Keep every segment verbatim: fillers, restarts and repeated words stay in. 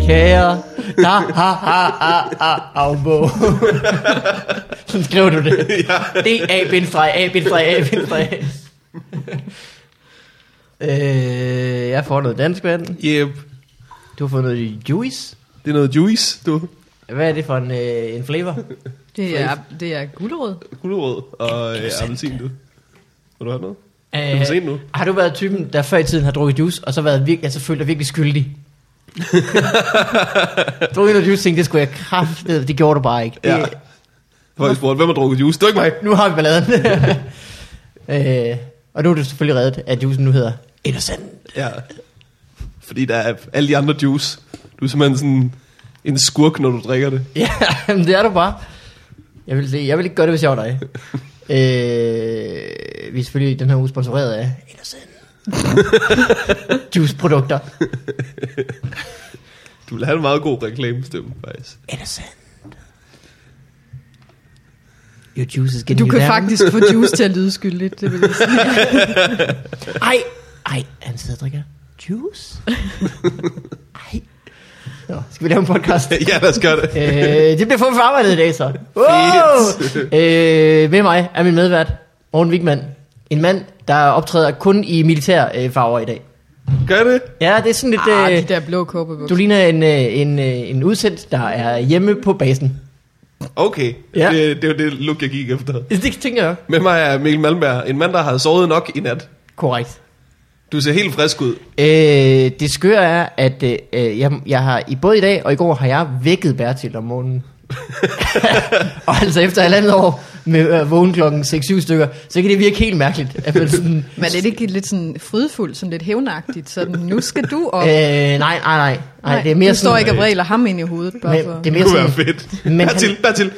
kære. Da, ha, ha, ha, ha, afbog. Sådan skriver du det. D, A, bindestreg, A, bindestreg, A, bindestreg. øh, jeg får noget dansk vand. Yep. Du har fået noget juice. Det er noget juice, du. Hvad er det for en, øh, en flavor? Det er, det er gulerod. Gulerod og øh, appelsin, du. Vil du have noget? Øh, du kan se nu. Har du været typen, der før i tiden har drukket juice, og så været virkelig, altså følt dig virkelig skyldig? Drukket noget juice, tænkte, det skulle jeg kraftedeme, det gjorde du bare ikke. Det, Ja. Folk spurgte, hvem har drukket juice? Det er ikke mig. Nu har vi balladen. øh, og nu er du selvfølgelig reddet, at juicen nu hedder Innocent. Ja. Fordi der er alle de andre juice. Du er simpelthen sådan en skurk, når du drikker det. Ja, det er du bare. Jeg vil, se, jeg vil ikke gøre det, hvis jeg var dig. øh, vi er selvfølgelig den her uge sponsoreret af Innocent. Juice-produkter. Du vil have en meget god reklamestemme, faktisk. Innocent. Your juice is getting Du kan you down. faktisk få juice til at lyde skyldigt, det vil jeg sige. Ej, ej, han sidder og drikker juice. Ej. Nå, skal vi lave en podcast? Ja, lad os gøre det. øh, det bliver for for arbejdet i dag, så. Wow! øh, med mig er min medvært, Morten Wigman. En mand, der optræder kun i militærfarver øh, i dag. Gør det? Ja, det er sådan lidt... Ah, øh, de der blå kåbebukser. du ligner en, øh, en, øh, en udsendt, der er hjemme på basen. Okay, Ja. det, det var det look, jeg gik efter. Det tænker jeg. Med mig er Mikkel Malmberg, en mand, der har sovet nok i nat. Korrekt. Du ser helt frisk ud. Øh, det skøre er, at øh, jeg, jeg har i både i dag og i går har jeg vækket Bertil om morgenen. Og altså efter halvandet år med øh, vågen klokken seks syv stykker, så kan det virke helt mærkeligt. At man sådan, Men er det ikke lidt sådan frydefuldt, sådan lidt hævnagtigt, sådan nu skal du op? øh, nej, nej, nej, nej. Det er mere du står sådan, ikke og vræler ham ind i hovedet, bare men, for... det er Det mere kunne være sådan, fedt. men Bertil, han- Bertil.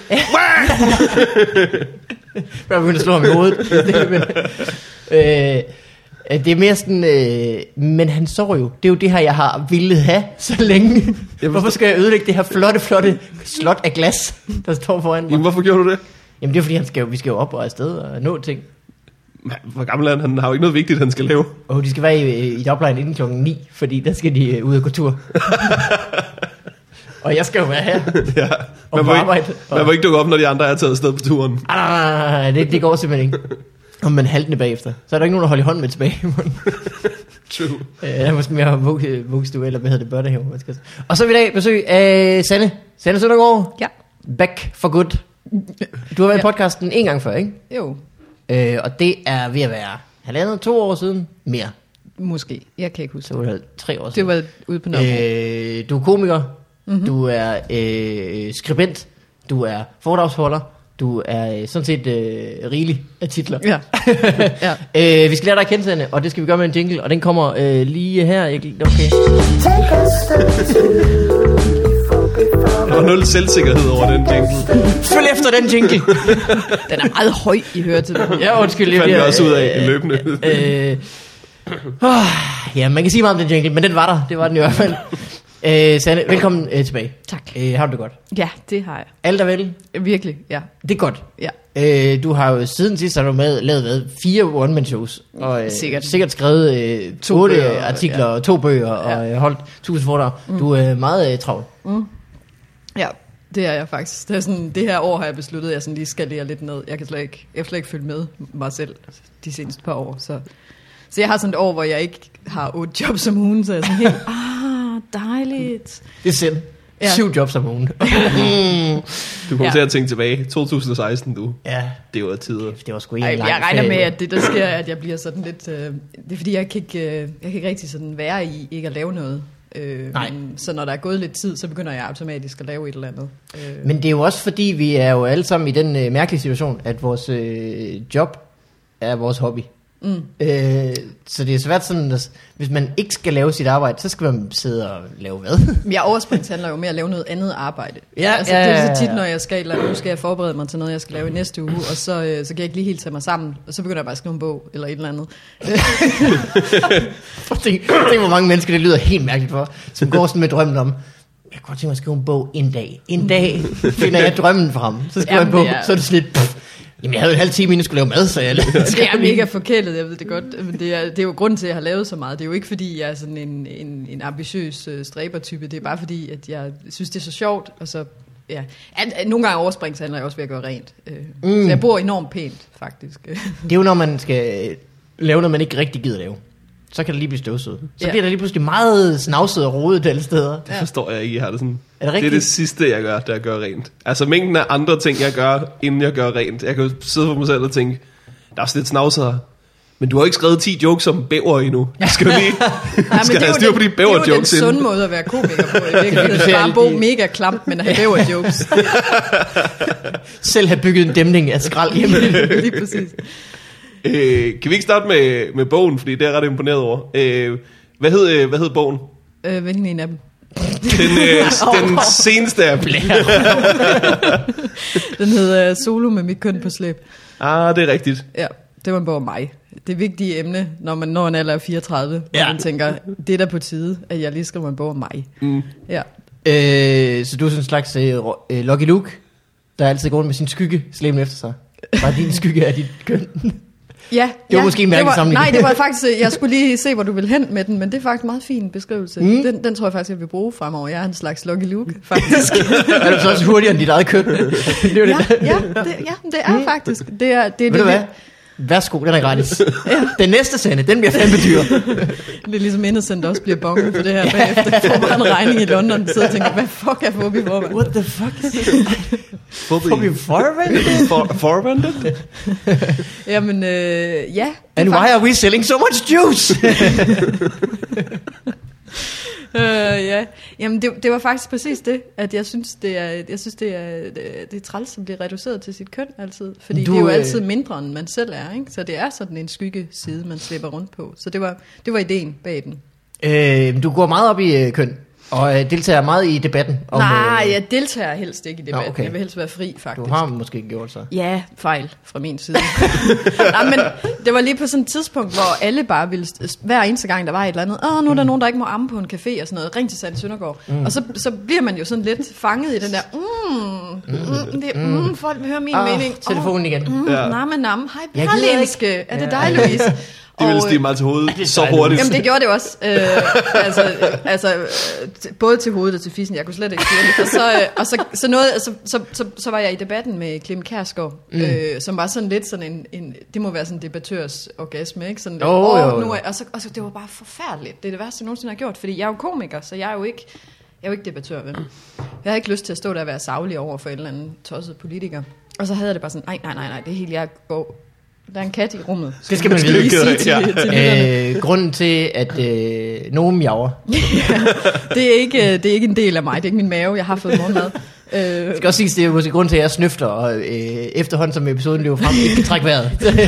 jeg begynder at slå ham i hovedet. Det, men, øh, det er mere sådan, øh, men han sover jo. Det er jo det her, jeg har ville have så længe. Hvorfor skal jeg ødelægge det her flotte, flotte slot af glas, der står foran mig? Jamen, hvorfor gjorde du det? Jamen det er fordi, han skal jo, vi skal jo op og afsted og nå ting. Hvor gammel er han? Han har jo ikke noget vigtigt, han skal lave. Og de skal være i, i dagplejen inden klokken ni, fordi der skal de uh, ud og gå tur. Og jeg skal jo være her. Ja. Og Man, på må arbejde. ikke, man må ikke dukke op, når de andre er taget afsted på turen. Ah, nej, nej, nej, det, det går simpelthen ikke. Og man haltende bagefter. Så er der ikke nogen, der holder i hånden med tilbage. True. Øh, der er måske mere vuggestue, eller hvad hedder det, børnehave. Og så er vi i dag besøg af Sanne. Sanne Søndergaard. Ja. Back for good. Du har været i Ja. podcasten en gang før, ikke? Jo, Øh, og det er ved at være halvandet, to år siden. Mere. måske. Jeg kan ikke huske. Så var det tre år siden. Det var ude på Nørrebro. Øh, du er komiker, mm-hmm. du er øh, skribent, du er foredragsholder, du er øh, sådan set øh, rigelig af titler. Ja. Ja. øh, vi skal lære dig at kende, Sanne, og det skal vi gøre med en jingle, og den kommer øh, lige her. Jeg- Okay. Der var nul selvsikkerhed over den jingle. Følg efter den jingle. Den er meget høj i høretelefonen. Ja, undskyld. Det fandt bliver, jeg også ud af øh, løbende. Øh, øh, ja, man kan sige meget om den jingle, men den var der. Det var den i hvert fald. Øh, Sanne, velkommen øh, tilbage. Tak. Øh, har du det godt? Ja, det har jeg. Alt er vel? Virkelig, ja. Det er godt. Ja. Øh, du har jo siden sidst har du med, lavet hvad, fire one-man-shows. Og øh, Sikkert. sikkert skrevet øh, To otte bøger, artikler ja. og to bøger Ja. og øh, holdt tusind foredrag. Mm. Du er meget øh, travl. Ja, det er jeg faktisk. Det, er sådan, det her år har jeg besluttet, at jeg sådan lige skalerer lidt ned. Jeg kan slet ikke, jeg kan slet ikke følge med mig selv de seneste par år. Så, så jeg har sådan et år, hvor jeg ikke har otte jobs som ugen, så jeg er sådan helt, ah, dejligt. Det er sind. Ja. Syv jobs om ugen. mm. Du kommer Ja. til at tænke tilbage. to tusind og seksten, du. Ja, Det var tider. det var sgu en Ej, lang jeg regner ferie. med, at det der sker, at jeg bliver sådan lidt... Øh, det er fordi, jeg kan ikke, øh, jeg kan ikke rigtig sådan være i ikke at lave noget. Øh, Nej. men, så når der er gået lidt tid, så begynder jeg automatisk at lave et eller andet. Øh, Men det er jo også fordi, vi er jo alle sammen i den øh, mærkelige situation, at vores øh, job er vores hobby. Mm. Øh, så det er svært sådan, at hvis man ikke skal lave sit arbejde, så skal man sidde og lave hvad? Jeg overspringshandler jo med at lave noget andet arbejde. Ja, altså, ja, det er ja, så tit, ja. når jeg skal, eller nu skal jeg forberede mig til noget, jeg skal lave i næste uge, og så, øh, så kan jeg ikke lige helt tage mig sammen, og så begynder jeg bare at skrive en bog, eller et eller andet. tænk, tænk, hvor mange mennesker det lyder helt mærkeligt for, som går sådan med drømmen om, jeg kunne godt tænke mig at skrive en bog en dag. En dag finder jeg drømmen frem, så skriver jeg en Jamen, bog, det er- så er det sådan lidt, pff, Jamen, jeg havde en halv time, inden jeg skulle lave mad, så jeg det er mega forkælet, jeg ved det godt. Men det er, det er jo grunden til, at jeg har lavet så meget. Det er jo ikke, fordi jeg er sådan en, en, en ambitiøs uh, stræbertype. Det er bare fordi, at jeg synes, det er så sjovt. Og så, ja. At, at nogle gange overspringshandler jeg også ved at gøre rent. Uh, mm. Så jeg bor enormt pænt, faktisk. Det er jo, når man skal lave noget, man ikke rigtig gider lave. Så kan det lige blive støvsødet. Så ja. bliver der lige pludselig meget snavset og rodet alle steder. Det forstår jeg ikke, I har det sådan. Er det, det er det sidste, jeg gør, da jeg gør rent. Altså mængden af andre ting, jeg gør, inden jeg gør rent. Jeg kan jo sidde for mig selv og tænke, der er også lidt snavset her. Men du har ikke skrevet ti jokes om bæver endnu. Jeg skal jo lige ja, skal have styr på de bæver-jokes. Det er jo den sunde måde at være komiker på. I virkeligheden bare bo mega klamt, men have bæver-jokes. Selv have bygget en dæmning af skrald hjemme. Lige præcis. Øh, kan vi ikke starte med, med bogen, fordi det er jeg ret imponeret over. Øh, hvad, hed, øh, hvad hed bogen? Øh, hvilken en af dem? Den, øh, den seneste af dem. Den hedder Solo med mit køn på slæb. Ah, det er rigtigt. Ja, det var en bog om mig. Det vigtige emne, når man når en alder af fireogtredive, ja. Man tænker, det er da på tide, at jeg lige skriver en bog om mig. Mm. Ja. Øh, så du er sådan en slags øh, Lucky Luke, der altid går rundt med sin skygge slæbende efter sig. Bare din skygge af dit køn. Ja, det var ja, måske en mærkelig sammenligning. Nej, det var faktisk, jeg skulle lige se, hvor du vil hen med den, men det er faktisk en meget fin beskrivelse. Mm. Den, den tror jeg faktisk, jeg vil bruge fremover. Jeg er en slags Lucky Luke, faktisk. Er du så også hurtigere end dit eget køn? det ja, det. Ja, det, ja, det er mm. faktisk. Det er, det, Ved det, du hvad? Værsgo, den er gratis. Ja. Den næste sende, den bliver fandme dyr. Det er ligesom Innocent også bliver bonget for det her bagefter. Jeg får bare en regning i London, så jeg tænker, hvad fuck er Fobi for, man? What the fuck is it? Fobi forventet? For, forventet? Jamen, øh, ja. And why are we selling so much juice? Uh, ja, jamen det, det var faktisk præcis det, at jeg synes det er, jeg synes det er, det, det er træls, som bliver reduceret til sit køn altid, fordi du, det er jo altid mindre end man selv er, ikke? Så det er sådan en skygge side man slipper rundt på. Så det var, det var ideen bag den. Øh, du går meget op i øh, køn. Og øh, deltager meget i debatten om, Nej, øh, jeg deltager helst ikke i debatten. Okay. Jeg vil helst være fri, faktisk. Du har måske gjort så. Ja, fejl fra min side. Nej, men det var lige på sådan et tidspunkt, hvor alle bare ville, hver eneste gang der var et eller andet, åh, nu er der mm. nogen, der ikke må amme på en café og sådan noget, ring til Sanne Søndergaard. Mm. Og så, så bliver man jo sådan lidt fanget i den der, mm, mm, det, mm, folk vil høre min oh, mening. Telefonen igen. Mm, ja. Namme, namme, hej Berlinske, er det dig, Louise? Det ville stige mig til hovedet så hurtigt. Jamen det gjorde det også. Øh, altså, altså, både til hovedet og til fissen. Jeg kunne slet ikke sige det. Og så, og så, så, noget, så, så, så, så var jeg i debatten med Clem Kjærsgaard, mm. øh, som var sådan lidt sådan en, en, det må være sådan en debattørs orgasme, ikke? Sådan lidt, oh, jo, jo. Nu er, og, så, og så det var bare forfærdeligt. Det er det værste, jeg nogensinde har gjort, fordi jeg er jo komiker, så jeg er jo ikke, jeg er jo ikke debattør, vel? Jeg har ikke lyst til at stå der og være saglig over for en eller anden tosset politiker. Og så havde jeg det bare sådan, nej, nej, nej, nej, det er helt, jeg går. Der er en kat i rummet. Det skal man vide. Sige til, ja. til øh, grunden til, at øh, nogen miaver. ja, det, er ikke, det er ikke en del af mig. Det er ikke min mave. Jeg har fået morgenmad. Det øh, skal også siges, det er måske grunden til, at jeg snøfter, og øh, efterhånden som episoden løber frem, ikke kan trække vejret.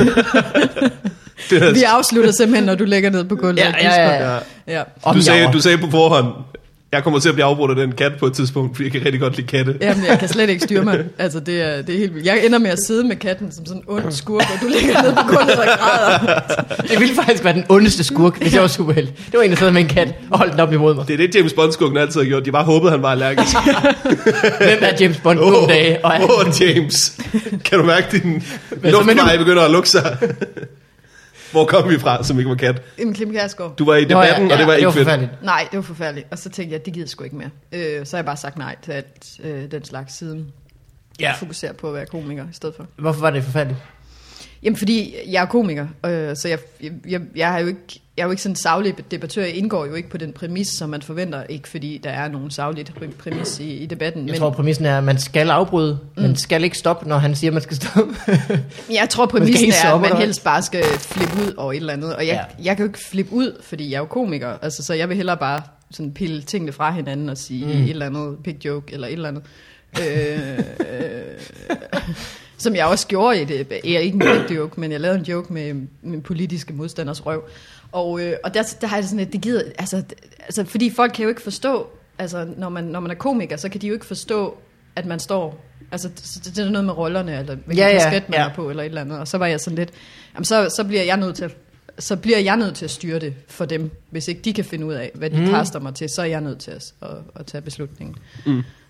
Vi afslutter simpelthen, når du ligger ned på gulvet. Ja, ja, ja. ja. ja. Du, sagde, du sagde på forhånd, jeg kommer til at blive afbrudt af den kat på et tidspunkt, fordi jeg kan rigtig godt lide katte. Jamen, jeg kan slet ikke styre mig. Altså, det er, det er helt vildt. Jeg ender med at sidde med katten som sådan en ond skurk, og du ligger nede på gulvet og græder. Det ville faktisk være den ondeste skurk, hvis jeg var superheld. Det var en, der sad med en kat og holdt den op imod mig. Det er det, James Bond-skurken altid har gjort. De bare håbede, han var allergisk. Hvem er James Bond på oh, dage? Åh, oh, James. Kan du mærke, din luftveje begynder at lukke sig? Hvor kom vi fra, som ikke var kat? En Clem Kjærsgaard. Du var i debatten, Nå, ja, ja, og det var det ikke var fedt. Forfærdeligt. Nej, det var forfærdeligt. Og så tænkte jeg, det gider sgu ikke mere. Øh, så har jeg bare sagt nej til alt øh, den slags siden. Ja. Jeg fokuserer på at være komiker i stedet for. Hvorfor var det forfærdeligt? Jamen, fordi jeg er komiker, øh, så jeg, jeg, jeg, har jo ikke, jeg er jo ikke sådan en saglig debattør. Jeg indgår jo ikke på den præmis, som man forventer. Ikke fordi der er nogen saglig præmis i, i debatten. Jeg men tror, præmissen er, at man skal afbryde. Mm. Man skal ikke stoppe, når han siger, at man skal stoppe. Jeg tror, præmissen er, at man helst bare skal flippe ud over et eller andet. Og jeg, ja. jeg kan jo ikke flippe ud, fordi jeg er jo komiker. Altså, så jeg vil hellere bare sådan pille tingene fra hinanden og sige mm. et eller andet pig joke eller et eller andet. øh, øh, som jeg også gjorde i det. Jeg er ikke en pig joke, men jeg lavede en joke med min politiske modstanders røv. Og, øh, og der, der har jeg sådan, at det gider... Altså, altså, fordi folk kan jo ikke forstå... Altså, når man, når man er komiker, så kan de jo ikke forstå, at man står... Altså, det er noget med rollerne, eller hvilken ja, ja, kasket man ja. er på, eller et eller andet. Og så var jeg sådan lidt... Jamen, så, så bliver jeg nødt til at... Så bliver jeg nødt til at styre det for dem. Hvis ikke de kan finde ud af, hvad de mm. kaster mig til, så er jeg nødt til at, at, at tage beslutningen. Mm.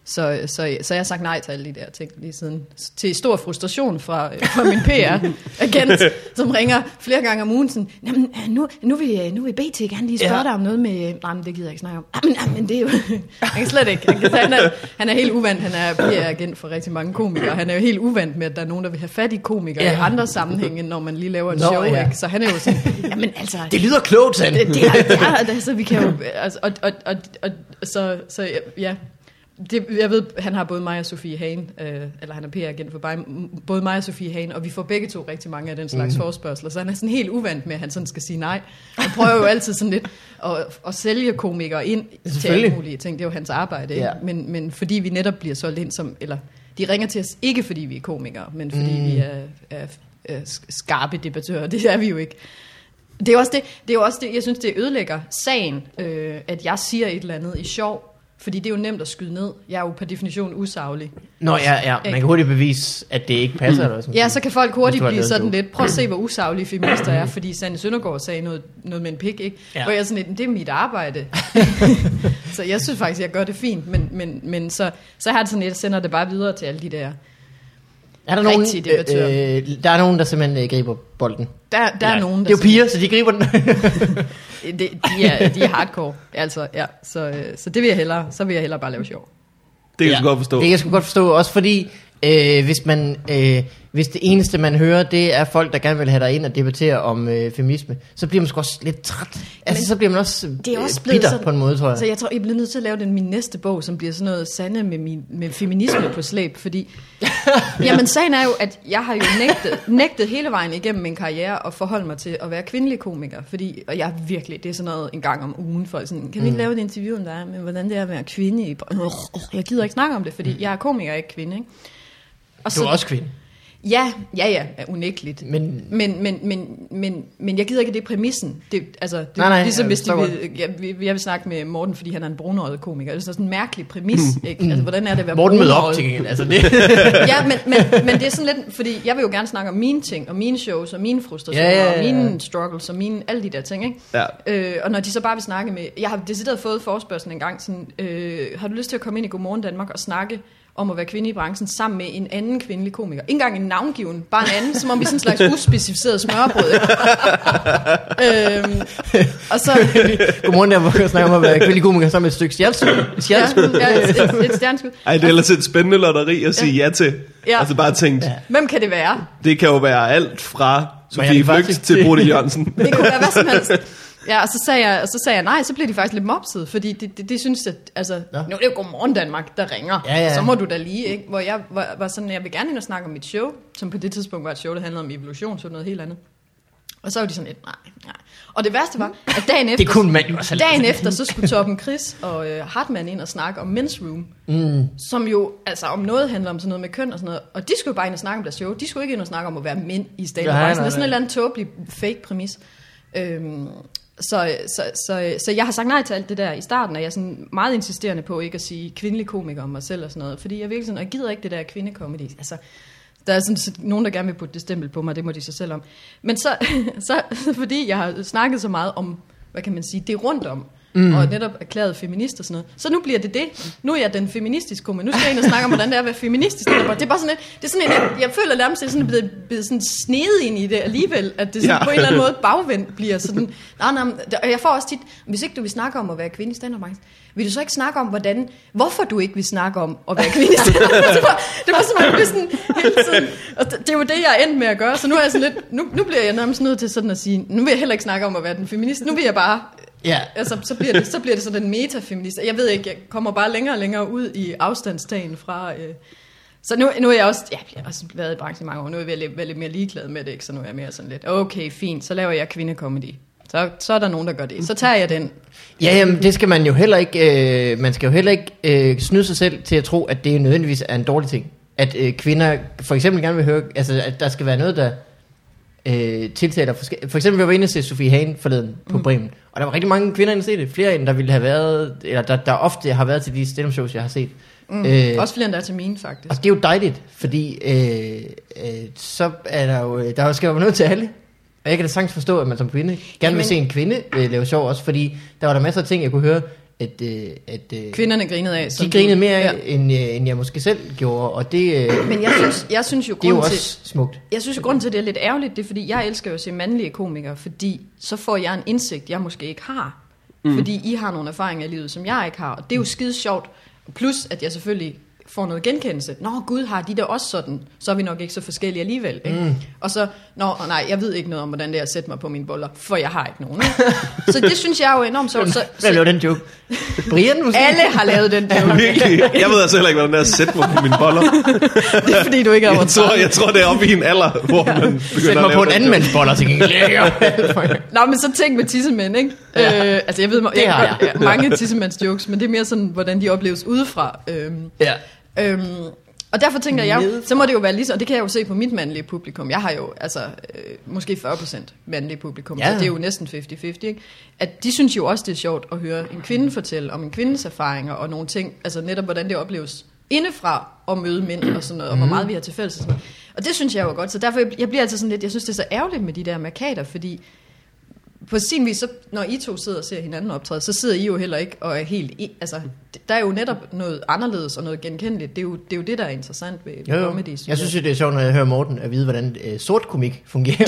Så, så, så jeg har sagt nej til alle de der ting lige siden. Til stor frustration fra, fra min P R-agent, som ringer flere gange om ugen. Sådan, jamen, nu, nu, vil, nu vil B T gerne lige spørge ja. dig om noget med... Nej, men det gider jeg ikke snakke om. Jamen, jamen det er jo... Han kan slet ikke. Han, kan, han, er, han er helt uvant. Han er P R-agent for rigtig mange komikere. Han er jo helt uvant med, at der er nogen, der vil have fat i komikere ja. i andre sammenhænge, når man lige laver et Nå, show. Ja. Ikke? Så han er jo sådan... Jamen, altså... Det lyder klogt, sådan. Det, det, er, det er, altså, vi kan jo... Altså, og, og, og, og, så, så ja... Det, jeg ved, han har både mig og Sofie Hagen, øh, eller han er P R-agent for bare, både mig og Sofie Hagen, og vi får begge to rigtig mange af den slags mm. forespørgsler, så han er sådan helt uvant med, at han sådan skal sige nej. Han prøver jo altid sådan lidt at, at sælge komikere ind til alle mulige ting, det er jo hans arbejde, ja. men, men fordi vi netop bliver solgt ind som, eller de ringer til os ikke fordi vi er komikere, men fordi mm. vi er, er, er skarpe debattører, det er vi jo ikke. Det er også det, det, er jo også det jeg synes, det ødelægger sagen, øh, at jeg siger et eller andet i sjov, fordi det er jo nemt at skyde ned. Jeg er jo per definition usaglig. Nå ja, ja. Man kan hurtigt bevise, at det ikke passer. Eller sådan. Ja, så kan folk hurtigt blive sådan lidt, prøv at se, hvor usaglige feminister er, fordi Sanne Søndergaard sagde noget, noget med en pik, ikke? Ja. Hvor jeg er sådan lidt, det er mit arbejde. Så jeg synes faktisk, jeg gør det fint, men, men, men så, så har det sådan lidt, jeg sender det bare videre til alle de der er der nogen, øh, der er nogen, der simpelthen øh, griber bolden. Der, der ja, er nogen, der... Det er jo piger, så de griber den. det, de, er, de er hardcore, altså, ja. Så, så det vil jeg hellere, så vil jeg hellere bare lave sjov. Det kan jeg ja, godt forstå. Det kan jeg sgu godt forstå, også fordi, øh, hvis man... Øh, hvis det eneste, man hører, det er folk, der gerne vil have dig ind og debattere om øh, feminisme, så bliver man sgu også lidt træt. Altså, men så bliver man også, det er også øh, bitter sådan, på en måde, tror jeg. Så jeg tror, jeg bliver nødt til at lave den min næste bog, som bliver sådan noget Sanne med, min, med feminisme på slæb, fordi... jamen, sagen er jo, at jeg har jo nægtet, nægtet hele vejen igennem min karriere at forholde mig til at være kvindelig komiker, fordi, og jeg virkelig, det er sådan noget en gang om ugen, folk sådan, kan vi ikke lave et interview om dig, men hvordan det er at være kvinde i... Jeg gider ikke snakke om det, fordi jeg er komiker, ikke kvinde, ikke? Og du er så, også kvinde. Ja, ja, ja, unægteligt. Men, men, men, men, men, men jeg gider ikke, at det er præmissen. Det, altså, det, nej, nej, ligesom hvis de vil, jeg, jeg vil snakke med Morten, fordi han er en brunøjet komiker. Det er sådan en mærkelig præmis. Mm. Ikke? Altså, hvordan er det at være Morten møder op til gengæld. Altså, det. ja, men, men, men det er sådan lidt, fordi jeg vil jo gerne snakke om mine ting, og mine shows, og mine frustrationer, ja, ja, ja. og mine struggles, og mine, alle de der ting. Ikke? Ja. Øh, og når de så bare vil snakke med... Jeg har decideret fået forespørgselen en gang, sådan, øh, har du lyst til at komme ind i Godmorgen Danmark og snakke om at være kvinde i branchen sammen med en anden kvindelig komiker. Ikke engang en navngiven, bare en anden, som om vi sådan en slags uspecificeret smørbrød. øhm, og så... Godmorgen, der var snakke om at være kvindelig komiker sammen med et stykke stjerneskud. Stjerneskud. Ja, ja, et, et, et stjerneskud. Ej, det er ellers et spændende lotteri at sige ja, ja til. Ja. Altså bare tænkt... Ja. Hvem kan det være? Det kan jo være alt fra Sofie Flygt til Bodil Jørgensen. Det kunne være hvad som helst. Ja, og så sagde jeg, og så sagde jeg nej, så blev de faktisk lidt mopset, fordi det, det, det synes at, altså, ja. Nu er det jo Godmorgen Danmark, der ringer, ja, ja. Så må du da lige, ikke? Hvor jeg var, var sådan, jeg vil gerne ind og snakke om mit show, som på det tidspunkt var et show, der handlede om evolution, så noget helt andet. Og så var de sådan lidt, nej, nej. Og det værste var, at dagen efter, det kunne man jo også dagen efter, så skulle Torben Chris og øh, Hartmann ind og snakke om Men's Room, mm. som jo, altså om noget handler om sådan noget med køn og sådan noget, og de skulle jo bare ind og snakke om deres show, de skulle ikke ind og snakke om at være mænd i stedet. Ja, det er sådan en eller anden tåbelig fake præmis. Øhm, Så, så, så, så jeg har sagt nej til alt det der i starten, og jeg er sådan meget insisterende på ikke at sige kvindelig komiker om mig selv og sådan noget, fordi jeg virkelig sådan, og jeg gider ikke det der kvindekomedy. Altså, der er sådan nogen, der gerne vil putte det stempel på mig, det må de sig selv om. Men så, så fordi jeg har snakket så meget om, hvad kan man sige, det rundt om, mm. og netop erklæret feminist og sådan noget, så nu bliver det det. Nu er jeg den feministiske komiker. Nu skal jeg ind og snakke om, hvordan det er at være feministisk. Det er bare sådan et, det er sådan en, jeg føler nærmest, at det er sådan blevet, blevet sådan snedet ind i det alligevel, at det sådan ja. på en eller anden måde bagvendt bliver sådan, nej, nej, og jeg får også tit, hvis ikke du vil snakke om at være kvinde i stand-up-branchen, vil du så ikke snakke om, hvordan, hvorfor du ikke vil snakke om at være kvinde i stand-up? Det var, det var simpelthen det sådan hele tiden, og det, det er jo det, jeg er endt med at gøre, så nu er jeg sådan lidt, nu, nu bliver jeg nærmest nødt til sådan at sige, nu vil jeg heller ikke snakke om at være den feminist, nu vil jeg bare... Ja. Altså, så, bliver det, så bliver det sådan en metafeminist. Jeg ved ikke, jeg kommer bare længere og længere ud i afstandstagen fra... Øh. Så nu, nu er jeg også... Ja, jeg har også været i branchen i mange år. Nu er jeg lidt, lidt mere ligeglad med det, ikke? Så nu er jeg mere sådan lidt... Okay, fint, så laver jeg kvindekomedy. Så, så er der nogen, der gør det. Så tager jeg den. Ja, jamen, det skal man jo heller ikke... Øh, man skal jo heller ikke øh, snyde sig selv til at tro, at det nødvendigvis er en dårlig ting. At øh, kvinder for eksempel gerne vil høre... Altså, at der skal være noget, der... Øh, tiltaler for, for eksempel vi var inde og se Sofie Hagen forleden på mm. Bremen, og der var rigtig mange kvinder inde og se det, flere end der ville have været, eller der, der ofte har været til de stand-up shows jeg har set. Mm. Øh, også flere end der er til mine faktisk. Og det er jo dejligt, fordi øh, øh, så er der jo, der skal jo være noget til alle. Og jeg kan da sagtens forstå, at man som kvinde gerne vil se en kvinde øh, lave sjov også, fordi der var der masser af ting jeg kunne høre at, øh, at øh, Kvinderne grinede af. de grinede mere af, ja. end, øh, end jeg måske selv gjorde, og det, øh, Men jeg synes, jeg synes jo, det er jo grunden også til, smukt. Jeg synes jo, grunden til, at det er lidt ærgerligt, det er, fordi jeg elsker jo at se mandlige komikere, fordi så får jeg en indsigt, jeg måske ikke har. Mm. Fordi I har nogle erfaringer i livet, som jeg ikke har, og det er jo skide sjovt. Plus, at jeg selvfølgelig får noget genkendelse. Nå gud, har de der også sådan, så er vi nok ikke så forskellige alligevel. Ikke? Mm. Og så, nå nej, jeg ved ikke noget om, hvordan det er at sætte mig på mine boller, for jeg har ikke nogen. Så det synes jeg er jo enormt sjovt. Så, Hvem lavede den joke? Brian måske? Alle har lavet den joke. Virkelig. Jeg ved altså heller ikke, hvordan det er at sætte mig på mine boller. Det er fordi, du ikke har jeg tror, jeg tror, det er oppe i en alder, hvor man begynder Sæt mig på en anden mands boller, så kan Nå, men så tænk med tissemænd, ikke? Ja. Øh, altså, jeg ved jeg, jeg, jeg, mange tissemands jokes, men det er mere sådan, hvordan de opleves udefra. Øhm, ja. Øhm, og derfor tænker jeg, så må det jo være lige så, og det kan jeg jo se på mit mandlige publikum. Jeg har jo altså øh, måske fyrre procent mandlige publikum, ja. Så det er jo næsten halvtreds halvtreds, ikke? At de synes jo også, det er sjovt at høre en kvinde fortælle om en kvindes erfaringer og nogle ting, altså netop hvordan det opleves indefra at møde mænd og sådan noget, og hvor meget vi har til fælles og sådan noget. Og det synes jeg jo er godt, så derfor jeg bliver altså sådan lidt, jeg synes det er så ærgerligt med de der markader, fordi på sin vis, så, når I to sidder og ser hinanden optræde, så sidder I jo heller ikke og er helt... I, altså, der er jo netop noget anderledes og noget genkendeligt. Det er jo det, er jo det der er interessant ved jo, jo. comedy. Jeg synes jo, det er sjovt, når jeg hører Morten at vide, hvordan øh, sort komik fungerer.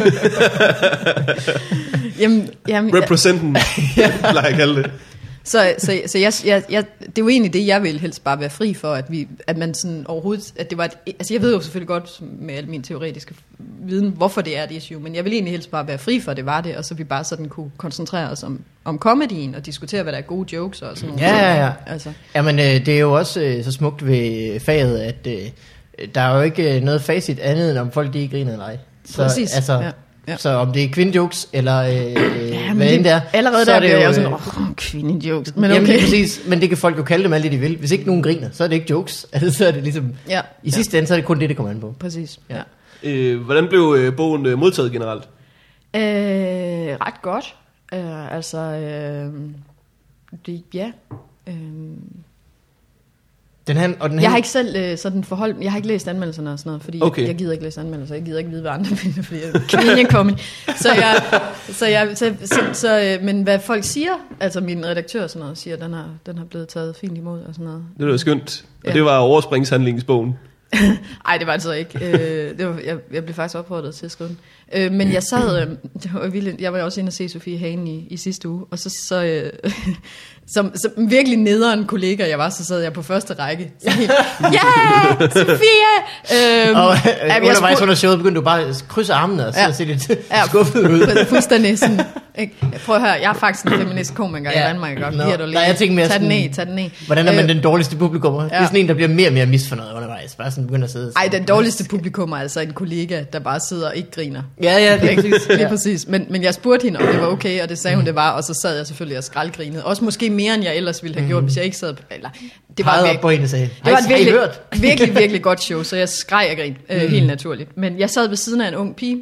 jamen, jamen, Representen, plejer jeg kalde det. Så, så, så jeg, jeg, jeg, det er jo egentlig det, jeg vil helst bare være fri for, at, vi, at man sådan overhovedet, at det var et, altså jeg ved jo selvfølgelig godt med al min teoretiske viden, hvorfor det er et issue, men jeg vil egentlig helst bare være fri for, at det var det, og så vi bare sådan kunne koncentrere os om, om comedyen, og diskutere, hvad der er gode jokes og sådan noget. Ja, ja, ja. Altså. Jamen, øh, det er jo også øh, så smukt ved faget, at øh, der er jo ikke noget facit andet, end om folk de griner eller ej. Så, præcis, altså, ja. Ja. Så om det er kvindejokes, eller øh, ja, hvad end det er. Allerede så der er det bliver jo, jeg sådan, åh, kvindejokes. Men jamen, okay. præcis, men det kan folk jo kalde dem alt det, de vil. Hvis ikke nogen griner, så er det ikke jokes. Altså, så er det ligesom, ja. i sidste ja. ende, så er det kun det, det kommer an på. Præcis, ja. ja. Øh, hvordan blev øh, bogen øh, modtaget generelt? Øh, ret godt. Øh, altså, øh, det, ja... Øh, Den her, og den her... Jeg har ikke selv øh, sådan forhold, jeg har ikke læst anmeldelserne og sådan noget, fordi okay. jeg, jeg gider ikke læse anmeldelser, jeg gider ikke vide, hvad andre finder, fordi jeg kan ikke komme. Så jeg, så jeg, så, så, så øh, men hvad folk siger, altså min redaktør og sådan noget, siger, den har, den har blevet taget fint imod og sådan noget. Det var skønt, og ja. det var overspringshandlingsbogen. Ej, det var altså ikke. Øh, det var, jeg, jeg blev faktisk opfordret til at skrive den. Øh, men jeg sad, øh, det var vildt, jeg var også inde og se Sofie Hagen i, i sidste uge, og så, så øh, som, som virkelig nederen kollega jeg var, så sad jeg på første række. Så helt, ja, Sofie! Øh, og øh, undervejs under showet begyndte du bare at krydse armene og ja. se lidt ja, skuffet ud. Fuldstændig sådan, ikke? Prøv at høre, jeg er faktisk en feminist komiker ja. i Danmark, jeg godt no. giver dig lige. Nej, jeg tænker mere tag sådan, den ned, tag den ned. Hvordan er man øh, den dårligste publikummer? Ja. Det er sådan en, der bliver mere og mere misfornøjet undervejs. Bare sådan begynder at sidde. Ej, den dårligste publikum er altså en kollega, der bare sidder og ikke griner. Ja, ja, det er præcis. Lige præcis. Men, men jeg spurgte hende, om det var okay, og det sagde hun, det var, og så sad jeg selvfølgelig og skraldgrinede. Også måske mere, end jeg ellers ville have mm. gjort, hvis jeg ikke sad... Eller, det var virkelig, på hende, sagde, det var et virkelig, virkelig, virkelig godt show, så jeg skreg og grin, øh, mm. helt naturligt. Men jeg sad ved siden af en ung pige,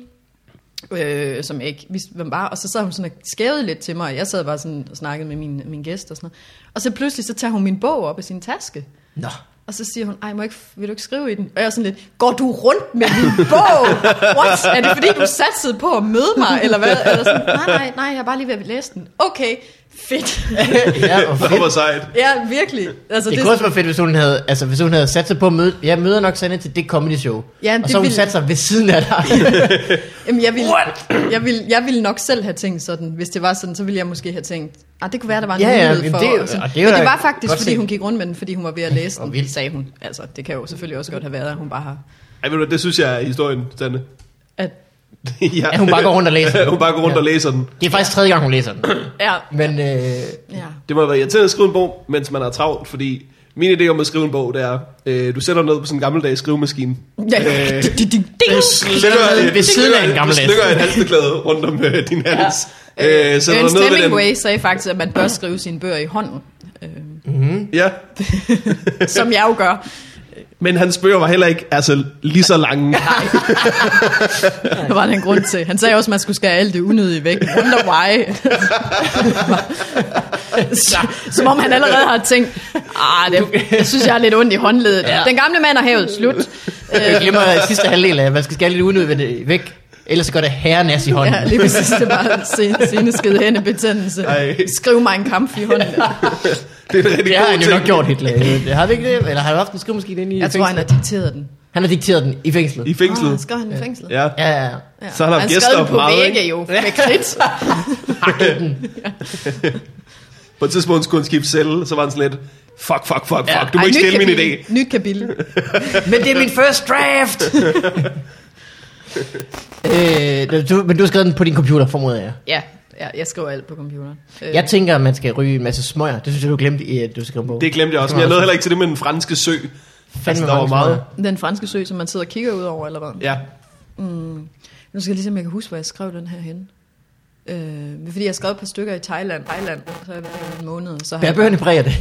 øh, som jeg ikke vidste, hvem var, og så sad hun sådan og skævede lidt til mig, og jeg sad bare sådan og snakkede med min, min gæst og sådan noget. Og så pludselig, så tager hun min bog op af sin taske. Nå. Og så siger hun, ej, må ikke, vil du ikke skrive i den? Og jeg er sådan lidt, går du rundt med min bog? What? Er det fordi, du satsede på at møde mig, eller hvad? Eller sådan, nej, nej, nej, jeg er bare lige ved at læse den. Okay, fedt. Ja, og fedt. Det var sejt. Ja, virkelig. Altså, det, det kunne også være fedt, hvis hun havde, altså, hvis hun havde sat sig på at møde, jeg møder nok Sanne til det comedy show. Ja, og så hun ville... sat sig ved siden af dig. Jamen, jeg ville, jeg, ville, jeg ville nok selv have tænkt sådan, hvis det var sådan, så ville jeg måske have tænkt, ah, det kunne være, der var en ja, mulighed ja, for. Det, og sådan. og det Men det var faktisk, fordi set. hun gik rundt med den, fordi hun var ved at læse den, vildt. Sagde hun. Altså, det kan jo selvfølgelig også godt have været, at hun bare har... Ej, ved du, det synes jeg er historien, Sanne. At... ja. At hun bare går rundt og læser den. Hun bare går rundt ja. og læser den. Det er faktisk tredje gang, hun læser den. Ja. Men, øh... ja. Det må være irriterende at skrive en bog, mens man er travlt, fordi min idé om at skrive en bog, det er, øh, du sætter ned på sådan en gammeldags skrivemaskine. Ja. Øh, slykker ved siden af en gammeldags. Du slykker et halsteklæde rundt om øh, din hals. Ja. Øh, øh, Ernst Hemingway sagde faktisk, at man bør skrive sine bøger i hånden. Øh. Mm-hmm. Ja. Som jeg jo gør. Men hans bøger var heller ikke altså, lige så lange. Nej. Det var der en grund til. Han sagde også, at man skulle skære alt det unødige væk. Wonder why. Som om han allerede har tænkt, ah, det, jeg synes, jeg er lidt ondt i håndledet. Ja. Den gamle mand er havet. Slut. Jeg glemmer sidste halvdel af, at man skal skære lidt unødigt væk. ellers så går det herrenas i hånden. Ja, lige præcis, det er bare seneskede hændebetændelse. Skriv mig en kamp i hånden. Det er en rigtig Det har god han jo ting. nok gjort, Hitler. Har vi ikke det? Eller har du haft en skrivemaskine inde i Jeg tror, han har dikteret den. Han har dikteret den i fængslet. I fængslet. Oh, skrev han i fængslet? Ja. Ja, ja, ja. Ja. Så han har han gæster skrev den på meget, vægge ikke? jo, med kridt. På et tidspunkt skulle han skifte celle, så var han sådan lidt, fuck, fuck, fuck, Ja. fuck, du må Ej, ikke nyt stjæle min kapitel. idé. Nyt kapitel. Men det er min first draft! øh, du, men du har skrevet den på din computer, formoder jeg. Ja, ja, jeg skriver alt på computeren. Øh, Jeg tænker, at man skal ryge en masse smøger. Det synes jeg, du glemte i, at du skrev på. Det glemte jeg også, men jeg nåede heller ikke til det med den franske sø. Altså, der var mange meget. Den franske sø, som man sidder og kigger ud over, eller hvad? Ja, Mm. Nu skal jeg ligesom, jeg kan huske, hvor jeg skrev den her hen. Øh, fordi jeg har skrevet et par stykker i Thailand. Thailand, så har jeg været der i en måned. Så har Bær jeg, bøgerne præger det.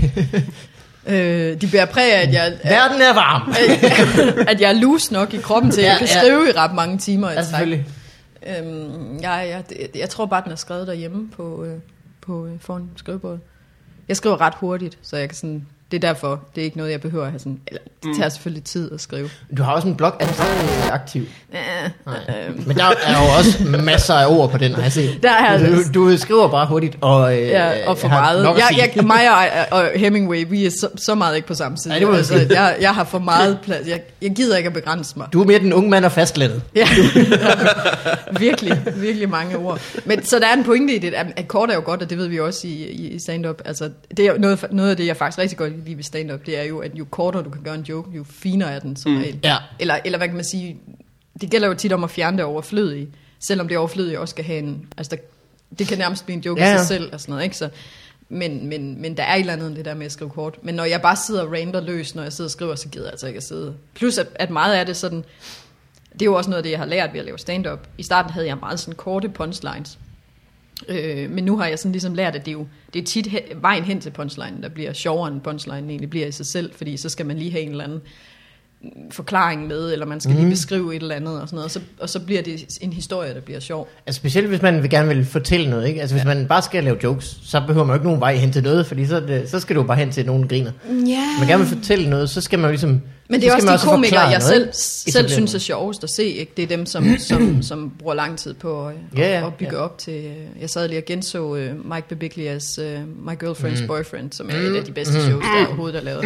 øh, de bærer præg af, at jeg, at, Verden er varm. at jeg er loose nok i kroppen til, at Ja, jeg kan ja. skrive i ret mange timer. i Ja, træk. selvfølgelig. Øhm, jeg, jeg, jeg, jeg tror bare, den er skrevet derhjemme på, øh, på øh, foran skrivebordet. Jeg skriver ret hurtigt, så jeg kan sådan... Det er derfor, det er ikke noget, jeg behøver at have sådan... Eller, det tager selvfølgelig tid at skrive. Du har også en blog, er den stadig aktiv? Ja, Nej. øh, Men der er jo også masser af ord på den, har jeg set. Der er du, altså- du skriver bare hurtigt, og, øh, ja, og for har meget. nok at Jeg, sige. jeg, mig og, og Hemingway, vi er så, så meget ikke på samme side. Ja, det må jeg altså, sige. jeg, jeg har for meget plads. Jeg, jeg gider ikke at begrænse mig. Du er mere den unge mand og fastlandet. Ja, virkelig, virkelig mange ord. Men så der er en pointe i det, at akkord er jo godt, og det ved vi også i, i stand-up. Altså, det er noget, noget af det, jeg faktisk rigtig godt kan lide ved stand-up, det er jo, at jo kortere du kan gøre en joke, jo finere er den som Mm. regel. Ja. Eller, eller hvad kan man sige, det gælder jo tit om at fjerne det overflødige, selvom det overflødige også skal have en, altså der, det kan nærmest blive en joke Ja, i ja. sig selv og sådan noget, ikke? Så, men, men, men der er et eller andet det der med at skrive kort. Men når jeg bare sidder og rander løs, når jeg sidder og skriver, så gider jeg altså ikke at sidde. Plus at, at meget af det sådan, det er jo også noget af det, jeg har lært ved at lave stand-up. I starten havde jeg meget sådan korte punchlines. Øh, men nu har jeg sådan ligesom lært, at det er jo det er tit he- vejen hen til punchline, der bliver sjovere end punchline egentlig bliver i sig selv, fordi så skal man lige have en eller anden forklaring med, eller man skal mm. lige beskrive et eller andet og sådan noget, og så, og så bliver det en historie, der bliver sjov. Altså specielt hvis man vil gerne vil fortælle noget, ikke? Altså hvis ja. man bare skal lave jokes, så behøver man jo ikke nogen vej hen til noget, fordi så, det, så skal du bare hen til nogen griner. Ja. Hvis man gerne vil fortælle noget, så skal man jo ligesom... Men det er så også skal de man komikere, forklare jeg noget, selv, ikke? selv Etablere synes er noget. sjovest at se. Ikke? Det er dem, som, som, som bruger lang tid på at, Ja, ja, at bygge ja. op til... Jeg sad lige og genså uh, Mike Birbiglias uh, My Girlfriend's Mm. Boyfriend, som er et af de bedste shows, der overhovedet er lavet.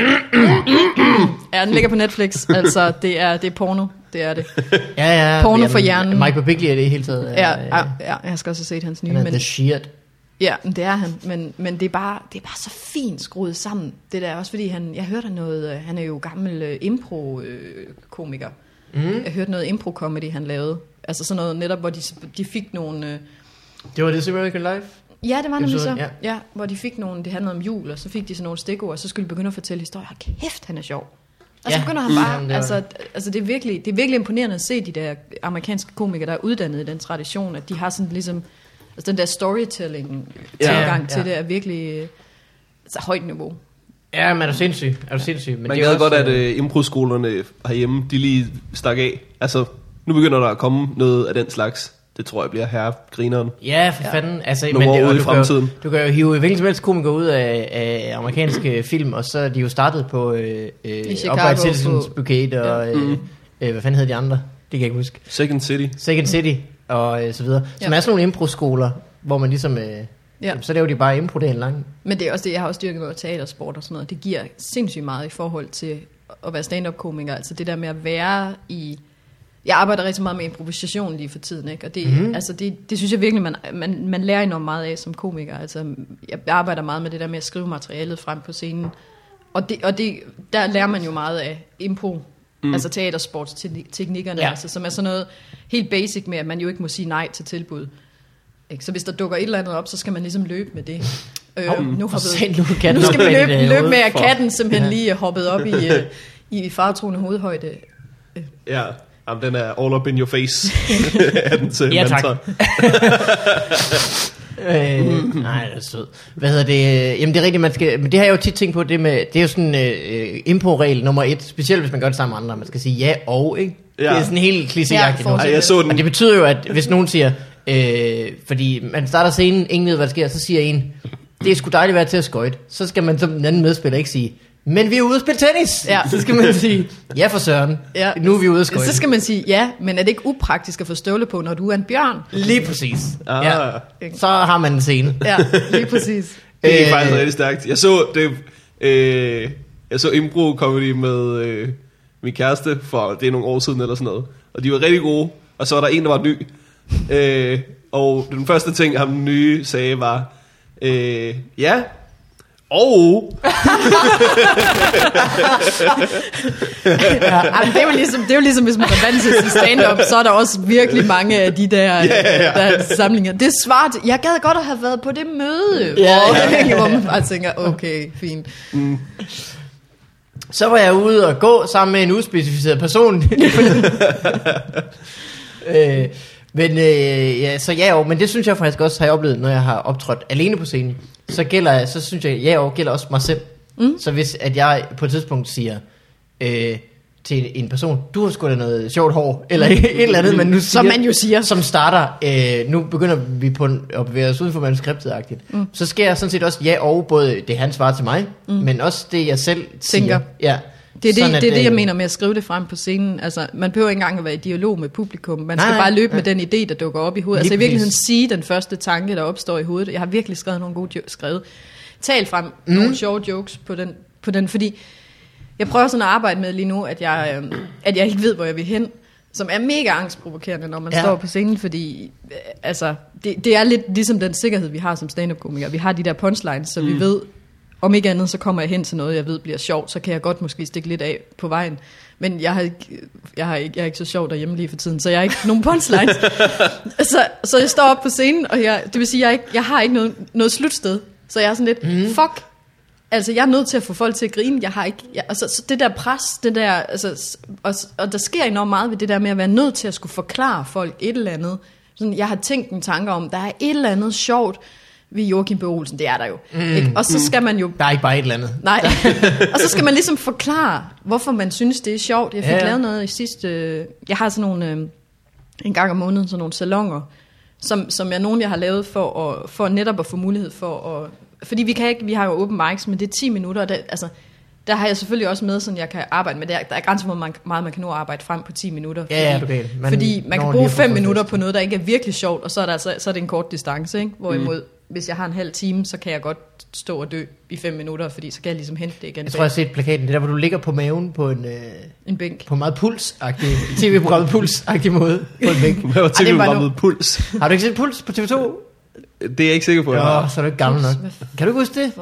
Ja, den ligger på Netflix. Altså, det er, det er porno. Det er det. Ja, ja. Porno jamen, for hjernen. Mike Birbiglia er det i hele taget. Ja, øh, ja, ja, jeg skal også have set hans nye. Han er Men, the shit. ja, men det er han. Men, men det, er bare, det er bare så fint skruet sammen. Det der også fordi, han, jeg hørte noget... øh, Han er jo gammel uh, impro-komiker. Mm. Jeg hørte noget impro-comedy, han lavede. Altså sådan noget netop, hvor de, de fik nogle... Øh, Det var This American Life. ja, det var nemlig så. Episoden, Ja. ja. ja, hvor de fik nogle... Det handlede om jul, og så fik de sådan nogle stikord, og så skulle de begynde at fortælle historier. Hold kæft, han er sjov. Og så Ja. begynder han bare... Mm, det var- altså, altså det, er virkelig, det er virkelig imponerende at se de der amerikanske komikere, der er uddannet i den tradition, at de har sådan ligesom... Altså den der storytelling tilgang Ja, til ja. det er virkelig øh, altså, højt niveau. Ja, men er du sindssyg? Er du sindssyg? Men man det er gad også, godt, at øh, uh, impro-skolerne herhjemme, de lige stak af. Altså, nu begynder der at komme noget af den slags. Det tror jeg bliver herregrineren. Ja, for Ja. fanden. Altså, Nogle år det, og ude i du kan jo- fremtiden. Du kan jo hive hvilken som helst komiker ud af, af amerikanske film, og så er de jo startet på øh, øh, Chicago Upright Citizens på- Brigade, og Ja. øh, Mm. øh, hvad fanden hedder de andre? Det kan jeg ikke huske. Second City. Second City, og øh, så videre. Som Ja. er sådan nogle impro-skoler, hvor man ligesom... Øh, Ja. jamen, så laver de bare impro dagen lang. Men det er også det, jeg har også dyrket med teatersport og sådan noget. Det giver sindssygt meget i forhold til at være stand-up-komiker. Altså det der med at være i... Jeg arbejder rigtig meget med improvisation lige for tiden, ikke? Og det, Mhm. mm. altså det, det synes jeg virkelig, man, man, man lærer enormt meget af som komiker. Altså jeg arbejder meget med det der med at skrive materialet frem på scenen. Og, det, og det, der lærer man jo meget af impro, mm. altså teatersportsteknikkerne, Ja. ja. altså, som er sådan noget helt basic med, at man jo ikke må sige nej til tilbud. Ikke? Så hvis der dukker et eller andet op, så skal man ligesom løbe med det. Øh, Hov, nu, for har vi, satan, nu er katten nu skal op vi bag løbe, dit, øh, løbe hoved. med, at For- katten simpelthen Ja. lige er hoppet op i, øh, i faretroende hovedhøjde. Ja, jamen, den er all up in your face. er den til Ja, tak. mantra. Øh, nej, det er sød. Hvad hedder det? Jamen det er rigtigt, man skal, men det har jeg jo tit tænkt på, det med, det er jo sådan øh, impro-regel nummer et, specielt hvis man gør det sammen med andre, man skal sige ja og, ikke? Ja. Det er sådan helt Ja, klichéagtigt for- nu. Ej, jeg så den. Og det betyder jo, at hvis nogen siger, øh, fordi man starter scenen, ingen ved, hvad der sker, så siger en, det er sgu dejligt at være til at skøjte. Så skal man som den anden medspiller ikke sige, men vi er ude at spille tennis. Ja. Så skal man sige, ja for søren, Ja. nu er vi ude at skøjte. Så skal man sige, ja, men er det ikke upraktisk at få støvle på, når du er en bjørn? Lige præcis. Ah. Ja. Så har man en scene. Ja, lige præcis. Det er Øh, faktisk rigtig stærkt. Jeg så det, øh, jeg så impro comedy med øh, min kæreste for det er nogle år siden eller sådan noget, og de var rigtig gode. Og så var der en der var ny, øh, og den første ting ham den nye sagde var, øh, ja. Og Ja, men det er jo ligesom, det er jo ligesom hvis man er vant til at sige stand-up, så er der også virkelig mange af de der, Ja, ja, ja. der samlinger. Det svarer til, jeg gad godt at have været på det møde, Ja, hvor, ja, ja. hvor man bare tænker, okay, fint. Så var jeg ude og gå sammen med en uspecificeret person. øh, men øh, ja, så ja, jo, men det synes jeg faktisk også har jeg oplevet, når jeg har optrådt alene på scenen. Så gælder, så synes jeg, ja, jo, gælder også mig selv. Mm. Så hvis at jeg på et tidspunkt siger øh, til en person, du har sgu da noget sjovt hår, eller et eller andet, man nu siger, Som man jo siger. som starter, øh, nu begynder vi på en, at bevæge os uden for manuskriptet-agtigt, mm. så skal jeg sådan set også ja og både det han svarer til mig, mm. men også det jeg selv Tænker. siger. Ja. Det er, Sådan, det, at, det, er det, jeg øh, mener med at skrive det frem på scenen. Altså, man behøver ikke engang at være i dialog med publikum. Man Nej, skal nej, bare løbe nej. med den idé, der dukker op i hovedet. Lige Altså i virkeligheden præcis. sige den første tanke, der opstår i hovedet. Jeg har virkelig skrevet nogle gode jo- skrevet. Tal frem mm. nogle sjove jokes på den, på den, fordi jeg prøver sådan at arbejde med lige nu, at jeg, øh, at jeg ikke ved, hvor jeg vil hen. Som er mega angstprovokerende, når man Ja. ja. står på scenen, fordi øh, altså, det, det er lidt ligesom den sikkerhed, vi har som stand-up-komikere. Vi har de der punchlines, så mm. vi ved, om ikke andet, så kommer jeg hen til noget, jeg ved bliver sjovt, så kan jeg godt måske stikke lidt af på vejen. Men jeg har ikke, jeg har ikke, jeg er ikke så sjov derhjemme lige for tiden, så jeg har ikke nogen punchlines. så, så jeg står op på scenen, og jeg, det vil sige, jeg, ikke, jeg har ikke noget, noget slutsted. Så jeg er sådan lidt, mm. fuck, altså jeg er nødt til at få folk til at grine. Jeg har ikke, jeg, altså, så det der pres, det der, altså, og, og der sker enormt meget ved det der med at være nødt til at skulle forklare folk et eller andet. Sådan, jeg har tænkt en tanke om, der er et eller andet sjovt ved Joachim B. Olsen, det er der jo. Mm, ikke? Og så skal man jo... Der er ikke bare et eller andet. Nej, og så skal man ligesom forklare, hvorfor man synes, det er sjovt. Jeg fik Ja, ja. ja. lavet noget i sidste... Jeg har sådan nogle, øh, en gang om måneden, sådan nogle salonger, som, som er nogen, jeg har lavet for, at, for netop at få mulighed for at... Fordi vi, kan ikke, vi har jo open mics, men det er ti minutter, og der, altså, der har jeg selvfølgelig også med, sådan jeg kan arbejde med. Der, der er grænser for, hvor man, meget man kan nå at arbejde frem på ti minutter. Fordi, Ja, ja, du kan. Man fordi man når kan lige bruge at få fem fået minutter fest. på noget, der ikke er virkelig sjovt, og så er, der, så, så er det en kort distance. Ikke? Hvorimod, mm. hvis jeg har en halv time, så kan jeg godt stå og dø i fem minutter, fordi så kan jeg ligesom hente det igen. Jeg tror, jeg har set plakaten. Det der, hvor du ligger på maven på en, øh, En bænk. på en meget puls-agtig, tv-programmet puls-agtig måde på en bænk. Hvad var Ej, det var tv-programmet Puls? Har du ikke set Puls på T V to? Det er jeg ikke sikker på, jeg Jo, har. så er du ikke gammel nok. Kan du ikke huske det? Og,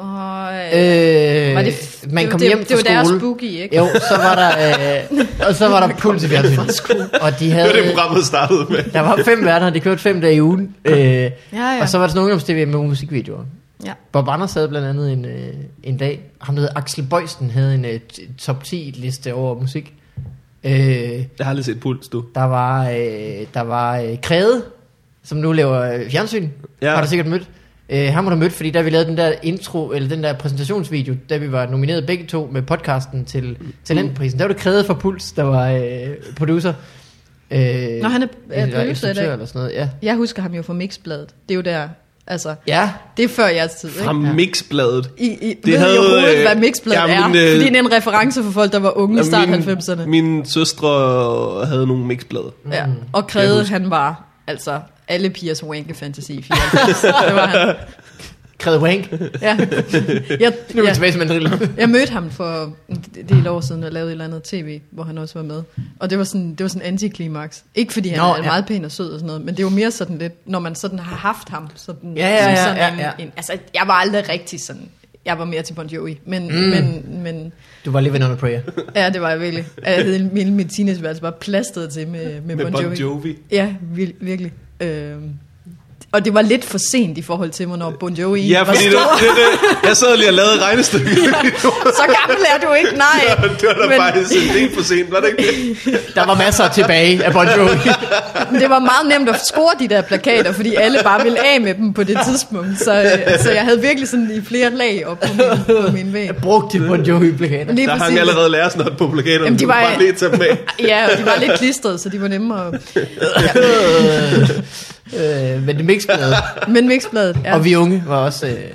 øh, var det, man det, kom det, hjem det, fra det var deres skole. boogie, ikke? Jo, så var der, øh, og så var der Puls i fjernsynet. Og de Det havde, var det, programmet startede med. der var fem værter, de kørte fem dage i ugen. Øh, Ja, ja. Og så var der sådan nogle ungdoms-tv med musikvideoer. Ja. Bob Anders havde blandt andet en, øh, en dag, ham der hed Axel Bøjsen, havde en øh, t- top ti liste over musik. Øh, Jeg har aldrig set Puls, du. der var, øh, der var øh, Krede, som nu laver øh, fjernsyn, Ja. ja. Har du sikkert mødt. Øh, ham har du mødt, fordi der vi lavede den der intro, eller den der præsentationsvideo, da vi var nomineret begge to med podcasten til Talentprisen. Der var det Krede fra Puls, der var øh, producer. Øh, Nå, han er, er eller producer i instruktør dag. eller sådan noget, ja. Jeg husker ham jo fra Mixbladet. Det er jo der, altså, Ja, det er før jeres tid, ikke? Fra Mixbladet. I, I Det ved havde, I overhovedet, øh, hvad Mixbladet ja, er? min, øh, Fordi det er en reference for folk, der var unge i start min, halvfemserne. Mine søstre havde nogle Mixblade. Ja. Og Kan jeg Krede, huske. han var altså alle pigers wanke-fantasi i fireoghalvfems. Det var han. Krede Wank. Ja. Jeg, Nu er vi ja. tilbage til mandrillen. Jeg mødte ham for en del år siden og lavede et eller andet tv, hvor han også var med. Og det var sådan, det var sådan antiklimaks. Ikke fordi han Nå, er ja. meget pæn og sød og sådan noget, men det var mere sådan lidt, når man sådan har haft ham. Sådan, Ja, ja, som ja, sådan ja, en, ja. En, altså, jeg var aldrig rigtig sådan, jeg var mere til Bon Jovi, men, mm. men, men Du var living on a prayer. ja, det var jeg virkelig. Jeg havde min, min teenageværelse bare plastret til med, med, Med Bon Bon Jovi. Jovi. Ja, vir, virkelig. Øhm. Og det var lidt for sent i forhold til, hvornår Bon Jovi Ja, var fordi det, stor. det, det, jeg sad lige og lavede et regnestykke. Så gammel er du ikke, nej. Det var da Men- faktisk en del for sent, var det ikke det? Der var masser tilbage af Bon Jovi. Men det var meget nemt at score de der plakater, fordi alle bare ville af med dem på det tidspunkt. Så, øh, så jeg havde virkelig sådan i flere lag op på min, på min væg. Jeg brugte de Bon Jovi-plakater. Lige Der hang præcis. allerede lærersnot på plakaterne. Jamen, de du kunne var- bare lige tage dem af. Ja, og de var lidt klistrede, så de var nemmere. Ja. Øh, men det mixbladet. Men Mixbladet, ja. Og vi unge var også... Øh,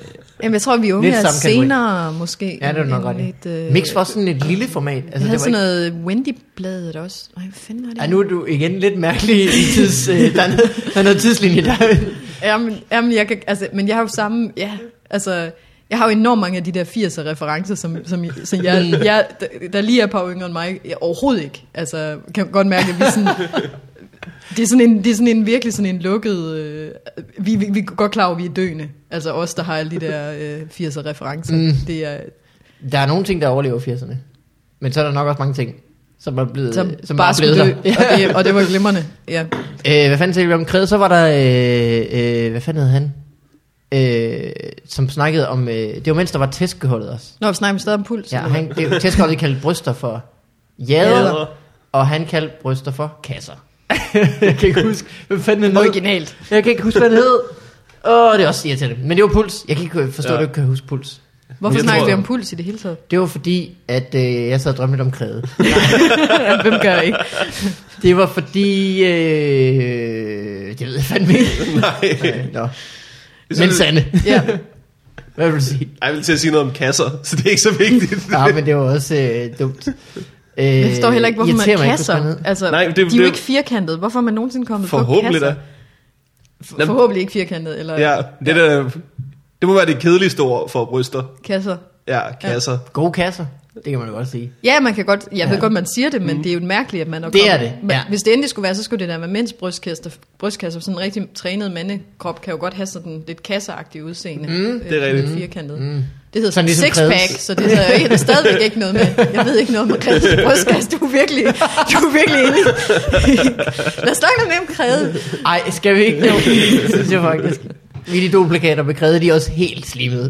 Jamen, jeg tror, vi er unge Lidt her samme kategori. senere, måske. Ja, det er nok ret i. øh, Mix var sådan et lille format. Altså, Jeg havde det var sådan ikke... noget Wendy-bladet også. Nej, hvad fanden var det? Ja, nu er du igen lidt mærkelig i tids... Øh, der, er noget, der er noget tidslinje der. Jamen, jamen jeg kan, altså, men jeg har jo samme, ja, altså, jeg har jo enormt mange af de der firser referencer, som, som, som jeg, jeg, der, der lige er et par yngre end mig, jeg overhovedet ikke, altså, kan godt mærke, at vi sådan, det er sådan en, det er sådan en virkelig sådan en lukket, øh, vi, vi, vi er godt klar over, at vi er døende, altså os, der har alle de der øh, firser referencer, mm. det er... Der er nogle ting, der overlever firserne. Men så er der nok også mange ting, som er blevet, Som, som bare er blevet skulle dø, der. og, det, og det var glimrende, ja. Øh, hvad fanden talte vi om Kred? Så var der, øh, øh, hvad fanden hed han? Øh, som snakkede om, øh, det var mens der var tæskeholdet også. Nå, vi snakker stadig om puls. Ja, eller han, det, tæskeholdet kaldte bryster for jader, Jader. og han kaldte bryster for kasser. Jeg kan ikke huske, hvad fanden han hvad? hed. Originalt. Jeg kan ikke huske, hvad han hed. Åh, det er også irriterende. Men det var puls. Jeg kan ikke forstå, Ja. at du ikke kan huske puls. Hvorfor Jeg snakker tror- vi om puls i det hele taget? Det var fordi, at øh, jeg sad og drømte lidt om Kræde. Hvem gør det ikke? Det var fordi, øh, det ved jeg fandme ikke. Nej. Nå. Jeg Men synes- Sande, Ja. hvad vil du sige? Ej, jeg vil til at sige noget om kasser, så det er ikke så vigtigt. Ja, men det var også øh, dumt. Øh, Jeg forstår heller ikke, hvorfor man irriterer mig ikke, kasser. hvis man hed- Altså, Nej, det- de er jo det- ikke firkantede. Hvorfor er man nogensinde kommet på Forhåbentlig kasser? da. For, forhåbentlig ikke firkantet, eller Ja, det, der, det må være det kedeligste ord for bryster. kasser. Ja, kasser. Gode kasser, det kan man jo godt sige. Ja, man kan godt, jeg Ja. ved godt, man siger det, men mm. det er jo mærkeligt, at man er Det kommet. er det, Men ja. Hvis det endelig skulle være, så skulle det der med mænds brystkasser. Brystkasser, sådan en rigtig trænet mandekrop, kan jo godt have sådan lidt kasseagtigt udseende. Mm, det er rigtigt. Firkantet. Mm. Det hedder Sådan sådan ligesom sixpack, Krædes. så det er, det er stadigvæk ikke noget med. Jeg ved ikke noget om Krædes brystkasse. Du er virkelig, du er virkelig inde i. Lad os snakke lidt mere om Kræde. Ej, skal vi ikke? Jo, det synes jeg faktisk. Mine idolplakater med Kræde, de er også helt slimede.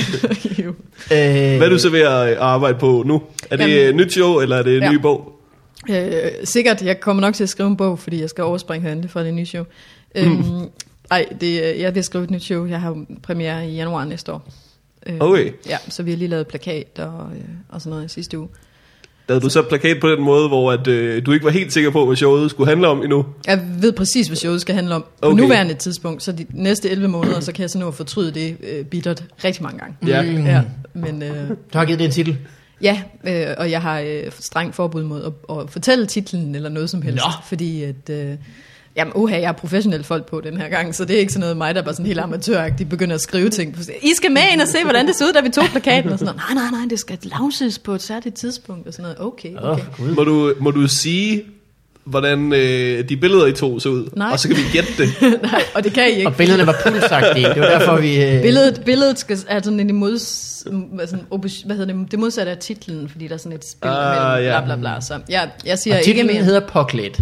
Jo. Øh, Hvad er du så ved at arbejde på nu? Er det Jamen- et nyt show, eller er det en Ja. ny bog? Øh, sikkert, jeg kommer nok til at skrive en bog, fordi jeg skal overspringe herinde fra det nye show. Øhm, ej, det, er- jeg er ved at skrive et nyt show. Jeg har premiere i januar næste år. Øh, Okay. Ja, så vi har lige lavet plakat og, øh, og sådan noget i sidste uge. Lavede du så plakat på den måde, hvor at, øh, du ikke var helt sikker på, hvad showet skulle handle om endnu? Jeg Jeg ved præcis, hvad showet skal handle om. På Okay. nuværende tidspunkt, så de næste elleve måneder, så kan jeg så nå at fortryde det øh, bittert rigtig mange gange. Ja. Mm. Ja, men... Øh, Du har givet det en titel. Ja, øh, og jeg har øh, strengt forbud mod at, at fortælle titlen eller noget som helst. Nå. Fordi at... Øh, jamen, uha, jeg har professionelle folk på den her gang, så det er ikke sådan noget mig, der bare sådan helt amatøragtigt begynder at skrive ting. I skal med ind og se, hvordan det ser ud, da vi tog plakaten og sådan noget. Nej, nej, nej, det skal launches på et særligt tidspunkt og sådan noget. Okay, Åh, okay. oh, gud. Må du, må du sige, hvordan øh, de billeder I to så ud? Nej. Og så kan vi gætte det. Nej, og det kan I ikke. Og billederne var pulsagtige. Det var derfor, vi... Øh, Billedet, billedet skal, er sådan en mods, hvad, sådan, opos- hvad hedder det, det modsatte af titlen, fordi der er sådan et spil Ah, mellem ja. bla bla bla. Så ja, jeg siger og ikke titlen mere. hedder Poklet.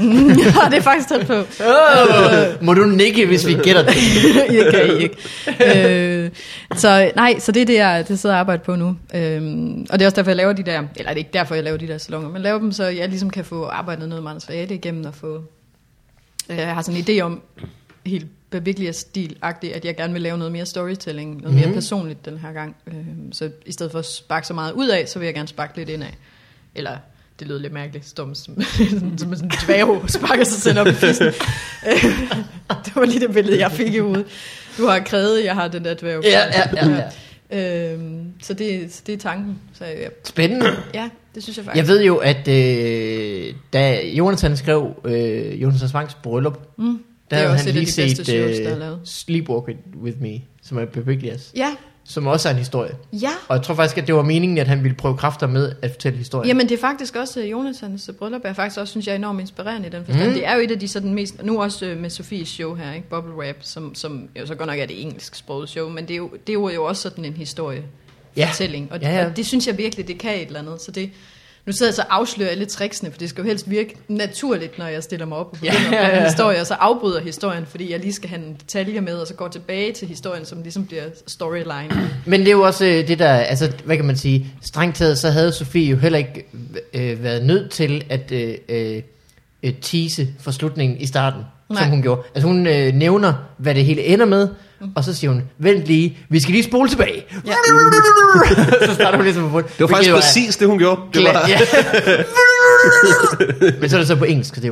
Ja, det er faktisk tæt på. Oh, må du nikke, hvis vi gætter det? Det kan I ikke. Øh, så nej, så det er det, jeg det sidder og arbejder på nu. Øhm, og det er også derfor, jeg laver de der, eller det er ikke derfor, jeg laver de der salonger, men laver dem, så jeg ligesom kan få arbejdet noget materiale igennem og få... Øh, jeg har sådan en idé om, helt virkelig stilagtigt, at jeg gerne vil lave noget mere storytelling, noget mere Mhm. personligt den her gang. Øhm, så i stedet for at sparke så meget ud af, så vil jeg gerne sparke lidt ind af. Eller... Det lød lidt mærkeligt, som, som, som sådan en dværg sparker sig selv op i fissen. Det var lige det billede, jeg fik i hovedet. Du har krævet, jeg har den der dværg. Ja, ja, ja, ja. Øhm, så, det, så det er tanken. Så ja, Spændende. ja, det synes jeg faktisk. Jeg ved jo, at øh, da Jonathan skrev øh, Jonathan Swangs bryllup, mm, der det er havde også han et af lige de bedste set shows, der er øh, lavet. Sleepwalk With Me, som er Beviglias, Ja, som også er en historie. ja. Og jeg tror faktisk, at det var meningen, at han ville prøve kræfter med at fortælle historien. Jamen det er faktisk også uh, Jonathans bryllup er faktisk også, synes jeg, enormt inspirerende i den forstand. Mm. Mm. Det er jo et af de sådan mest, nu også uh, med Sofies show her, ikke? Bubble Wrap, som, som jo så godt nok er det engelsk sproget show, men det er jo, det er jo også sådan en historie. Ja. Fortælling. Og, Ja, ja. og det synes jeg virkelig, det kan et eller andet. Så det, nu sidder jeg så og afslører alle tricksene, for det skal jo helst virke naturligt, når jeg stiller mig op og begynder Ja, ja, at ja. en historie, og så afbryder historien, fordi jeg lige skal have en detalje med, og så går tilbage til historien, som ligesom bliver storyline. Men det er jo også øh, det der, altså hvad kan man sige, strengt taget, så havde Sofie jo heller ikke øh, været nødt til at øh, øh, øh, tease for slutningen i starten, Nej. Nej. som hun gjorde. Altså hun øh, nævner, hvad det hele ender med, mm. og så siger hun, vent lige, vi skal lige spole tilbage. Ja. Så starter hun ligesom på Det var faktisk præcis det, hun gjorde. Det var, Ja. Men så er det så på engelsk, så det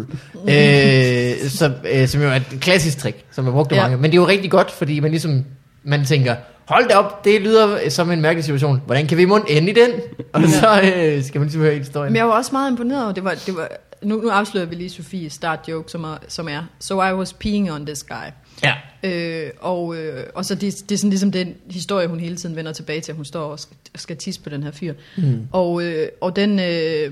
er øh, så, øh, som jo er et klassisk trick, som er brugt af Ja. mange. Men det er jo rigtig godt, fordi man ligesom man tænker, hold da op, det lyder som en mærkelig situation. Hvordan kan vi mund ende i den? Og så øh, skal man ligesom høre historien. Men jeg var også meget imponeret over, det var, det var, nu, nu afslører vi lige Sofies start joke, som er, som er So I was peeing on this guy. Ja. Øh, og, øh, og så det, det er sådan ligesom den historie, hun hele tiden vender tilbage til, at hun står og skal, skal tisse på den her fyr. Mm. Og, øh, og den, øh,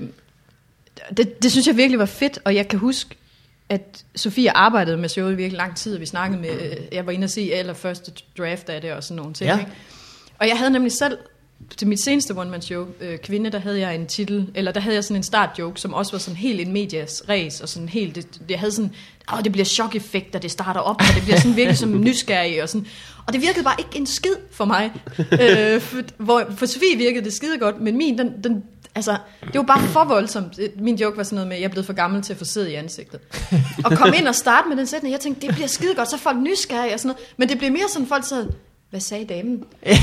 det, det synes jeg virkelig var fedt, og jeg kan huske, at Sofie arbejdede med showet i virkelig lang tid, og vi snakkede med, jeg var inde og se allerførste draft af det og sådan nogle ting. Ja. Ikke? Og jeg havde nemlig selv, til mit seneste one-man-show, øh, Kvinde, der havde jeg en titel, eller der havde jeg sådan en start-joke, som også var sådan helt en medias race, og sådan helt, det, jeg havde sådan, åh, det bliver chok-effekt, og det starter op, og det bliver sådan virkelig som nysgerrig, og sådan, og det virkede bare ikke en skid for mig, øh, for, hvor, for Sofie virkede det skide godt, men min, den, den altså, det var bare for voldsomt. Min joke var sådan noget med, at jeg er blevet for gammel til at få sæd i ansigtet. Og kom ind og starte med den sætning, jeg tænkte, det bliver skide godt, så er folk nysgerrige og sådan noget. Men det blev mere sådan, folk sad, hvad sagde damen? Jeg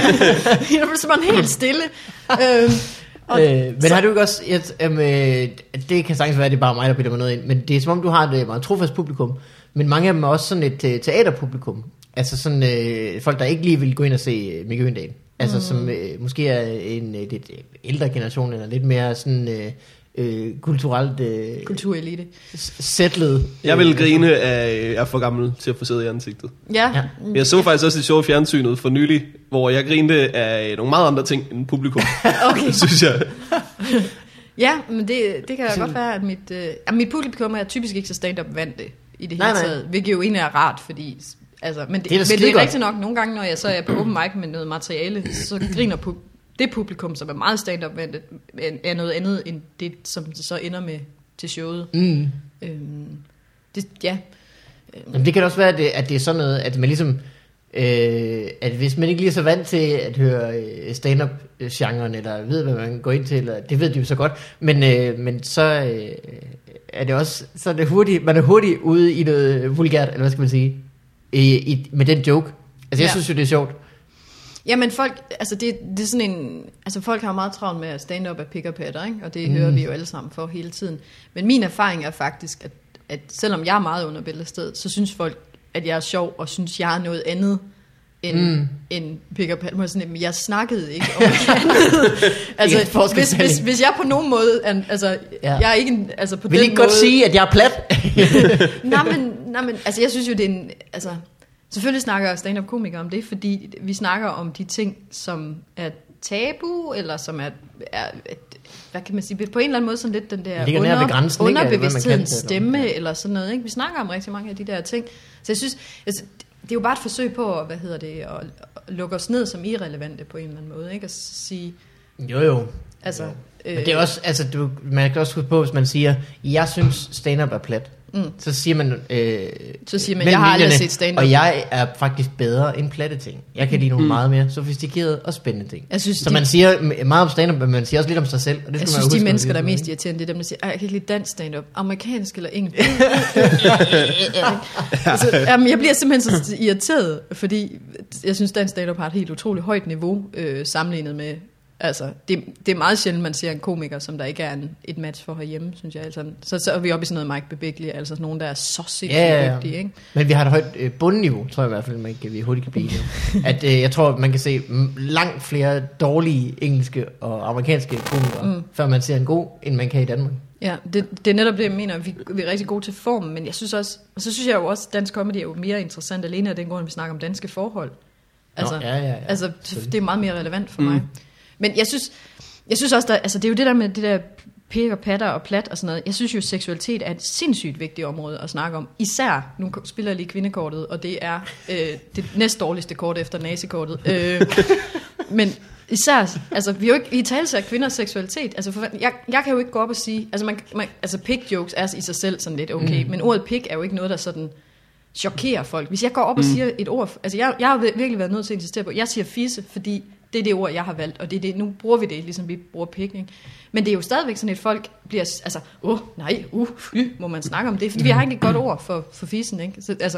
blev simpelthen helt stille. øhm, og, øh, men så, har du ikke også, et, um, øh, det kan sagtens være, at det er bare mig, der bilder mig noget ind, men det er som om, du har et meget trofast publikum, men mange af dem er også sådan et uh, teaterpublikum. Altså sådan øh, folk, der ikke lige vil gå ind og se uh, Mikke Øgendahl. Altså mm. som øh, måske er en øh, lidt ældre generation, eller lidt mere sådan øh, øh, kulturelt øh, kulturelite sætlet. Jeg vil grine af, jeg er for gammel til at få sæd i ansigtet. Ja. ja. Jeg så faktisk også et show i fjernsynet for nylig, hvor jeg grinte af nogle meget andre ting end publikum. Okay. Synes jeg. Ja, men det, det kan godt være, at mit, øh, at mit publikum er typisk ikke så stand-up vante i det nej, hele nej. taget, hvilket jo egentlig er rart, fordi altså, men det, det er, men det er rigtigt nok, nogle gange, når jeg så er på open mic med noget materiale, så griner på det publikum, som er meget stand-up ventet, er noget andet end det, som så ender med til showet. Mm. Øhm, det, ja. Jamen, det kan også være, at det, at det er sådan noget, at man ligesom, øh, at hvis man ikke lige er så vant til at høre øh, stand-up-genren, eller ved, hvad man går ind til, eller, det ved de jo så godt, men, øh, men så øh, er det også, så er det hurtigt, man er hurtigt ude i noget vulgært, eller hvad skal man sige, i, i, med den joke. Altså, jeg ja. synes jo, det er sjovt. Jamen folk, altså det, det er sådan en, altså folk har meget travlt med at stand-up af pick og patter, ikke? Og det mm. hører vi jo alle sammen for hele tiden. Men min erfaring er faktisk, at, at selvom jeg er meget under bæltestedet, så synes folk, at jeg er sjov, og synes, jeg er noget andet end, mm. end pick og patter. Sådan, jeg snakkede ikke om andet. Altså, hvis, hvis, hvis jeg på nogen måde, altså, ja. jeg er ikke en, altså på Vil den ikke måde... godt sige, at jeg er plat? nej, men, nej, men, altså jeg synes jo, det er en, altså... Selvfølgelig snakker stand-up komikere om det, fordi vi snakker om de ting, som er tabu, eller som er, er hvad kan man sige, på en eller anden måde sådan lidt den der under, grænsen, underbevidsthedens stemme, ja. Eller sådan noget. Ikke? Vi snakker om rigtig mange af de der ting. Så jeg synes, altså, det er jo bare et forsøg på, hvad hedder det, at, at lukke os ned som irrelevante på en eller anden måde. Ikke? At sige... Jo, jo. Altså, jo. Øh, Men det er også, altså, du, man kan også huske på, hvis man siger, jeg synes stand-up er plat. Mm. Så siger man, øh, så siger man, jeg har aldrig set stand-up. Og jeg er faktisk bedre end platte ting. Jeg kan lide nogle mm. meget mere sofistikerede og spændende ting. Jeg synes, så de, man siger meget om stand-up, men man siger også lidt om sig selv. Og det jeg synes, man de huske, mennesker, der er mest irriterende, det er dem, der siger, jeg kan ikke lide dansk stand-up. Amerikansk eller engelsk. altså, jamen, jeg bliver simpelthen så irriteret, fordi jeg synes, dansk stand-up har et helt utroligt højt niveau, øh, sammenlignet med... Altså, det, det er meget sjældent, man ser en komiker, som der ikke er en, et match for herhjemme, synes jeg. Altså, så, så er vi oppe i sådan noget Mike Birbiglia, altså nogen, der er så sindssygt ja, ja, ja. dygtige, ikke? Men vi har et højt øh, bundniveau, tror jeg i hvert fald, man kan, vi hurtigt kan blive. At øh, jeg tror, man kan se langt flere dårlige engelske og amerikanske komikere, mm. før man ser en god, end man kan i Danmark. Ja, det, det er netop det, jeg mener. Vi, vi er rigtig gode til formen, men jeg synes også, og så synes jeg jo også, at dansk comedy er jo mere interessant alene af den grund, at vi snakker om danske forhold. Altså, Nå, ja, ja, ja. altså det er meget mere relevant for mm. mig. Men jeg synes, jeg synes også, der, altså det er jo det der med det der pik og patter og plat og sådan noget. Jeg synes jo, seksualitet er et sindssygt vigtigt område at snakke om. Især, nu spiller jeg lige kvindekortet, og det er øh, det næst dårligste kort efter nazikortet. Øh, men især, altså vi er jo ikke i talelse af kvinders seksualitet. Altså for, jeg, jeg kan jo ikke gå op og sige, altså, man, man, altså pik jokes er i sig selv sådan lidt okay, mm. men ordet pik er jo ikke noget, der sådan chokerer folk. Hvis jeg går op og siger et ord, altså jeg, jeg har virkelig været nødt til at insistere på, jeg siger fisse, fordi det er det ord, jeg har valgt, og det er det, nu bruger vi det, ligesom vi bruger pik, ikke? Men det er jo stadigvæk sådan, at folk bliver, altså, åh, oh, nej, uh, fy, må man snakke om det, fordi mm. vi har ikke et godt ord for, for fissen, ikke? Så, altså,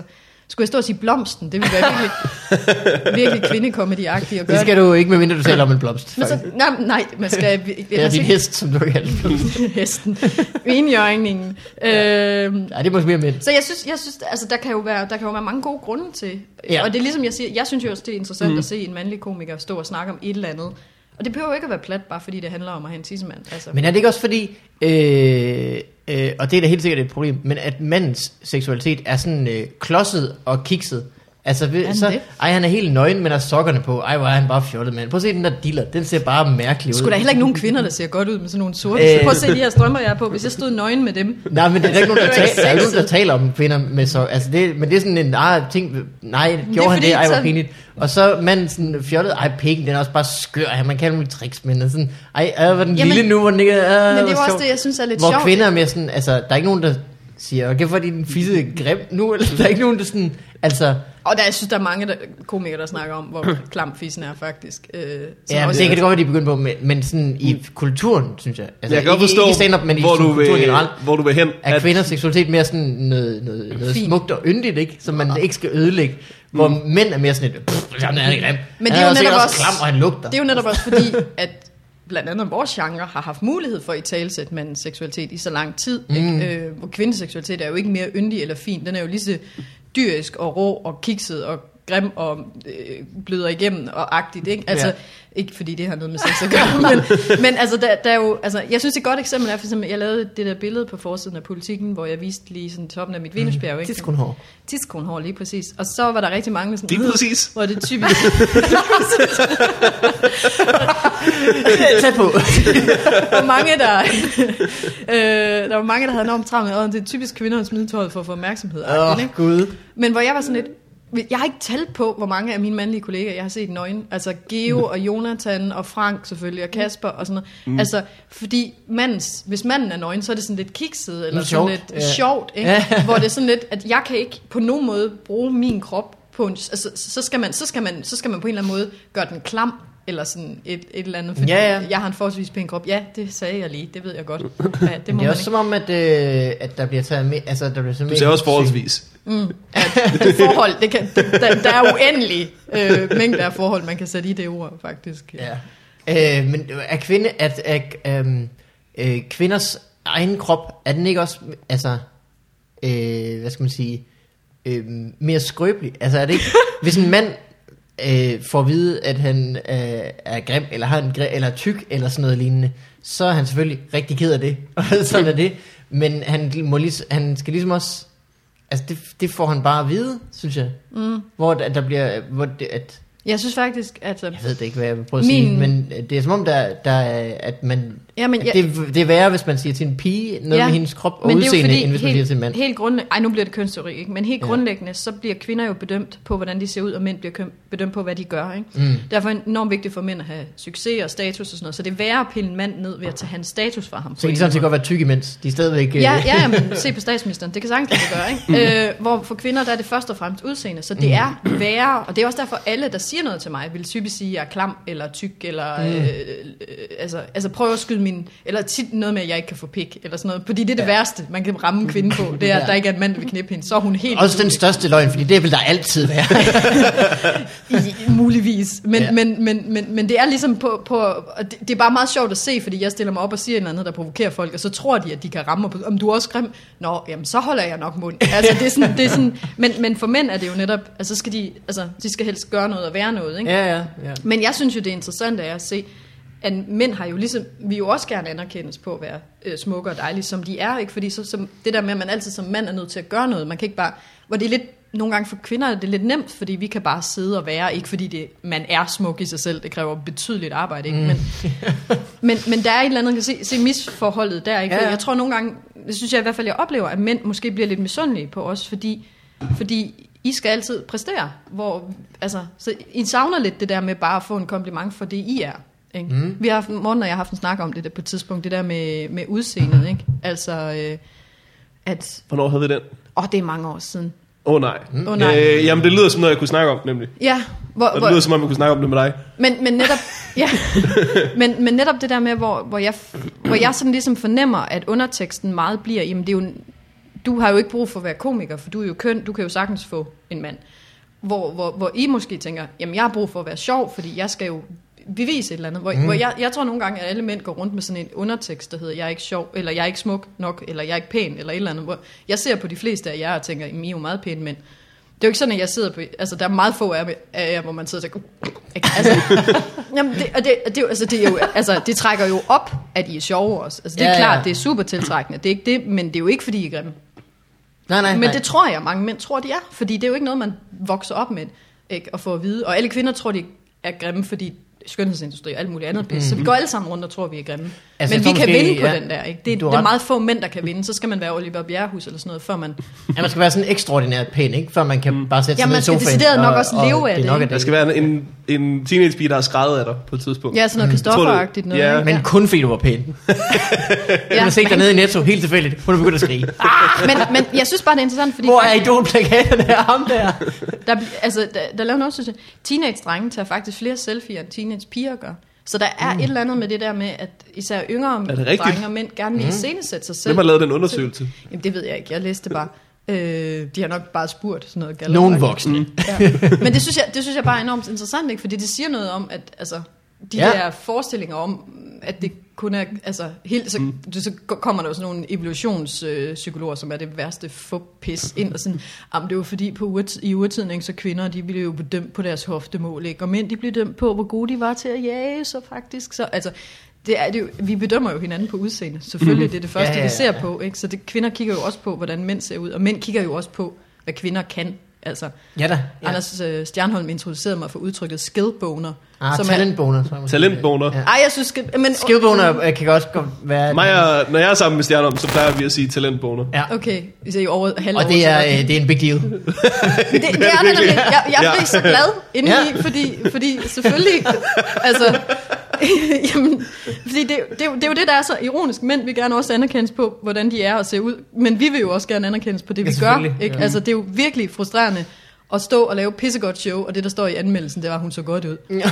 Skulle jeg stå og sige blomsten? Det ville være virkelig, virkelig kvindekomedy-agtigt at gøre. Det skal du ikke, medmindre du taler om en blomst. Men så, nej, nej, man skal... Det er din hest, som du kalder det. Hesten. Enhjørningen. Ja. Øhm, ja, det er måske mere med. Så jeg synes, jeg synes altså, der, kan jo være, der kan jo være mange gode grunde til. Ja. Og det er ligesom jeg siger, jeg synes jo også, det er interessant Mm. at se en mandlig komiker stå og snakke om et eller andet. Og det behøver jo ikke at være plat, bare fordi det handler om at have en tissemand. Altså. Men er det ikke også fordi, øh, øh, og det er da helt sikkert et problem, men at mandens seksualitet er sådan øh, klodset og kikset. Altså, ved, så, det? ej, han er helt nøgen, men har sokkerne på. Ej, hvor er han bare fjollet, mand. Prøv at se den der diller. Den ser bare mærkelig ud. Skulle der heller ikke nogen kvinder, der ser godt ud med sådan nogle sorte? Øh. Prøv at se de her strømper, jeg er på. Hvis jeg stod nøgen med dem. Nej, men det er der ikke nogen, der, Det er taler, der, er ikke nogen, der sexet. taler om kvinder med så. Altså, det, men det er sådan en, ah, ting, nej, gjorde han fordi, det, ej, hvor så- pinligt. Og så manden sådan fjollet, ej, pikken, den er også bare skør. Ja, man kan alle mulige tricks, men den sådan, ej, øh, hvor er den Jamen, lille nu, hvor den ikke er, Men det er hvor jo også sjov. det, jeg synes er lidt Hvor sjovt. kvinder er mere sådan, altså, der er ikke nogen, der siger, okay, fordi den fisse grim nu, eller der er ikke nogen, der sådan, altså... Og der, jeg synes, der er mange der, komikere, der snakker om, hvor klam fissen er faktisk. Øh, Ja, men det kan det godt være, de begynder på, men, men sådan i kulturen, synes jeg. Altså, Jeg kan godt ikke, forstå, ikke stand-up, men i hvor, du kulturen vil, generelt. hvor du vil hen. Er kvinders seksualitet mere sådan noget, noget, noget Fint. smukt og yndigt, ikke? Som man ikke skal ødelægge. Hvor mm. mænd er mere sådan et, pff, han er ikke grim. Men det Han er jo sikkert netop også også, klam, og han lugter. det er jo netop også fordi, at blandt andet vores genre har haft mulighed for at italesætte mandens seksualitet i så lang tid. Mm. Ikke? Øh, hvor kvindens seksualitet er jo ikke mere yndig eller fin. Den er jo lige så dyrisk og rå og kikset og grim og øh, bløder igennem og agtigt. Ikke? Altså, Ja. ikke fordi det har noget med sex at gøre, men, men altså, der, der er jo, altså, jeg synes et godt eksempel er, for eksempel, jeg lavede det der billede på forsiden af Politikken, hvor jeg viste lige sådan toppen af mit venusbjerg. Ikke? Tidskronhår. Tidskronhår, lige præcis. Og så var der rigtig mange sådan... Lige præcis. Hvor det er typisk... Tæt på. Der var mange, der, øh, der var mange, der havde enormt travlt med, og det er typisk kvinder, der smider tøjet for at få opmærksomhed. Åh, Oh, gud. Men hvor jeg var sådan lidt, jeg har ikke talt på, hvor mange af mine mandlige kollegaer, jeg har set nøgen. Altså Geo og Jonathan og Frank selvfølgelig, og Kasper og sådan noget. Mm. Altså, fordi mandens, hvis manden er nøgen, så er det sådan lidt kikset, eller Lidt sådan sjovt, lidt ja. sjovt, ikke? Ja. Hvor det er sådan lidt, at jeg kan ikke på nogen måde bruge min krop på en, altså, så skal man, så skal man, så skal man på en eller anden måde gøre den klam, eller sådan et, et eller andet, fordi Ja, ja. jeg har en forholdsvis pæn krop. Ja, det sagde jeg lige, det ved jeg godt. Ja, det må Men det er man også ikke. som om, at, øh, at der bliver taget med, altså der bliver taget Du med. ser også forholdsvis. Mm, at det forhold, det kan, det, der, der er uendelig øh, mængder af forhold, man kan sætte i det ord, faktisk. Ja. Øh, men er kvinde, at, at øhm, øh, kvinders egen krop, er den ikke også, altså, øh, hvad skal man sige, øh, mere skrøbelig? Altså er det ikke, hvis en mand øh, får at vide, at han øh, er grim, eller har en grim, eller tyk, eller sådan noget lignende, så er han selvfølgelig rigtig ked af det, og sådan er det. Men han, må lige, han skal ligesom også, altså det, det får han bare at vide, synes jeg. Mm. Hvor at der bliver, hvor det, at Jeg synes faktisk, at... jeg ved det ikke, hvad jeg vil prøve at Min- sige, men det er som om, der, der er, at man... Ja, men at jeg- det, det er værre, hvis man siger til en pige noget Ja, med hendes krop og men det er jo udseende, fordi end hvis man helt- siger til en mand. Helt grundlæggende, ej nu bliver det kønsteori, ikke? Men helt Ja. grundlæggende, så bliver kvinder jo bedømt på, hvordan de ser ud, og mænd bliver køn- bedømt på, hvad de gør. Ikke? Mm. Derfor er det enormt vigtigt for mænd at have succes og status og sådan noget. Så det er værre at pille en mand ned ved at tage hans status fra ham. på Så kan en de sådan set eller godt være tykke imens. De er stadigvæk... Ja, øh, ja, men se på statsministeren. Det kan sagtens lade sig gøre, ikke? Øh, hvor for kvinder, der er det først og fremmest udseende. Så det er værre, og det er også derfor, alle, der siger noget til mig, vil typisk sige, at jeg er klam, eller tyk, eller... Øh, øh, altså, altså prøv at skyde min... Eller tit noget med, at jeg ikke kan få pik, eller sådan noget. Fordi det er det Ja. værste, man kan ramme en kvinde på. Det er, at Ja. der ikke er en mand, der vil knippe hende. Så er hun helt... Også den største løgn, fordi det vil der altid være. I, muligvis. Men, Ja. ja. men, men, men, men det er ligesom på... på og det, det er bare meget sjovt at se, fordi jeg stiller mig op og siger et eller andet, der provokerer folk, og så tror de, at de kan ramme mig på, om du er også grim. Nå, jamen så holder jeg nok mund. Altså, det er sådan, det er sådan, men, men for mænd er det jo netop, altså skal de, altså, de skal helst gøre noget og være noget, ikke? Ja, ja, ja. Men jeg synes jo, det er interessant er at se, at mænd har jo ligesom, vi jo også gerne anerkendes på at være øh, smukke og dejlige, som de er, ikke? Fordi så, som, det der med, at man altid som mand er nødt til at gøre noget, man kan ikke bare, hvor det er lidt, nogle gange for kvinder er det lidt nemt, fordi vi kan bare sidde og være, ikke fordi det, man er smuk i sig selv, det kræver betydeligt arbejde, ikke? Mm. Men, men, men der er et eller andet, kan se, se misforholdet der, ikke? Ja, For ja. Jeg tror nogle gange, det synes jeg i hvert fald, jeg oplever, at mænd måske bliver lidt misundelige på os, fordi, fordi I skal altid præstere, hvor, altså, så I savner lidt det der med bare at få en kompliment for det, I er. Ikke? Mm. Vi har haft, Morten og jeg har haft en snak om det der på et tidspunkt, det der med, med udseendet, ikke? Altså, øh, at, Hvornår havde vi den? åh, det er mange år siden. Åh oh, nej. Åh, oh, nej. Øh, jamen det lyder som noget, jeg kunne snakke om, nemlig. Ja, hvor, Og det hvor, lyder som om, jeg kunne snakke om det med dig. men, men netop, ja, men, men netop det der med, hvor, hvor, jeg, hvor jeg sådan ligesom fornemmer, at underteksten meget bliver, jamen det er jo, du har jo ikke brug for at være komiker, for du er jo køn, du kan jo sagtens få en mand. Hvor, hvor, hvor I måske tænker, jamen jeg har brug for at være sjov, fordi jeg skal jo bevise et eller andet. Hvor, mm. hvor jeg, jeg tror nogle gange, at alle mænd går rundt med sådan en undertekst, der hedder, jeg er ikke sjov, eller jeg er ikke smuk nok, eller jeg er ikke pæn, eller et eller andet. Hvor jeg ser på de fleste af jer og tænker, jamen I er jo meget pæne mænd. Det er jo ikke sådan, at jeg sidder på... Altså, der er meget få af jer, hvor man sidder og tænker... Altså, jamen, det, og det, det, altså, det, er jo, altså, det trækker jo op, at I er sjove også. Altså, det er ja, klart, ja. Det er super tiltrækkende. Det er ikke det, men det er jo ikke, fordi I er grimme. Nej, nej, men nej. det tror jeg, mange mænd tror, de er. Fordi det er jo ikke noget, man vokser op med, ikke, at få at vide. Og alle kvinder tror, de er grimme, fordi skønhedsindustri og alt muligt andet pisse. Mm. Så vi går alle sammen rundt og tror, vi er grimme. Altså, men vi kan måske, vinde på ja, den der. Ikke? Det, er, det er meget få mænd, der kan vinde. Så skal man være Oliver Bjerrehus eller sådan noget, før man... Ja, man skal være sådan ekstraordinært pæn, ikke? Før man kan mm. bare sætte sig ned i sofaen. Ja, man skal decideret nok og, også leve af det. det der skal være en, en teenage-pige, der har skrevet af dig på et tidspunkt. Ja, sådan noget Kristoffer-agtigt noget. Ja. Men kun fordi du var pæn. Jeg har set dig nede i Netto, helt tilfældigt. Hun er begyndt at skrige. Ah, men, men jeg synes bare, det er interessant, fordi... Hvor er idolplakaterne her ham der? der altså, der, der laver noget, synes jeg. Teenage-drenge tager faktisk flere selfies, end teenage-piger gør. Så der er mm. et eller andet med det der med, at især yngre drenge og mænd gerne vil mm. iscenesætte sig selv. Hvem har lavet den undersøgelse? Jamen det ved jeg ikke, jeg læste bare. Øh, de har nok bare spurgt sådan noget. Galler, Nogen voksne. Mm. Ja. Men det synes, jeg, det synes jeg bare er enormt interessant, ikke? Fordi det siger noget om, at altså, de ja. der forestillinger om, at det kun er, altså, helt, så, mm. så kommer der jo sådan nogle evolutionspsykologer, øh, som er det værste fup-pis ind, og sådan, jamen det var fordi på urt, i urtiden, så kvinder, de blev jo bedømt på deres hoftemål, ikke? Og mænd, de blev dømt på, hvor gode de var til at jage, så faktisk, så, altså, det er det jo, vi bedømmer jo hinanden på udseende, selvfølgelig, mm. det er det første, ja, ja, ja, ja. vi ser på, ikke? Så det, kvinder kigger jo også på, hvordan mænd ser ud, og mænd kigger jo også på, hvad kvinder kan. Altså, ja da, ja. Anders øh, Stjernholm introducerede mig for udtrykket skillboner. Ah, talentboner. Talentboner. Ja. Ej, jeg synes, men skillboner kan også godt være... Maja, når jeg er sammen med Stjernholm, så plejer vi at sige talentboner. Ja. Okay, vi ser jo over halv. Og det er, øh, det er en big deal. det, det, det er det nemlig. Jeg, jeg ja. blev så glad indeni, ja. fordi, fordi selvfølgelig, altså... Jamen, fordi det, det, det er jo det, der er så ironisk. Mænd vil gerne også anerkendes på, hvordan de er og ser ud. Men vi vil jo også gerne anerkendes på det, vi ja, gør. Ikke? Ja. Altså, det er jo virkelig frustrerende at stå og lave pissegodt show, og det, der står i anmeldelsen, det var, hun så godt ud. Ja.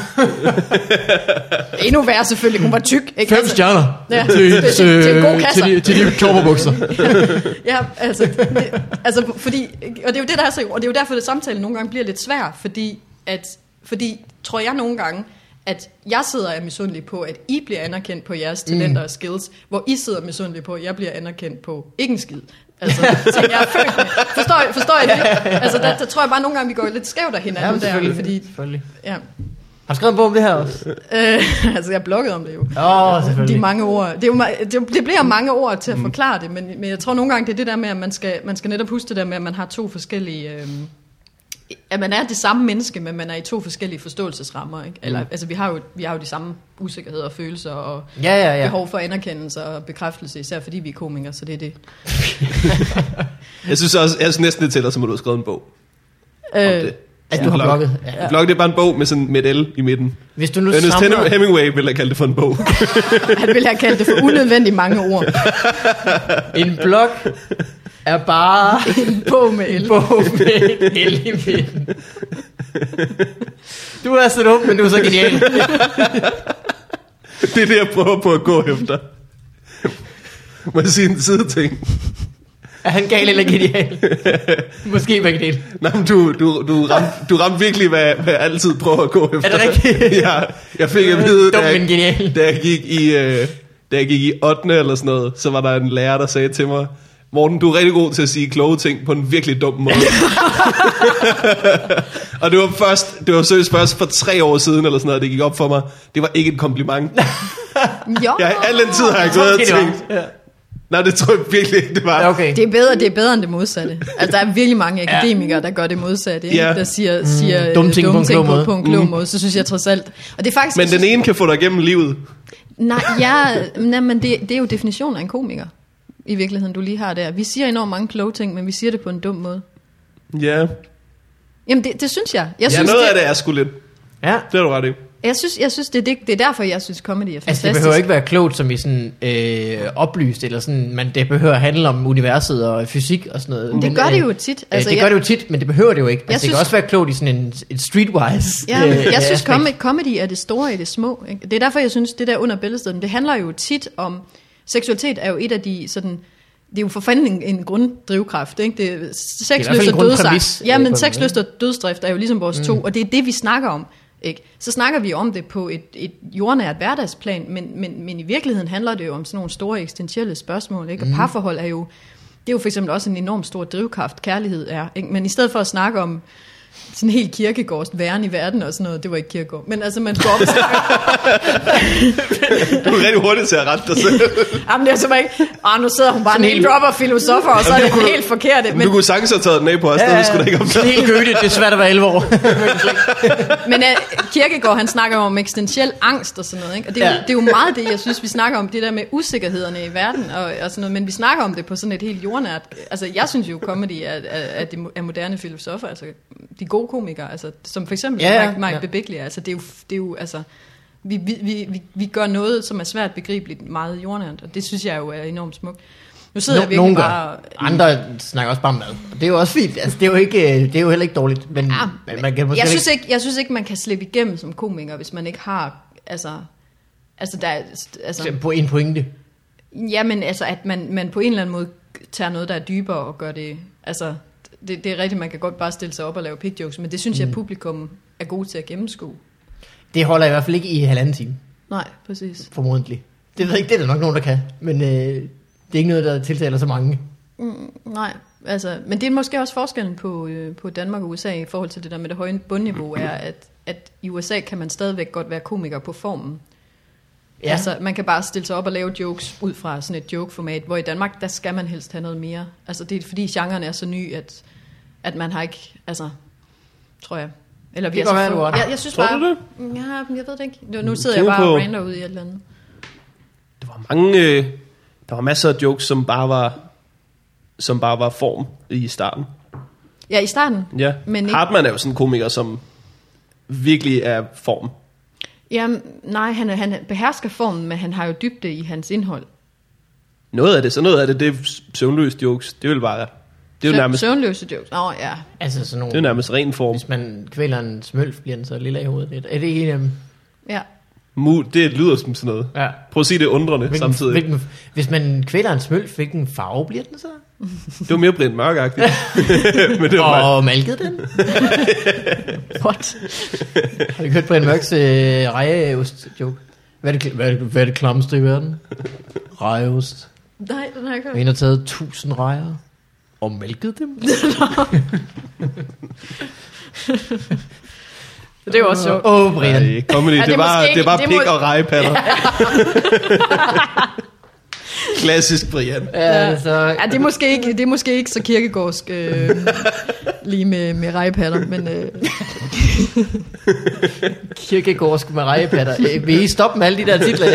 Endnu værre selvfølgelig, hun var tyk. Ikke? Fem altså, stjerner ja, til, til, til, til en god kasse. Til de, til de klopperbukser. ja, altså, det, altså, fordi, og det er jo det, der er så, og det er jo derfor, at samtalen nogle gange bliver lidt svær, fordi, at, fordi tror jeg nogle gange, at jeg sidder og er misundelig på, at I bliver anerkendt på jeres talenter mm. og skills, hvor I sidder misundelig på, at jeg bliver anerkendt på ikke en skid. Altså, ting jeg er født med. Forstår, forstår I det? Altså, der, der tror jeg bare nogle gange, vi går lidt skævt af hinanden ja, der. Fordi, ja. Har du skrevet en bog om det her også? Øh, altså, jeg har blogget om det jo. Åh, oh, selvfølgelig. De mange ord. Det, er jo, det, det bliver mange ord til at forklare det, men, men jeg tror nogle gange, det er det der med, at man skal, man skal netop huske det der med, at man har to forskellige... Øh, at man er det samme menneske, men man er i to forskellige forståelsesrammer, ikke? Eller, mm. altså, vi har, jo, vi har jo de samme usikkerheder og følelser og ja, ja, ja. behov for anerkendelse og bekræftelse, især fordi vi er komikere, så det er det. jeg synes også, jeg synes næsten det tæller, som at du har skrevet en bog. Øh, det. At du har blogget. Ja. Blogget er bare en bog med, sådan, med et L i midten. Hvis du nu Ernest samler... Hemingway ville have kaldt det for en bog. Han ville have kaldt det for unødvendigt mange ord. En blog er bare en bog med el. Bog med et el i midten. Du er så dum, men du er så genial. Det er det, jeg prøver på at gå efter. Må jeg sige en sideting? Er han gal eller genial? Måske begge dele. Nej, men du, du, du, ramte, du ramte virkelig, hvad, hvad jeg altid prøver at gå efter. Er det rigtigt? Ja, jeg fik at vide, Dum, da, men genial. da jeg gik i... Øh, da jeg gik i ottende eller sådan noget, så var der en lærer, der sagde til mig, Morten, du er rigtig god til at sige kloge ting på en virkelig dum måde. Og det var først, det var seriøst først for tre år siden, eller sådan noget, det gik op for mig. Det var ikke et kompliment. Jo. Jeg, al den tid har jeg gået og tænkt, ja. Nej, det tror jeg virkelig ikke, det var. Okay. Det er bedre, det er bedre end det modsatte. Altså, der er virkelig mange akademikere, der gør det modsatte, ikke? Ja. Der siger, siger mm, dumme ting, dumme på, ting på, på en klog mm. måde. Så synes jeg trods alt. Og det er faktisk, men den ene kan få dig igennem livet. Nej, ja, nej men det, det er jo definitionen af en komiker. I virkeligheden, du lige har der. Vi siger enormt mange kloge ting, men vi siger det på en dum måde. Ja. Jamen, det, det synes jeg. jeg ja, synes, noget det, af det er sgu lidt. Ja. Det er du ret i. Jeg synes, jeg synes det, er det, det er derfor, jeg synes, comedy er fantastisk. Altså, det behøver ikke være klogt, som i sådan øh, oplyst, eller sådan, men det behøver at handle om universet og fysik og sådan noget. Det men, gør det jo øh, tit. Altså, det jeg, gør det jo tit, men det behøver det jo ikke. Altså, det synes, kan også være klogt i sådan en, en streetwise. Ja, øh, jeg synes, aspekt. comedy er det store i det små. Ikke? Det er derfor, jeg synes, det der under billedstedet, det handler jo tit om, seksualitet er jo et af de sådan det er jo for fanden en, en grunddrivkraft, ikke? Det er sexlyst det er og dødsdrift. Ja, men øh, sexlyst og dødsdrift er jo ligesom vores mm. to, og det er det, vi snakker om. Ikke? Så snakker vi om det på et, et jordnært hverdagsplan, men, men, men i virkeligheden handler det jo om sådan nogle store eksistentielle spørgsmål, ikke? Og mm. parforhold er jo, det er jo for eksempel også en enorm stor drivkraft, kærlighed er, ikke? Men i stedet for at snakke om sådan helt Kierkegaards væren i verden og sådan noget, det var ikke Kierkegaard, men altså man skulle op. Du er rigtig hurtigt til at rette dig selv. Jamen det er så ikke, ah, nu sidder hun bare en helt dropper filosofer, og så er det kunne, helt forkert. Men du kunne sagtens have taget den af på os, ja, det skulle da ikke om det. Helt Goethe, det er svært at være elleve år. Men uh, Kierkegaard, han snakker om eksistentiel angst og sådan noget, ikke? Og det er, ja. jo, det er jo meget det, jeg synes, vi snakker om, det der med usikkerhederne i verden og, og sådan noget, men vi snakker om det på sådan et helt jordnært. Altså jeg synes jo, comedy er, er, er, de, er moderne filosofer, altså de gode komikere, altså, som for eksempel ja, ja, Mike, Mike ja. Birbiglia, altså det er jo, det er jo altså, vi, vi, vi, vi gør noget, som er svært begribeligt meget jordnært, og det synes jeg jo er enormt smukt. Nu sidder no, jeg virkelig bare... Andre snakker også bare mad, og det er jo også fint, altså det er jo, ikke, det er jo heller ikke dårligt, men ja, man kan måske jeg synes ikke... ikke... Jeg synes ikke, man kan slippe igennem som komiker, hvis man ikke har, altså, altså der er, altså... På en pointe. Jamen altså, at man, man på en eller anden måde tager noget, der er dybere og gør det, altså... Det, det er rigtigt, man kan godt bare stille sig op og lave pit jokes, men det synes jeg, at publikum er gode til at gennemskue. Det holder i hvert fald ikke i halvanden time. Nej, præcis. Formodentlig. Det ved jeg ikke, det er der nok nogen, der kan, men øh, det er ikke noget, der tiltaler så mange. Mm, nej, altså, men det er måske også forskellen på, øh, på Danmark og U S A i forhold til det der med det høje bundniveau, er, at, at i U S A kan man stadigvæk godt være komiker på formen. Ja. Altså, man kan bare stille sig op og lave jokes ud fra sådan et joke-format, hvor i Danmark, der skal man helst have noget mere. Altså, det er fordi genren er så ny, at, at man har ikke, altså, tror jeg. Eller vi det er så få. Jeg, jeg synes tror bare, du det? Ja, jeg ved det ikke. Nu sidder jeg bare og rander ud i et eller andet. Der var mange, øh, der var masser af jokes, som bare var, som bare var form i starten. Ja, i starten. Ja, men ikke... Hartmann er jo sådan en komiker, som virkelig er form. Jamen, nej, han, han behersker formen, men han har jo dybde i hans indhold. Noget af det, så noget af det, det er søvnløst jokes. Det vil bare, det er jo nærmest... Søvnløse jokes, nå ja. Altså sådan nogle... Det er nærmest ren form. Hvis man kvæler en smølf, bliver den så lille i hovedet. Er det ikke en af dem? Ja. Mu, det lyder som sådan noget. Ja. Prøv at sige det undrende hvilken, samtidig. Hvilken, hvis man kvæler en smølf, hvilken farve bliver den så? Det var mere brændt mørkagtigt. Men det var og malkede den? What? Har du hørt Brian Mørks øh, rejeost-joke? Hvad er det, hvad er det, hvad er det klammeste i verden? Rejeost. Nej, den har jeg ikke hørt. En har taget tusind rejer og malket dem. Det er jo også sjovt. Åh, oh, Brian. Nej, comedy, ja, det, var, det, det var pik må... og rejepatter. Ja. Klassisk Brian. Ja, så... ja, det er måske ikke, det er måske ikke så kirkegårdsk øh, lige med, med rejepatter, men... Øh. Kirkegårdsk med rejepatter. Vil I stoppe med alle de der titler?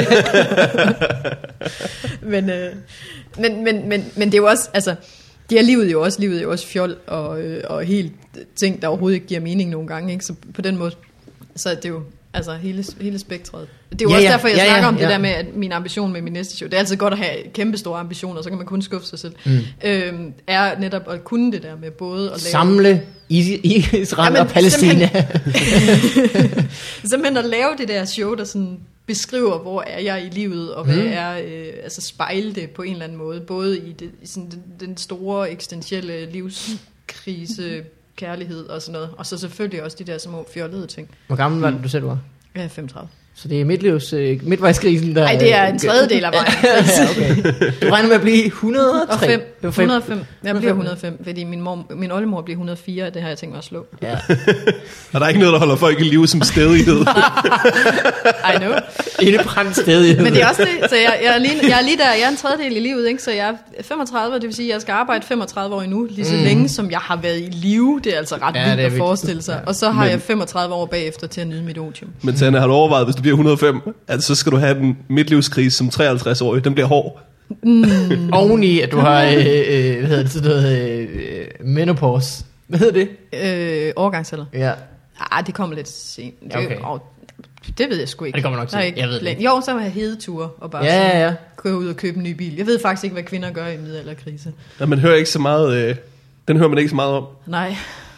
men, øh, men, men, men, men det er jo også... Altså, det er livet jo også. Livet er jo også fjol og, øh, og helt ting, der overhovedet ikke giver mening nogle gange. Ikke? Så på den måde, så er det jo altså hele, hele spektret. Det er jo ja, også ja, derfor, jeg ja, snakker ja, om ja. det der med, at min ambition med min næste show, det er altid godt at have kæmpe store ambitioner, så kan man kun skuffe sig selv, mm. øhm, er netop at kunne det der med både at lave... Samle Israel ja, og Palæstina. Simpelthen, simpelthen at lave det der show, der sådan beskriver, hvor er jeg i livet, og hvad mm. er, øh, altså spejle det på en eller anden måde, både i, det, i sådan den, den store eksistentielle livskrise, kærlighed og sådan noget, og så selvfølgelig også de der små fjollede ting. Hvor gammel var det, du selv var? Ja, femogtredive. Så det er midtlivs, øh, midtvejskrisen, der... Nej, det er en tredjedel af vejen. Ja, okay. Du regner med at blive et hundrede og tre? et hundrede og fem. Jeg bliver et hundrede og fem, fordi min, mor, min oldemor bliver et hundrede og fire, og det har jeg tænkt mig at slå. Ja. Og der er ikke noget, der holder folk i live som stædighed. I know. Indebrændt stædighed. Men det er også det, så jeg, jeg, er lige, jeg er lige der, jeg er en tredjedel i livet, ikke? Så jeg er femogtredive, det vil sige, at jeg skal arbejde femogtredive år endnu, lige så mm. længe, som jeg har været i live. Det er altså ret ja, vildt at forestille sig. Ja. Og så har men, jeg femogtredive år bagefter til at nyde mit otium. Men Tanne, har du overvejet, hvis du bliver et hundrede og fem, at så skal du have den midtlivskrise som treoghalvtreds-årig. Den bliver hård. Mm. Oveni, at du har, øh, øh, hvad hedder det, sådan noget, øh, menopause. Hvad hedder det? Øh, overgangsalder. Ja. Ah, det kommer lidt sent. Det, okay. åh, det ved jeg sgu ikke. Det kommer nok til. Jeg ved det. Jo, så vil jeg hedeture og bare ja, ja, ja. gå ud og købe en ny bil. Jeg ved faktisk ikke, hvad kvinder gør i middelalderkrise. Ja, man hører ikke så meget, øh, den hører man ikke så meget om. Nej.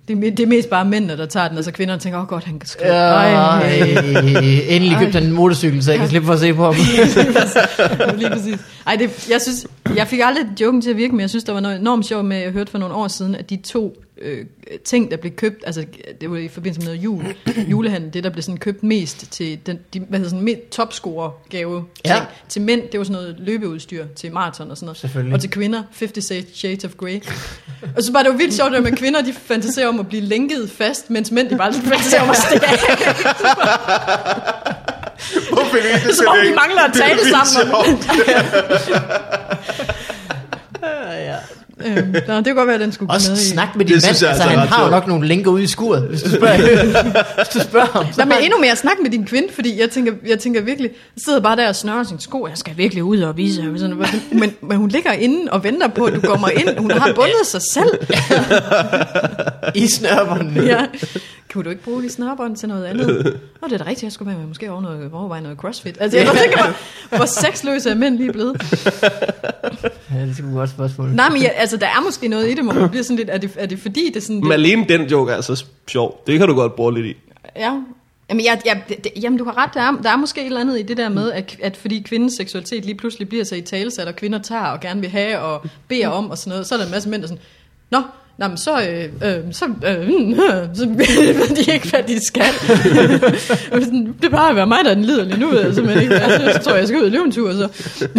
Det er, det er mest bare mændene, der tager den, og så kvinderne tænker, åh oh, godt, han kan skrive. Ja, endelig købte han en motorcykel, så jeg kan slippe for at se på ham. Lige præcis. Ej, det, jeg synes, jeg fik aldrig joken til at virke, men jeg synes, der var noget enormt sjovt med, jeg hørte for nogle år siden, at de to øh, ting, der blev købt, altså det var i forbindelse med noget jul, julehandel, det der blev sådan købt mest til den, de, hvad hedder sådan, mest topscorer-gave ja. til mænd, det var sådan noget løbeudstyr til maraton og sådan noget. Og til kvinder, Fifty Shades of Grey. Og så bare det var vildt sjovt, at med kvinder, de fantaserer om at blive lænket fast, mens mænd, de bare fantaserer om at stikke af. Hvorfor er det så om de mangler at tale sammen om ja. øhm, nå, det kunne godt være, at den skulle også gå med i. Snak med din mand, altså, altså han har jo nok nogle lænker ude i skuret, hvis du spørger, hvis du spørger ham. Nej, men endnu mere snak med din kvinde, fordi jeg tænker, jeg tænker virkelig, jeg sidder bare der og snører sine sko, jeg skal virkelig ud og vise ham, sådan, men, men hun ligger inde og venter på, at du kommer ind, hun har bundet sig selv. I snørbåndene. Ja. Kunne du ikke bruge de snørbånd til noget andet? Nå, det er da rigtigt, jeg skulle med måske over noget, overveje noget crossfit. Altså, jeg tænker bare, hvor sexløse er mænd lige blevet. Ja, det er sgu godt spørgsmål. Nej, men ja, altså, der er måske noget i det, hvor man bliver sådan lidt, er det, er det fordi, det er sådan... Men alene den joke er altså sjov. Det kan du godt bruge lidt i. Ja. Jamen, jeg, jeg, det, jamen, du har ret, der er, der er måske et eller andet i det der med, at, at fordi kvindens seksualitet lige pludselig bliver så i talesat, og kvinder tager og gerne vil have og beder om og sådan noget, så er der en masse mænd, der sådan, nå, Nå, men så, øh, øh, så, øh, så ved de ikke, hvad de skal. Det bare at være mig, der er den liderlige nu, altså, men ikke, altså, så tror jeg, jeg skal ud og løbe en tur. Så.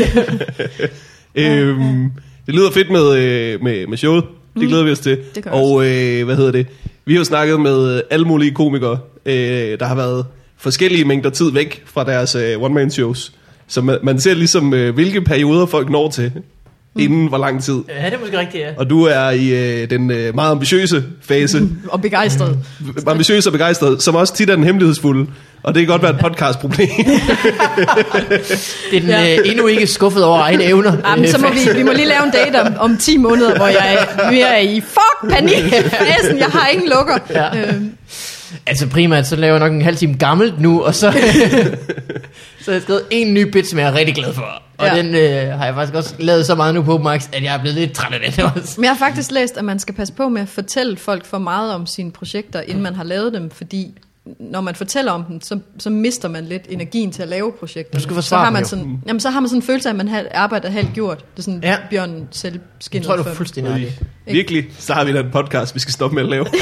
øhm, det lyder fedt med, med, med showet. Det glæder vi os til. Og øh, hvad hedder det? Vi har jo snakket med alle mulige komikere, øh, der har været forskellige mængder tid væk fra deres øh, one-man-shows. Så man, man ser ligesom, øh, hvilke perioder folk når til. Mm. Inden hvor lang tid. Ja, det er måske rigtigt, ja. Og du er i øh, den øh, meget ambitiøse fase. Og begejstret. Mm. Ambitiøs og begejstret, som også tit er den hemmelighedsfulde. Og det kan godt være et podcastproblem. Det er den ja. øh, endnu ikke skuffet over egne evner. Jamen, så må vi, vi må lige lave en date om, om ti måneder, hvor jeg er, vi er i fuck panik. Jeg har ingen lukker. Ja. Øhm. Altså primært, så laver jeg nok en halv time gammelt nu, og så, så har jeg skrevet en ny bit, som jeg er rigtig glad for. Og ja. den øh, har jeg faktisk også lavet så meget nu på Max, at jeg er blevet lidt træt af det også. Men jeg har faktisk læst, at man skal passe på med at fortælle folk for meget om sine projekter, inden man har lavet dem, fordi når man fortæller om dem, så, så mister man lidt energien til at lave projekter. Så har man sådan, jamen, så har man sådan en følelse af, at man har arbejdet halvt gjort. Det er sådan ja. Bjørn selv skinnet. Jeg tror, du er fuldstændig ærlig. Virkelig, så har vi da en podcast, vi skal stoppe med at lave.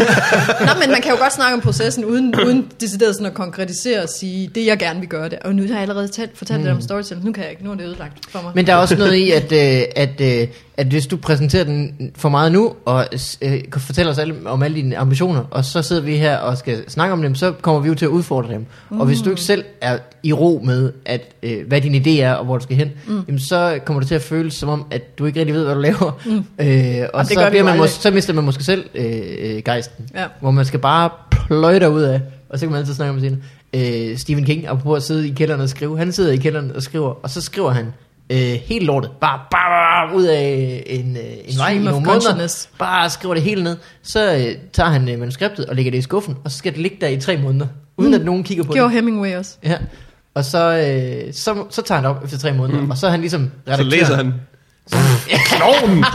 Nå, men man kan jo godt snakke om processen, uden, uden decideret sådan at konkretisere og sige, det jeg gerne vil gøre det. Og nu har jeg allerede talt, fortalt mm. det om storytelling, nu kan jeg ikke, nu er det ødelagt for mig. Men der er også noget i, at, at, at, at hvis du præsenterer den for meget nu, og øh, fortæller os alle, om alle dine ambitioner, og så sidder vi her og skal snakke om dem, så kommer vi jo til at udfordre dem. Mm. Og hvis du ikke selv er i ro med, at, øh, hvad din idé er, og hvor du skal hen, mm. jamen, så kommer det til at føles som om, at du ikke rigtig ved, hvad du laver. Mm. Øh, og så, bliver man mås- så mister man måske selv øh, gejsten, ja. Hvor man skal bare pløje derud af, og så kan man altid snakke om sin øh, Stephen King, apropos at sidde i kælderen og skrive. Han sidder i kælderen og skriver, og så skriver han øh, helt lortet, bare, bare ud af en, øh, en vej i nogle måneder, bare skriver det hele ned. Så øh, tager han øh, manuskriptet og lægger det i skuffen, og så skal det ligge der i tre måneder, uden mm. at nogen kigger på Gjorde det. Gjorde Hemingway også. Ja. Og så, øh, så, så tager han det op efter tre måneder, mm. og så er han ligesom redaktør. Så læser han. Ja, kloven!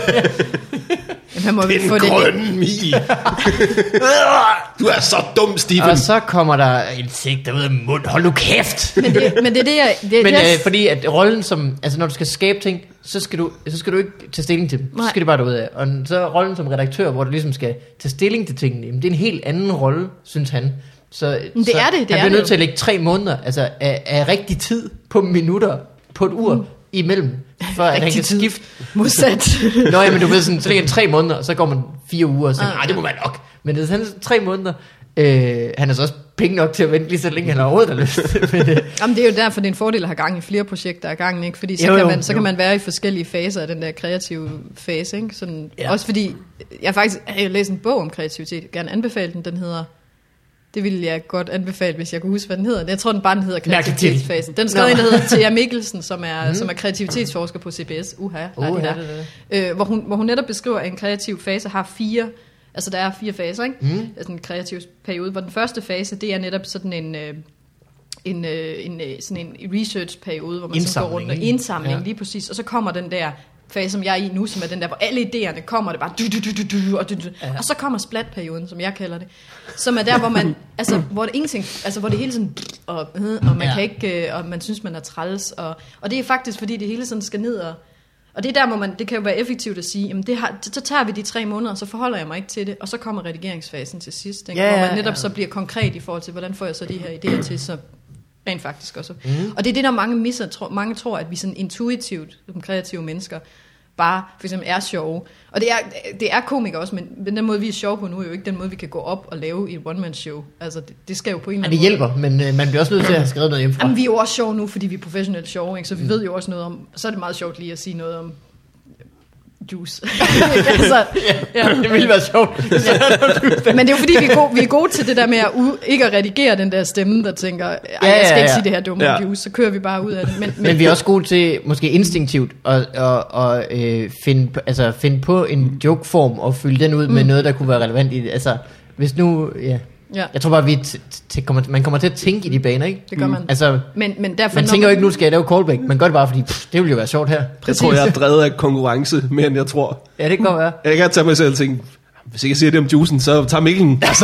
Jamen, må den vi få grønne det mil. Du er så dum, Stephen. Og så kommer der insekter ud af mund. Hold nu kæft. Men det, men det er det, jeg... Det, men jeg... øh, fordi at rollen som... Altså når du skal skabe ting, så skal du, så skal du ikke tage stilling til dem. Så skal det bare derud af. Og så rollen som redaktør, hvor du ligesom skal tage stilling til tingene, jamen, det er en helt anden rolle, synes han. Så, det så er det, det han er bliver nødt det. til at lægge tre måneder altså af, af rigtig tid på minutter på et ur mm. imellem, for at han kan tid. skifte. Modsat. Nå ja, men du ved sådan, så ligger tre måneder, og så går man fire uger, og så nej, det må man nok. Men det er sådan tre måneder. Øh, han er så også penge nok til at vente lige så længe, han overhovedet har lyst. Men, øh. Jamen det er jo derfor, det er en fordel at have gang i flere projekter ad gangen, ikke? Fordi så, jo, jo, kan, man, så kan man være i forskellige faser af den der kreative fase, ikke? Sådan, ja. Også fordi, jeg faktisk jeg har læst en bog om kreativitet, jeg gerne anbefale den, den hedder... Det ville jeg godt anbefale, hvis jeg kunne huske, hvad den hedder. Jeg tror, den bare den hedder kreativitetsfasen. Den skrev en, der hedder Thea Mikkelsen, som er, mm. som er kreativitetsforsker på C B S. Uha, uh, det der. Det, det. Øh, hvor, hun, hvor hun netop beskriver, at en kreativ fase har fire, altså der er fire faser, ikke? Mm. Altså en kreativ periode, hvor den første fase, det er netop sådan en... Øh, en, øh, en, sådan en research-periode, hvor man så går rundt og indsamling, ja. Lige præcis. Og så kommer den der fase, som jeg er i nu, som er den der, hvor alle idéerne kommer, det bare du, du, du, du, du, og, du, du. Ja. Og så kommer splatperioden, som jeg kalder det, som er der, hvor man, altså, hvor det ingenting, altså, hvor det hele sådan, og, og man ja. kan ikke, og man synes, man er træls, og, og det er faktisk, fordi det hele sådan skal ned, og, og det er der, hvor man, det kan jo være effektivt at sige, jamen det har, så tager vi de tre måneder, og så forholder jeg mig ikke til det, og så kommer redigeringsfasen til sidst, ikke? Ja, hvor man netop ja. så bliver konkret i forhold til, hvordan får jeg så de her idéer til, så rent faktisk også. Mm. Og det er det, der mange misser. Tror, mange tror, at vi sådan intuitivt, som kreative mennesker, bare for eksempel er sjove. Og det er, det er komikere også, men den måde, vi er sjove på nu, er jo ikke den måde, vi kan gå op og lave i et one-man-show. Altså, det, det skal jo på en eller anden måde. Ja, det hjælper, men øh, man bliver også nødt til at have skrevet noget hjemmefra. Jamen, vi er jo også sjove nu, fordi vi er professionelt sjove, ikke? Så vi mm. ved jo også noget om, så er det meget sjovt lige at sige noget om juice. altså, ja, det ville være sjovt. Men det er jo fordi, vi er, gode, vi er gode til det der med at u- ikke at redigere den der stemme, der tænker, ej, jeg skal ikke sige det her dumme ja. juice, så kører vi bare ud af det. Men, men, men vi er også gode til, måske instinktivt, at, at, at, at øh, finde, altså, finde på en jokeform og fylde den ud mm. med noget, der kunne være relevant i det. Altså, hvis nu... Ja. Ja. Jeg tror bare, vi t- t- kommer, man kommer til at tænke i de baner, ikke? Det gør man. Mm. Altså, men, men derfor, man tænker jo ikke, nu skal jeg lave callback. Man gør det bare, fordi pff, det vil jo være sjovt her. Præcis. Jeg tror, jeg er drevet af konkurrence mere, end jeg tror. Ja, det kan godt være. Jeg kan tage mig selv og tænke, hvis jeg siger det om juicen, så tager Mikkelsen. Altså.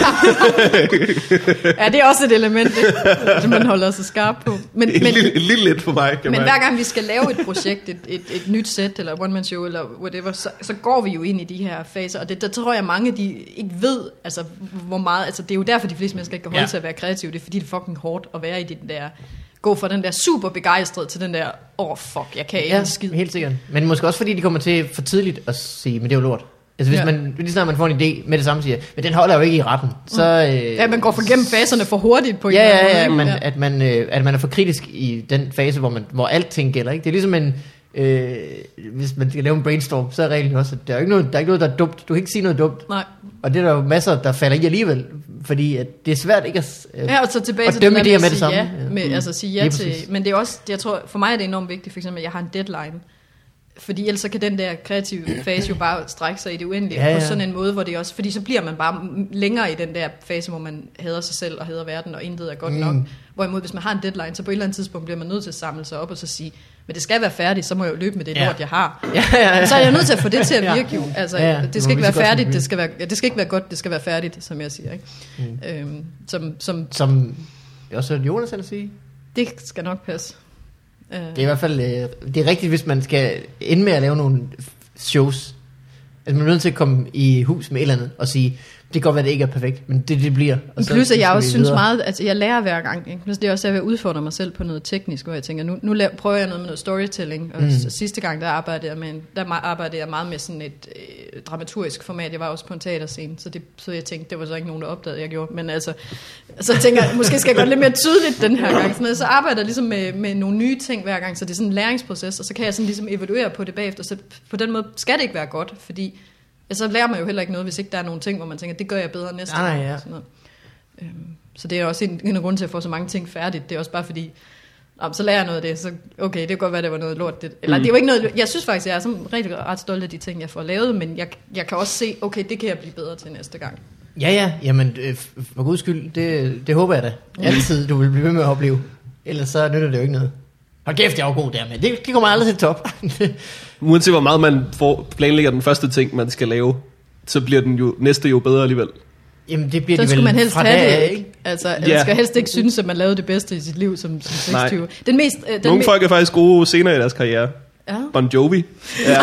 ja, det er også et element, som man holder sig skarp på. Men, men, lille, lille lidt for mig. Men hver gang vi skal lave et projekt, et, et, et nyt set, eller one-man-show, eller whatever, så, så går vi jo ind i de her faser. Og det, der tror jeg, mange de ikke ved, altså, hvor meget... Altså, det er jo derfor, de fleste mennesker ikke kan holde ja. til at være kreative. Det er fordi, det er fucking hårdt at være i den der... Gå fra den der super begejstret til den der, åh oh, fuck, jeg kan ikke ja, skid. Helt sikkert. Men måske også fordi, de kommer til for tidligt at sige, men det er jo lort. Altså hvis ja. man, lige snart man får en idé med det samme siger, men den holder jo ikke i retten. Så, øh, ja, man går for gennem faserne for hurtigt på en ja, eller anden ja, ja, måde. man, ja. At, man, øh, at man er for kritisk i den fase, hvor, man, hvor alting gælder. Ikke? Det er ligesom en, øh, hvis man skal lave en brainstorm, så er reglen også, at der er ikke noget, der er ikke noget, der er dumt. Du kan ikke sige noget dumt. Nej. Og det er der jo masser, der falder i alligevel, fordi at det er svært ikke at, øh, ja, og så tilbage at til dømme det idéer med, med det samme. Ja, med, mm. altså sige ja til, men det er også, jeg tror, for mig er det enormt vigtigt, for eksempel, at jeg har en deadline. Fordi ellers så kan den der kreative fase jo bare strække sig i det uendelige ja, ja. På sådan en måde, hvor det også, fordi så bliver man bare længere i den der fase, hvor man hader sig selv og hader verden, og intet er godt mm. nok. Hvorimod hvis man har en deadline, så på et eller andet tidspunkt bliver man nødt til at samle sig op og så sige, men det skal være færdigt, så må jeg jo løbe med det ja. lort, jeg har. Ja, ja, ja. Så er jeg nødt til at få det til at virke jo. Altså, ja, ja. Det skal ikke være færdigt, det skal være, det skal ikke være godt, det skal være færdigt, som jeg siger. Ikke? Mm. Øhm, som, som, som også Jonas eller sige? Det skal nok passe. Det er i hvert fald øh, det er rigtigt, hvis man skal ende med at lave nogle shows. Altså man er nødt til at komme i hus med et eller andet og sige, det kan godt være, at det ikke er perfekt, men det det bliver. Og plus at jeg også synes meget, at altså, jeg lærer hver gang. Ikke? Plus det er også, at jeg vil udfordre mig selv på noget teknisk, hvor jeg tænker, nu, nu laver, prøver jeg noget med noget storytelling. Og mm. sidste gang, der arbejdede jeg med, en, der arbejdede jeg meget med sådan et øh, dramaturgisk format. Jeg var også på en teaterscene, så, det, så jeg tænkte, det var så ikke nogen, der opdagede, jeg gjorde. Men altså, så tænker jeg, måske skal jeg gøre lidt mere tydeligt den her gang. Sådan, så arbejder jeg ligesom med, med nogle nye ting hver gang, så det er sådan en læringsproces, og så kan jeg sådan ligesom evaluere på det bagefter. Så på den måde skal det ikke være godt, fordi ja, så lærer man jo heller ikke noget, hvis ikke der er nogle ting, hvor man tænker, det gør jeg bedre næste gang. Ja. Sådan noget. Øhm, så det er også en, en grund til at få så mange ting færdigt. Det er også bare fordi, om, så lærer jeg noget af det, så okay, det kan godt være, det var noget lort. Det, eller mm. det er jo ikke noget, jeg synes faktisk, jeg er sådan rigtig ret stolt af de ting, jeg får lavet, men jeg, jeg kan også se, okay, det kan jeg blive bedre til næste gang. Ja, ja, jamen øh, for guds skyld, det, det håber jeg da. Altid, du vil blive ved med at opleve. Ellers så nytter det jo ikke noget. Hold kæft, jeg er jo god der, men det, det kommer aldrig til top. Uanset hvor meget man får, planlægger den første ting, man skal lave, så bliver den jo næste jo bedre alligevel. Jamen det bliver så de skulle vel man helst fra have dag, det, ikke? Altså, yeah. Man skal helst ikke synes, at man lavede det bedste i sit liv som, som seksogtyve. Den mest, øh, den Nogle me- folk er faktisk gode senere i deres karriere. Ja. Bon Jovi. Ja.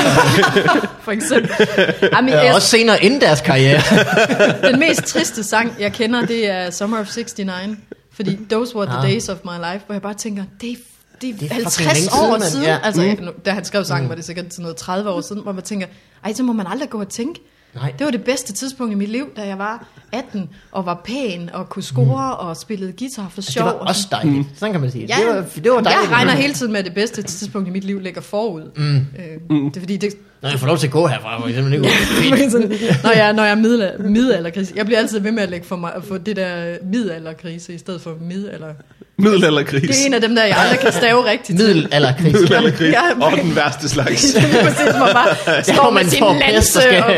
For eksempel. I mean, ja, også senere inden deres karriere. Den mest triste sang, jeg kender, det er Summer of sixty-nine. Fordi Those Were the ah. Days of My Life, hvor jeg bare tænker, det er Det er, det er halvtreds år siden, siden. Ja. Altså, mm. da han skrev sangen, mm. var det sikkert sådan noget tredive år siden, hvor man tænker, ej, så må man aldrig gå og tænke. Nej. Det var det bedste tidspunkt i mit liv, da jeg var atten og var pæn og kunne score mm. og spillede guitar for sjov. Det var også dejligt, mm. sådan kan man sige. Ja, det var, det var dejligt. Jeg regner hele tiden med, at det bedste tidspunkt i mit liv ligger forud. Mm. Øh, mm. Det er fordi, det... Når jeg får lov til at gå herfra, for eksempel, det går når jeg, når jeg er middelalder, middelalderkrise. Jeg bliver altid ved med at lægge for, mig, for det der middelalderkrise i stedet for middelalder. Middelalderkrise. Det er en af dem, der jeg aldrig kan stave rigtigt til. Middelalderkrise. Middelalderkrise. Ja, og den værste slags. Det er præcis, hvor bare står med sin lanse.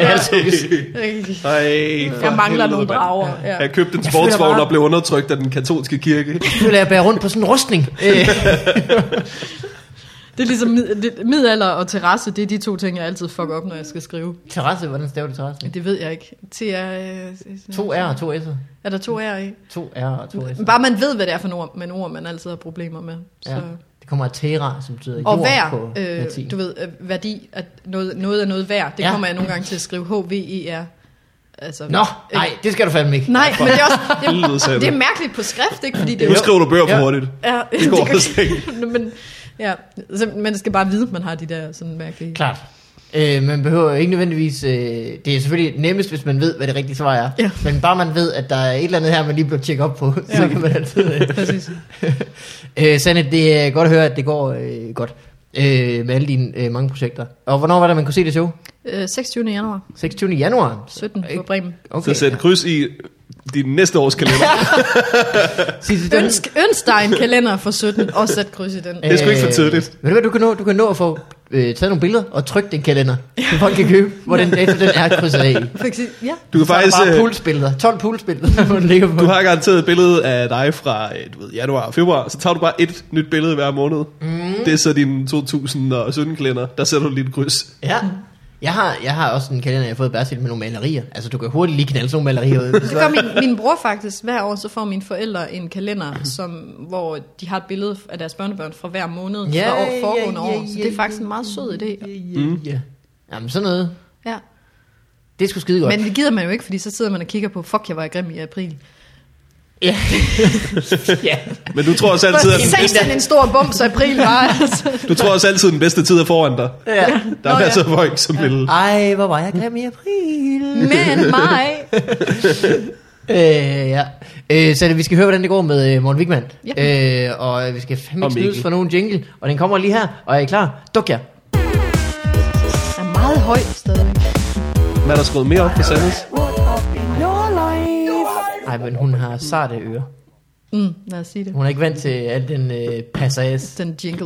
Jeg mangler nogle drager. Ja. Jeg købte en sportsvogn og blev undertrykt af den katolske kirke. Jeg føler, jeg bærer rundt på sådan en rustning. Det er ligesom mid, det, middelalder og terrasse, det er de to ting, jeg altid fucker op, når jeg skal skrive. Terrasse, hvordan staver du terrasse? Det ved jeg ikke. T er, To R og to S'er. Er der to R i? To R og to S'er. Bare man ved, hvad det er for nogle ord, men ord, man altid har problemer med. Så. Ja. Det kommer af terra, som betyder og jord vær, på øh, latin. du ved, øh, værdi, at noget, noget er noget værd, det Ja. kommer jeg nogle gange til at skrive H V E R. Altså, Nå, nej, det skal du fandme ikke. Nej, men det er også Helvede, sagde det, du. det er mærkeligt på skrift, ikke? Fordi det er Nu jo, skriver du bøger for Ja. hurtigt. ja, Det går kan- slet ikke. men, ja, så, man skal bare vide, at man har de der sådan mærkelige. Klart. Øh, man behøver ikke nødvendigvis... Øh, det er selvfølgelig nemmest, hvis man ved, hvad det rigtige svar er. Ja. Men bare man ved, at der er et eller andet her, man lige bliver tjekket op på, ja. så kan man altid... Øh. Præcis. øh, Sanne, det er godt at høre, at det går øh, godt øh, med alle dine øh, mange projekter. Og hvornår var det, man kunne se det show? Øh, seksogtyvende januar seksogtyvende januar? sytten på Bremen. Så sæt kryds i din næste års kalender. Sig til dem- Ønsk, ønsk dig en kalender for sytten, og sæt kryds i den. Det er sgu ikke for tidligt. Øh, ved du hvad, du kan nå, du kan nå at få øh, taget nogle billeder og trykke den kalender, så folk kan købe, hvor den dato den er krydset af i. For eksempel, ja. Du kan Så er der faktisk... bare øh, pulsbilleder, tolv pulsbilleder, hvor den ligger på. Du har garanteret et billede af dig fra øh, du ved, januar og februar, så tager du bare et nyt billede hver måned. Mm. Det er så din to tusind sytten kalender. Der sætter du lidt kryds. Ja. Jeg har, jeg har også en kalender, jeg har fået Bertil med nogle malerier. Altså, du kan hurtigt lige knalde sådan nogle malerier ud. Så gør min, min bror faktisk, hver år så får mine forældre en kalender, som, hvor de har et billede af deres børnebørn fra hver måned Ja, fra år, foregående ja, ja, år. Så ja, det er faktisk ja, en meget sød idé. Mm. Ja. Jamen, sådan noget. Ja. Det er sgu skide godt. Men det gider man jo ikke, fordi så sidder man og kigger på, fuck, jeg var grim i april. Ja. ja. Men du tror også altid, at den Sæt bedste, sådan en stor bums april var. Altså. du tror også altid, at den bedste tid er foran dig. ja. Der Nå, er ja. masser af folk, som vil... Ej, hvor var jeg grim i april. Men mig. Øh, ja. Øh, så det, vi skal høre, hvordan det går med øh, Morten Wigman. Ja. Øh, og vi skal fandme Og ikke snydes Mikkel. for nogen jingle. Og den kommer lige her. Og er I klar? Duk jer. Den er meget høj stadig. Hvad er der skruet mere op på Sandnes? Ej, men hun har sarte ører. Mm, lad os sige det. Hun er ikke vant til al den øh, passage. Den jingle.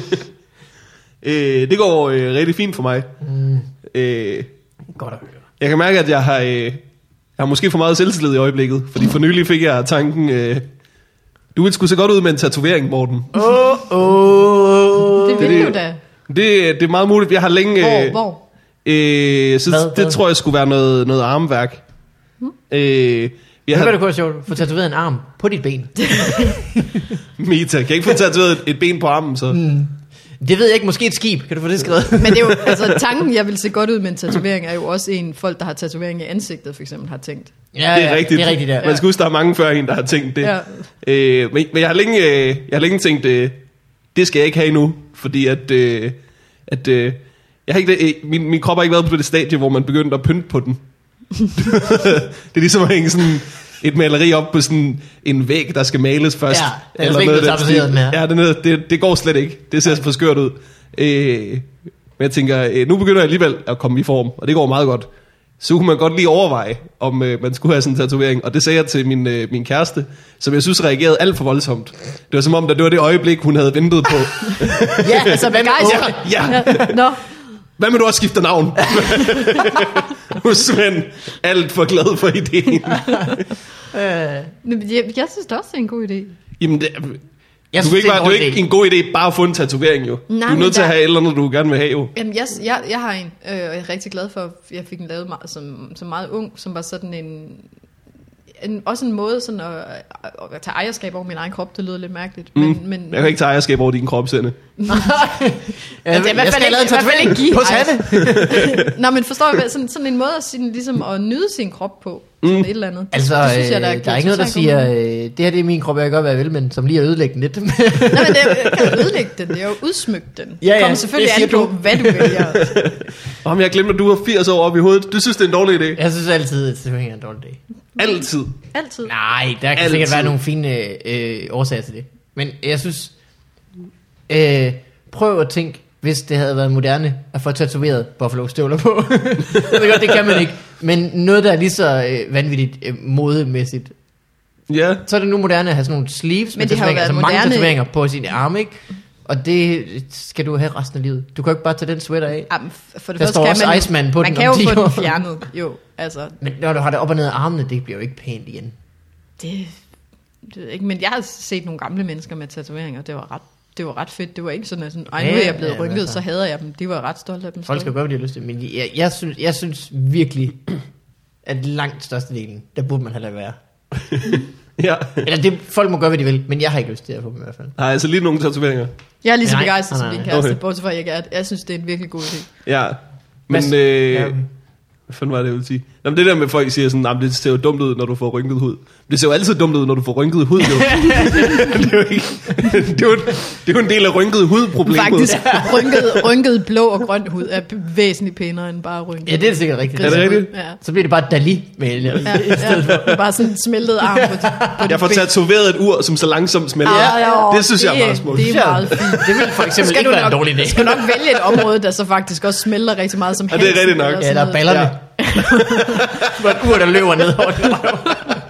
Øh, det går øh, rigtig fint for mig. Mm, Øh, godt at høre. jeg kan mærke, at jeg har, øh, jeg har måske for meget selvtillid i øjeblikket. Fordi for nylig fik jeg tanken... Øh, du ville skulle se godt ud med en tatovering, Morten. Åh, oh, oh. Det det- vil jo da. Det, det er meget muligt. Jeg har længe... Hvor? Øh, Hvor? øh, så Hvad? det Hvad? tror jeg skulle være noget, noget armværk. Hmm? Øh, Jeg jeg har... har, det kunne være sjovt. Få tatoveret en arm på dit ben. Mita, kan jeg ikke få tatoveret et, et ben på armen, så? Mm. Det ved jeg ikke. Måske et skib. Kan du få det skrevet? Men det er jo, altså tanken, jeg vil se godt ud med en tatovering, er jo også en, folk, der har tatovering i ansigtet, for eksempel, har tænkt. Ja, Det er ja, rigtigt. Det er rigtigt der. Man skal huske, der er mange før en, der har tænkt det. Ja. Øh, men, men jeg har længe, øh, jeg har længe tænkt, øh, det skal jeg ikke have endnu, fordi at, øh, at øh, jeg har ikke, øh, min, min krop har ikke været på det stadie, hvor man begyndte at pynte på den. Det er ligesom at hænge sådan et maleri op på sådan en væg, der skal males først. Ja, den er slet ikke blevet af den tapetseret, stil. den her. Ja, den er, det, det går slet ikke. Det ser for skørt ud. Øh, men jeg tænker, øh, nu begynder jeg alligevel at komme i form, og det går meget godt. Så kunne man godt lige overveje, om øh, man skulle have sådan en tatovering. Og det sagde jeg til min, øh, min kæreste, som jeg synes reagerede alt for voldsomt. Det var som om, det var det øjeblik, hun havde ventet på. Ja, altså hvad med Begejstret. Ja, Ja. Nå, hvad med du også skifte navn? Hun er simpelthen alt for glad for ideen. Øh, men jeg, jeg synes det også, det er en god idé. Jamen, det, jeg du synes, kan ikke det bare, er det er en jo ikke en god idé bare at få en tatovering jo. Nej, du er men nødt til at der- have et eller andet, du gerne vil have jo. Jamen, jeg, jeg, jeg har en, øh, og jeg er rigtig glad for, at jeg fik den lavet meget, som, som meget ung, som var sådan en, en også en måde sådan at, at tage ejerskab over min egen krop. Det lyder lidt mærkeligt. Men, Mm. men, Jeg kan ikke tage ejerskab over din kropsende. jeg, Altså, i hvert jeg fald skal have lavet en ikke- i hvert fald tatovering ikke give- på Ej. Sanne. Nå, men forstår jeg, sådan, sådan en måde at, sige, ligesom at nyde sin krop på, sådan Mm. et eller andet. Det, Altså, det synes jeg, der, øh, der er ikke noget, der totalt siger, god mening. øh, det her det er min krop, jeg kan godt være vel, men som lige at ødelægge den lidt. Nej, men det kan jo ødelægge den, det er jo udsmykke den. Ja, ja, Det kommer selvfølgelig det an siger på, hvad du vælger. Om jeg glemte, at du har firs år op i hovedet. Du synes, det er en dårlig idé? Jeg synes altid, at tatovering er en dårlig dag. Altid. Altid. Nej, der kan Altid. sikkert være nogle fine øh, årsager til det. Men jeg synes, øh, prøv at tænke, hvis det havde været moderne at få tatoveret Buffalo-støvler på. Jeg ved godt, det kan man ikke. Men noget, der er lige så øh, vanvittigt øh, modemæssigt. Ja. Så er det nu moderne at have sådan nogle sleeves Men med det har jo tatoveringer, altså været mange moderne- tatoveringer på sine arme, ikke? Og det skal du have resten af livet. Du kan jo ikke bare tage den sweater af. Jamen, f- for det Der første står kan også man, Iceman på man den kan jo om ti få den år. fjernet, jo, altså, Men når du har det op og ned af armene, det bliver jo ikke pænt igen. det, det ved jeg ikke, men jeg har set nogle gamle mennesker med tatoveringer, det var ret, det var ret fedt. Det var ikke sådan, at sådan, ej, nu er jeg blevet ja, rynket, altså. så hader jeg dem. De var ret stolte af dem. Folk skal gøre, hvad de har lyst til. Men jeg, jeg, synes, jeg synes virkelig, at langt størstedelen, der burde man have lade være. Ja. Eller det, folk må gøre, hvad de vil, men jeg har ikke lyst til at få dem i hvert fald. Nej, altså lige nogle tatoveringer. Jeg er lige så Nej, begejstret nej, som din nej. kæreste, Okay. bortset fra, at jeg ikke er. Jeg synes, det er en virkelig god idé. Ja. Men, Hvad- øh, ja. hvad fanden var det, jeg ville sige? Nå, men det der med, folk siger sådan, nah, det ser jo dumt ud, når du får rynket hud. Det ser jo altid dumt ud, når du får rynket hud, jo. det, er jo ikke, det, er jo, det er jo en del af rynket hud-problemet. Faktisk, rynket, rynket blå og grøn hud er væsentligt pænere end bare rynket. Ja, det er sikkert rigtigt. Er det rigtigt? Ja. Så bliver det bare Dali med Ja, ja. Bare sådan en smeltet arm på, på Jeg får tatoveret et ur, som så langsomt smelter. Ja, det synes jeg er meget smukt. Det er meget fint. Det vil for eksempel Skal ikke du være en nok, dårlig idé. skal nok vælge et område, der så faktisk også smelter rigtig meget som Ja, det er halsen rigtigt nok. eller Ja, sådan der er noget. ballerne. Ja. Hvor et ur, der løber ned over den røv.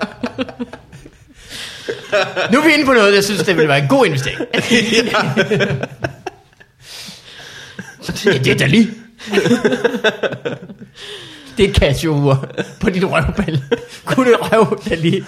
Nu er vi inde på noget, jeg synes, det ville være en god investering. det, det er Dali. Det er et Casio-ur på dit røvball. Kun et røv, Dali.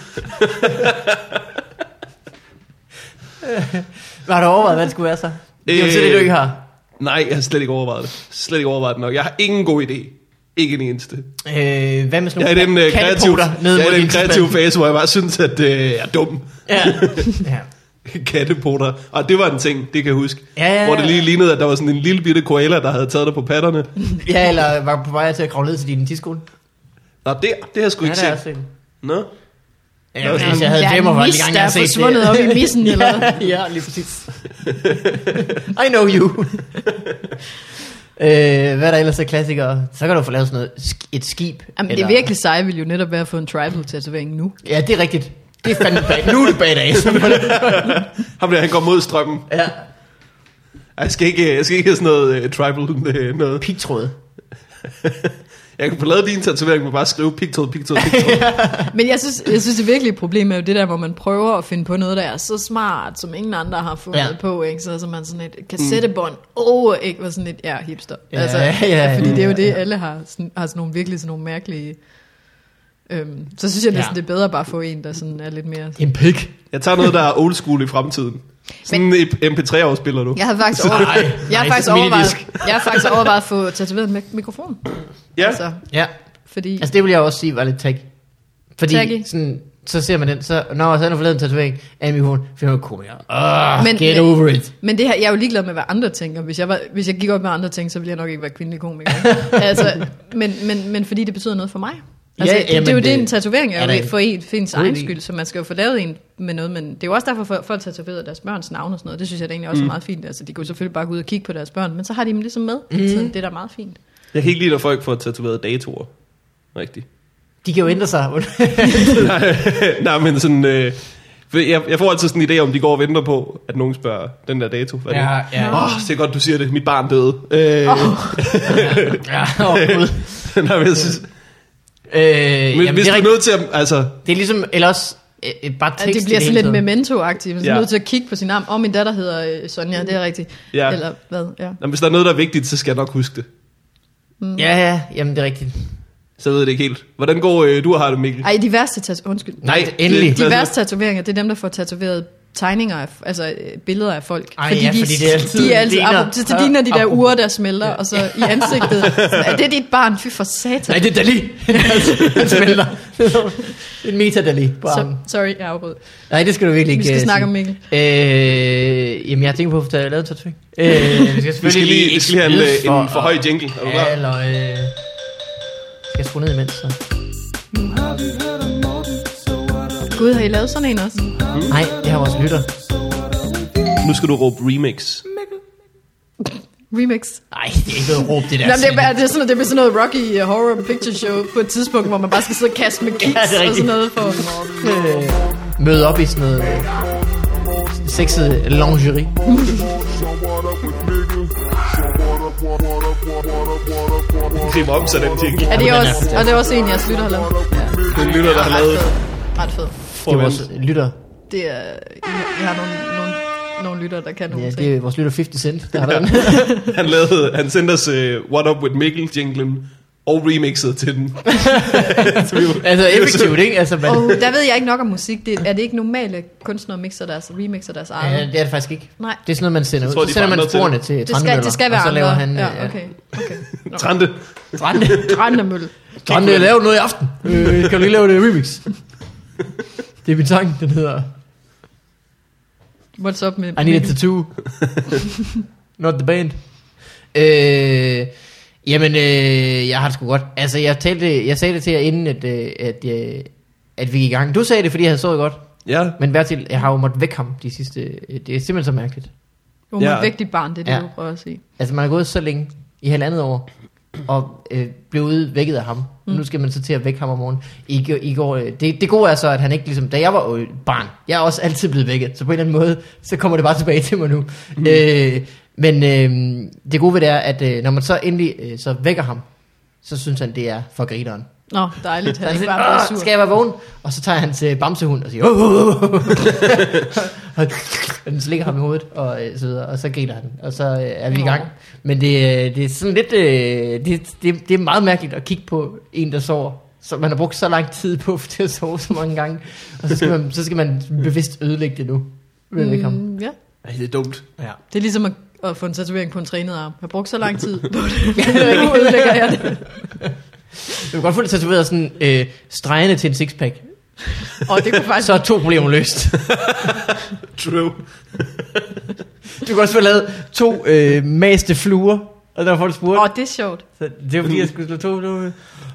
Hvad har du overvejet, hvad det skulle være så? Det er jo så det, du ikke har. Nej, jeg har slet ikke overvejet det. Slet ikke overvejet det nok. Jeg har ingen god idé. Ikke en eneste. Øh, hvad med sådan Jeg er i den, nogle uh, kreative, kattepoter ned jeg er mod i den din kreative tidsmand? fase, hvor jeg bare synes, at øh, jeg er dum. Ja. Ja. Kattepoter. Og det var en ting, det kan jeg huske. Ja, ja, ja. Hvor det lige lignede, at der var sådan en lille bitte koala, der havde taget dig på patterne. Ja, eller var på vej til at kravle ned til din tidskole. Nå, det, det har jeg sgu Ja, ikke det er set. også en. Nå. Ja, hvis jeg havde Der er glemt mig, en hvor mis, gang der jeg er har set det. forsvundet op i missen, eller hvad? ja, ja, lige præcis. I know you. øh, hvad er der ellers af klassikere? Så kan du få lavet sådan noget, sk- et skib. Jamen, det er virkelig seje vil jo netop være at få en tribal-tatovering nu. Ja, det er rigtigt. Det er fandme bag. Nu er det bag dag. Ham der, han går mod strømmen. ja. Jeg skal ikke, jeg skal ikke have sådan noget uh, tribal uh, noget. Pigtråd. Jeg kan få lavet din tatovering med bare at skrive pigtråd, pigtråd, pigtråd. Men jeg synes, jeg synes det virkelige problem er jo det der, hvor man prøver at finde på noget, der er så smart, som ingen andre har fundet Ja. ja. på, ikke? Så, så man sådan et kassettebånd, åh, oh, ikke? Var sådan et, ja, hipster. Ja, altså, ja, ja, fordi det er jo ja, det, ja. alle har, sådan, har sådan nogle virkelig sådan nogle mærkelige... Øhm, så synes jeg næsten, Ja. det er bedre bare at få en, der sådan er lidt mere... En pig. Jeg tager noget, der er old school i fremtiden. Sådan en M P tre-afspiller du. Jeg har faktisk overvejet, Nej, jeg har nej, faktisk så overvejet, minidisk. jeg har faktisk overvejet at få tatoveret en mik- mikrofon. Ja, Altså, Ja. fordi... Altså det vil jeg også sige var lidt tag. Fordi Taggy. sådan, så ser man den, så når så er der forladet en tatovering af en mikrofon, finder man komiker. Oh, Men- get men- over it. Men det her, jeg er jo ligeglad med, hvad andre tænker. Hvis jeg, var, hvis jeg gik op med andre ting, så ville jeg nok ikke være kvindelig komiker. altså, men, men, men fordi det betyder noget for mig. Altså, Ja, det, det jamen, er jo det, det- en tatovering er er jo der ikke en- for en, for ens egen Really? skyld, så man skal jo få lavet en med noget, men det er jo også derfor, at folk tatoverer deres børns navn og sådan noget. Det synes jeg da egentlig også mm. er meget fint. Altså, de kunne selvfølgelig bare gå ud og kigge på deres børn, men så har de dem ligesom med. Mm. Så det er da meget fint. jeg kan ikke lide, at folk får tatoveret datoer. Rigtigt. De kan jo ændre sig. nej, nej, men sådan... Øh, for jeg, jeg får altid sådan en idé om, de går og venter på, at nogen spørger den der dato. Hvad Ja, er det? ja. Åh, oh, det er godt, du siger det. Mit barn døde. Øh, Oh. ja, oh, Gud. nej, men jeg synes, Øh, men jamen, hvis det, du er er nødt til at... Altså, det er ligesom, eller også øh, bare tekst. Altså, det i bliver sådan hele lidt tiden. memento-agtigt. Man er Ja. nødt til at kigge på sin arm. Åh, oh, min datter hedder øh, Sonja, det er rigtigt. Ja. Eller hvad, ja. Nå, hvis der er noget, der er vigtigt, så skal jeg nok huske det. Ja, ja, jamen det er rigtigt. Så ved jeg det ikke helt. Hvordan går øh, du og har det, Mikkel? Ej, de værste tatoveringer, undskyld. Nej, endelig. De værste tatoveringer, det er dem, der får tatoveret tegninger, af, altså øh, billeder af folk. Ej, ja, fordi det er altid- de er altid ligner- apropos, det ligner de der apropos. uger, der smelter, og så i ansigtet. Er det dit barn? Fy for satan. Nej, det er Dali. Han smelter. En meta-Dali på Så, armen. sorry, jeg afbrød. Nej, det skal du virkelig ikke Vi skal øh, snakke sige. om Mikkel. Øh, jamen, jeg tænker på at få lavet en tatovering. Øh, vi skal Vi skal selvfølgelig lige, vi skal lige have en, skydes øh, en for høj jingle. Er du klar? Eller, øh, skal jeg skrue ned imens, så? Gud, har I lavet sådan en også? Nej, det har vores lytter. Nu skal du råbe remix. Remix. Nej, det er ikke noget råb, det der. Nå, det, er, bare- det, er sådan, det bliver sådan noget Rocky uh, Horror Picture Show på et tidspunkt, hvor man bare skal sidde og kaste med kiks Ja, det er og rigtigt. sådan noget for... øh, møde op i sådan noget øh, sexet lingerie. Griber om sig den jingle. Er det den er også, fantastisk. og det er også en, jeres lytter har lavet? Ja. Det er lytter, der har Ret lavet... fed. Ret fed. Det er vores lytter. Det er... Vi har nogle, nogle, nogle lytter, der kan nogle Ja, ting. det er vores lytter halvtreds Cent, der har lavet den. Han, lavede, han sendte os uh, What Up With Mikkel jinglen Og remixet til den. Altså effektivt, ikke? Altså, man, Og der ved jeg ikke nok om musik. Det, er det ikke normale kunstnere mixer deres, remixer deres eget? ja, det er det faktisk ikke. Nej. Det er sådan noget, man sender Jeg ud. tror, Så de sender får man andre sporene til til Det skal, Trandemøller, det skal være og så laver andre. han... Ja, okay. okay. Nå. Trante. Trande. Trandemølle. Trande, jeg laver noget i aften. Øh, kan du lige lave det remix? Det er min sang, den hedder What's up med... I Need a Tattoo. Not the band. Øh, jamen, øh, jeg har det sgu godt. Altså, jeg, talte, jeg sagde det til jer inden, at, øh, at, øh, at vi gik i gang. Du sagde det, fordi jeg havde sovet godt. Ja. Men Bertil, jeg har jo måttet vække ham de sidste... Det er simpelthen så mærkeligt. Hvor man Ja. ja. væk dit barn, det er det, Ja. du prøver at sige. Altså, man har gået så længe, i halvandet år, og øh, blev ude vækket af ham. Mm. Nu skal man så til at vække ham om morgenen. I, i går, øh, det, det gode er så, at han ikke ligesom... Da jeg var øh, barn, jeg er også altid blevet vækket, så på en eller anden måde, så kommer det bare tilbage til mig nu. Mm. Øh, men øh, det gode ved det er, at øh, når man så endelig øh, så vækker ham, så synes han, det er for grineren. Nå, dejligt. Så Han han er ikke siger, bare blevet "Åh, sur. skal jeg være vågen?" Og så tager han til bamsehund og siger, "Åh, åh, åh, åh." og den slikker ham i hovedet, og øh, så videre, og så griner han, og så øh, er vi i gang. Men det, øh, det er sådan lidt, øh, det, det, det er meget mærkeligt at kigge på en, der sover, så man har brugt så lang tid på til at sove så mange gange, og så skal man, så skal man bevidst ødelægge det nu. Ved du ikke ham? Mm, ja. Ej, det er dumt. Ja. Det er ligesom at, at få en tatovering på en trænet arm. Jeg har brugt så lang tid på det. Nu ødelægger jeg det. Du kan godt få det tatoveret sådan øh, stregende til en sixpack. Og det kunne faktisk... Så er to problemer løst. True. Du kan også få lavet to øh, maste fluer, og der var folk spurgt. Åh, det er sjovt. Så det var fordi, jeg skulle slå to fluer.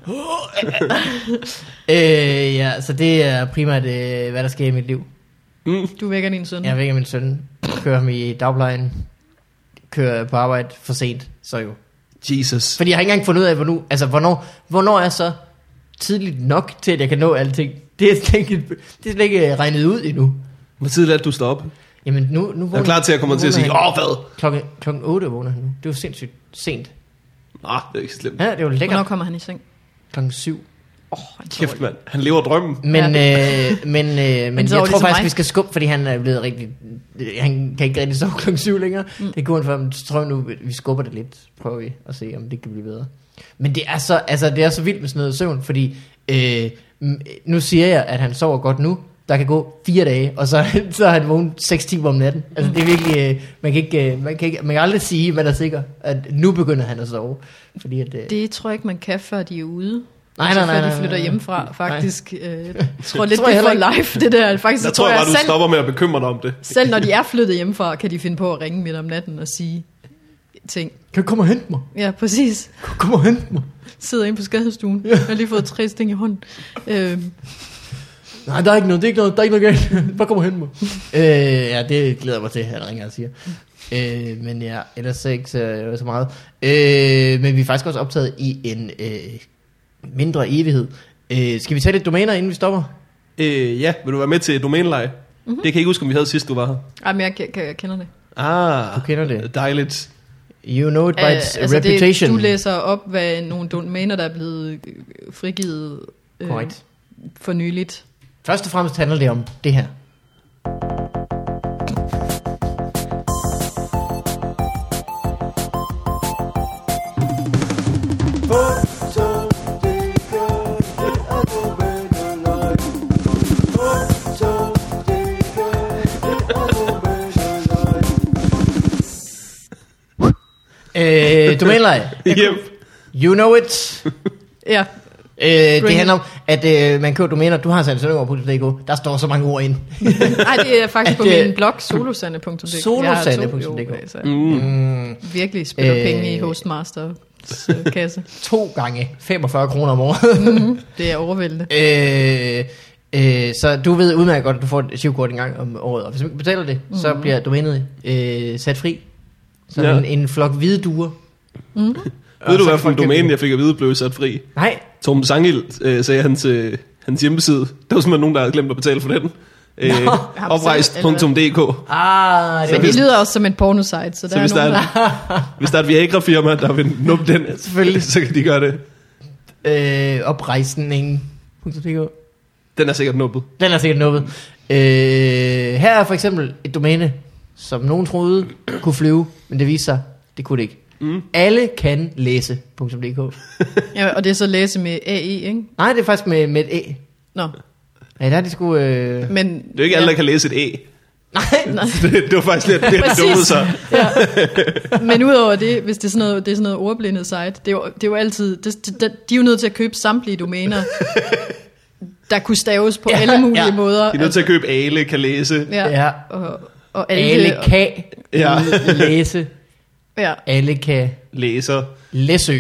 øh, ja, så det er primært, øh, hvad der sker i mit liv. Mm. Du vækker din søn. Jeg vækker min søn, kører ham i dagplejen, kører på arbejde for sent, så jo. Jesus. Fordi jeg har ikke engang fundet ud af, hvornår, altså, hvornår, hvornår er så tidligt nok til, at jeg kan nå alting. Det er slet ikke, det er slet ikke regnet ud endnu. Hvor tidligt er det, du står op? Jamen nu, nu Jeg er klar til at komme nu til at sige, vågner åh, hvad? Klokken, klokken otte vågner han nu. Det er jo sindssygt sent. Nå, det er ikke så slemt. Ja, det er jo lækkert. Hvornår kommer han i seng? Klokken syv. Åh, oh, han sover Kæft, mand. Han lever drømmen. Men, øh, men, øh, men jeg sover tror ligesom faktisk, mig. vi skal skubbe, fordi han er blevet rigtig... Han kan ikke rigtig sove klokken syv længere. Mm. Det kunne han for, så tror jeg nu, vi skubber det lidt. Prøver vi at se, om det kan blive bedre. Men det er så, altså, det er så vildt med sådan noget søvn, fordi øh, nu siger jeg, at han sover godt nu. Der kan gå fire dage, og så, så er han vågen seks timer om natten. Altså det er virkelig, øh, man, kan ikke, øh, man, kan ikke, man kan aldrig sige, man er sikker, at nu begynder han at sove. Fordi at, øh, Det tror jeg ikke, man kan, før de er ude. nej, Altså, nej, nej, før nej, de flytter nej. hjemmefra, faktisk. Øh, jeg tror lidt, Tror jeg det er heller for live, det der. Faktisk, Der så tror jeg bare, du selv, stopper med at bekymre dig om det. selv når de er flyttet hjemmefra, kan de finde på at ringe midt om natten og sige ting. Kan du komme og hente mig? Ja, præcis. Kan du komme og hente mig? Sidder inde på skadestuen. Jeg har lige fået tre sting i hånden. Øh, Nej, der er ikke noget, det er ikke noget, der er ikke noget galt. Bare kom og hente mig. øh, ja, det glæder jeg mig til, at der ringer og siger. Øh, men ja, ellers så ikke så, så meget. Øh, men vi er faktisk også optaget i en øh, mindre evighed. Øh, skal vi tage lidt domæner, inden vi stopper? Øh, ja, vil du være med til domæneleje? Mm-hmm. Det kan jeg ikke huske, om vi havde sidst, du var her. ej, men jeg, jeg, jeg kender det. Ah, Du kender det. Dejligt. You know it by Uh, its altså reputation. Det, du læser op, hvad nogle domæner, der er blevet øh, frigivet øh, Korrekt. for nyligt. Først og fremmest handler det om det her. Øh, domæneleje. Yep. You know it. Ja, Øh, det Bring handler om, at øh, man køber domæner. Du har sandt søndergaard punktum d k. Der står så mange ord ind. nej, det er faktisk på At, øh, min blog, solosande punktum d k. solosande punktum d k. Jeg har to, jo, altså, Mm. Mm, virkelig spiller Øh. penge i Hostmasters øh, kasse. to gange femogfyrre kroner om året. Mm-hmm. Det er overvældende. øh, øh, så du ved udmærket godt, at du får et shivkort en gang om året. Og hvis du ikke betaler det, mm. så bliver domænet øh, sat fri. Så Ja. en, en flok hvide duer. Mm. Ved du, så hvad for en folk kan- domæne, jeg fik at vide, blev sat fri? Nej. Torben Sangil øh, sagde hans, øh, hans hjemmeside. Der var simpelthen nogen, der havde glemt at betale for den. Øh, Ham oprejst punktum d k. Ah, det Men var det hvis- lyder også som en pornosite, så, Så der hvis er der nogen, er, der... en, hvis der er et Viagra-firma, der vil nuppe den, Selvfølgelig. så kan de gøre det. øh, oprejsning punktum d k. Den er sikkert nuppet. Den er sikkert nuppet. Øh, her er for eksempel et domæne, som nogen troede kunne flyve, men det viser sig, det kunne det ikke. Mm. Alle kan læse punktum d k. Ja, og det er så læse med A E, ikke? Nej, det er faktisk med, med et E. Nå. Ja, der er de sgu... Øh... Men, det er jo ikke alle, ja. der kan læse et E. Nej, nej. det, det var faktisk lidt det, det dummede sig. Ja. Men udover det, hvis det er sådan noget, det er sådan noget ordblindet site, det er jo, det er jo altid, det, det, de er jo nødt til at købe samtlige domæner, der kunne staves på Ja, alle mulige ja. måder. De er nødt til at købe Ale, kan læse. Ja, Ja. og, og alle, Alle kan Ja. læse. Ja. Alle kan Læser. læsø.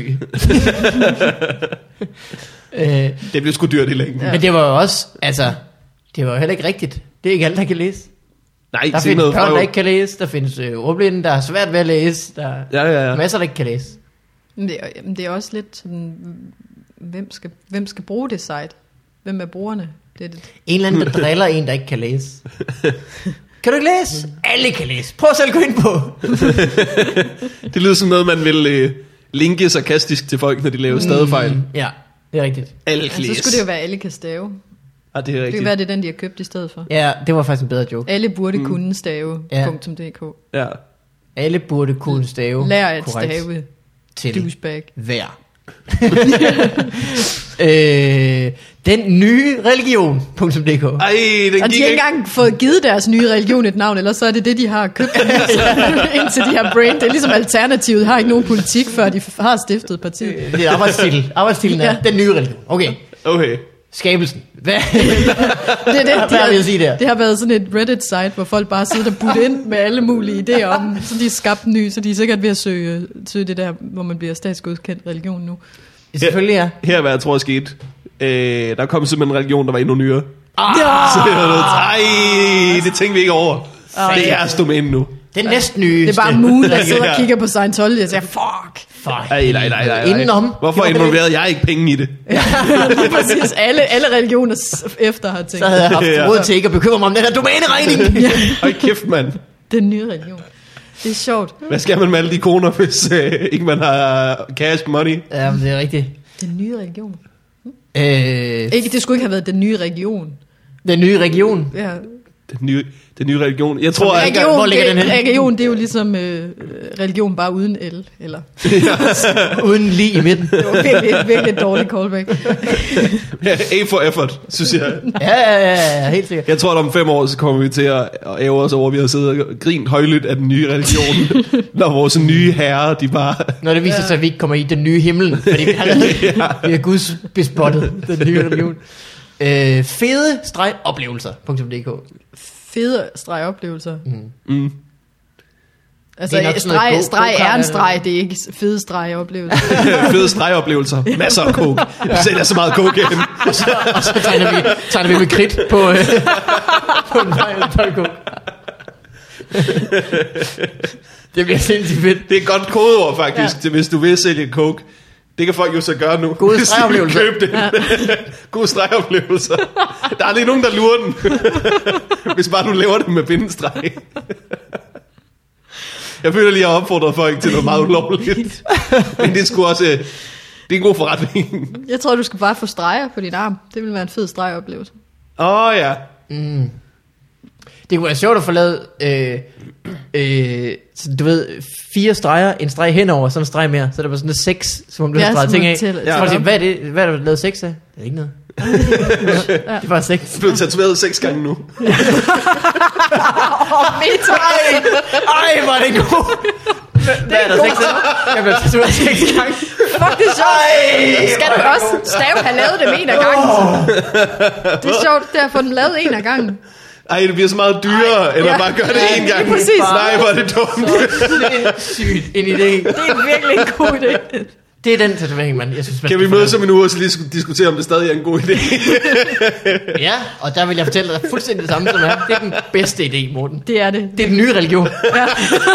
øh, Det bliver sgu dyrt i længden. Ja. Men det var jo også, altså, det var jo heller ikke rigtigt. Det er ikke alle, der kan læse. Nej, Der ikke findes noget børn, frøv. der ikke kan læse. Der findes øh, ordblinde, der har svært ved at læse. Der er Ja, ja, ja. masser, der ikke kan læse. Men det, er- jamen, det er også lidt sådan, hvem skal, hvem skal bruge det site? Hvem er brugerne? Det er det. En eller anden, der driller en, der ikke kan læse. Kan du ikke læse? Alle kan læse. Prøv selv at gå ind på. Det lyder som noget, man vil øh, linke sarkastisk til folk, når de laver stavefejl. Mm, ja, det er rigtigt. Alle Ja, kan så læse. skulle det jo være, alle kan stave. Ja, det er Det rigtigt. kan være, det er den, de har købt i stedet for. Ja, det var faktisk en bedre joke. Alle burde mm. kunne stave. Ja. .dk. Ja. Alle burde kunne stave. Lær at korrekt stave. til Douchebag. hver. øh, den nye religion. punktum d k. Ej, den Og de gik har ikke ikke. engang fået givet deres nye religion et navn, eller så er det det, de har købt indtil de har brain. Det er ligesom Alternativet har ikke nogen politik, før de har stiftet partiet. Det er arbejdstitel. Arbejdsstilen er Ja. den nye religion. Okay. Okay. Skabelsen. Hvad? Det er det, de Hvad har vi at sige har, der? det har været sådan et Reddit-site, hvor folk bare sidder og budt ind med alle mulige idéer om, så de er skabt en ny, så de er sikkert ved at søge, søge det der, hvor man bliver statsgodkendt religion nu. Selvfølgelig ja. Her er, hvad jeg tror er sket. Øh, der kom simpelthen en religion, der var endnu nyere. Ah! Så det var noget, ej, det tænkte vi ikke over. Det er jeres domæne nu. Den næsten nye. Det er bare Moon, der sidder og Ja. kigger på Scientology og siger, fuck. Fuck. Ej, nej, nej, nej, nej. Indenom. Hvorfor involverede jeg ikke penge i det? Lige præcis. Alle, alle religioner s- efter har tænkt. Så havde jeg haft Ja. råd til ikke at bekymre mig om den her domæneregning. Hold kæft, mand. Den nye religion. Det er sjovt. Hvad skal man med alle de koner, hvis øh, ikke man har cash money? Ja, men det er rigtigt. Den nye religion. Øh, Ikke, det skulle ikke have været den nye region. den nye region. Ja. Den nye, den nye religion. Jeg tror, at... Region, hvor ligger det, den henne? religion, det er jo ligesom øh, religion bare uden L. Eller. Uden lige i midten. Det var virkelig, virkelig et dårligt callback. A for effort, synes jeg. Ja, ja, ja, ja, helt sikkert. Jeg tror, at om fem år, så kommer vi til at at ære os over, at vi har siddet og grint højlydt af den nye religion. Når vores nye herrer, de bare... Når det viser sig, at vi ikke kommer i den nye himmel, fordi vi har, vi har Guds bespottet den nye religion. Øh, fede streg oplevelser. punktum d k. Fede stregoplevelser. Mm. Altså, Det er nok sådan noget streg, go- streg er go-kart, en streg, det er ikke fede stregoplevelser. Fede stregoplevelser. Masser af coke. Jeg sælger så meget coke igen. Og så, og så tegner, vi, tegner vi med kridt på, øh, på en vej, på Det bliver sindssygt fedt. Det er et godt kodeord, faktisk, Ja. til hvis du vil sælge coke. Det kan folk jo så gøre nu. Gode Hvis de stregoplevelser. vil købe det. Ja. Gode stregoplevelser. Der er lige nogen, der lurer den. Hvis bare du laver det med bindestreg. Jeg føler lige, at jeg har opfordret folk til noget meget ulovligt. Men det er sgu også... øh, Det er en god forretning. Jeg tror, du skal bare få streger på din arm. Det vil være en fed stregoplevelse. Åh oh, ja. Mm. Det kunne være sjovt at få lavet, øh, øh, så du ved, fire streger, en streg henover, så en streg mere. Så der var sådan en seks, som om du Ja, har streget som ting man af. tæller- Så Ja. folk siger, hvad er det? Hvad er der lavet seks af? Det er ikke noget. Det er bare seks. Du er blevet tatoveret seks gange nu. Åh, meta! Ej, hvor er det god. Hvad er der seks af? Jeg blev tatoveret seks gange. Fuck, det er sjovt. Skal du også stave have lavet dem en af gangen? Det er sjovt, det har fået dem lavet en af gangen. Ej, det bliver så meget dyrere, end Ja. at bare gøre det Ja, én lige gang. præcis. Nej, hvor er det dumt. Sygt en idé. Det er virkelig en god idé. Det er den tatovering, man. Jeg synes, man Kan skal vi få mødes lavet. om en uge og så lige sk- diskutere, om det stadig er en god idé? Ja, og der vil jeg fortælle dig fuldstændig det samme som er. Det er den bedste idé, Morten. Det er det. Det er den nye religion. Ja.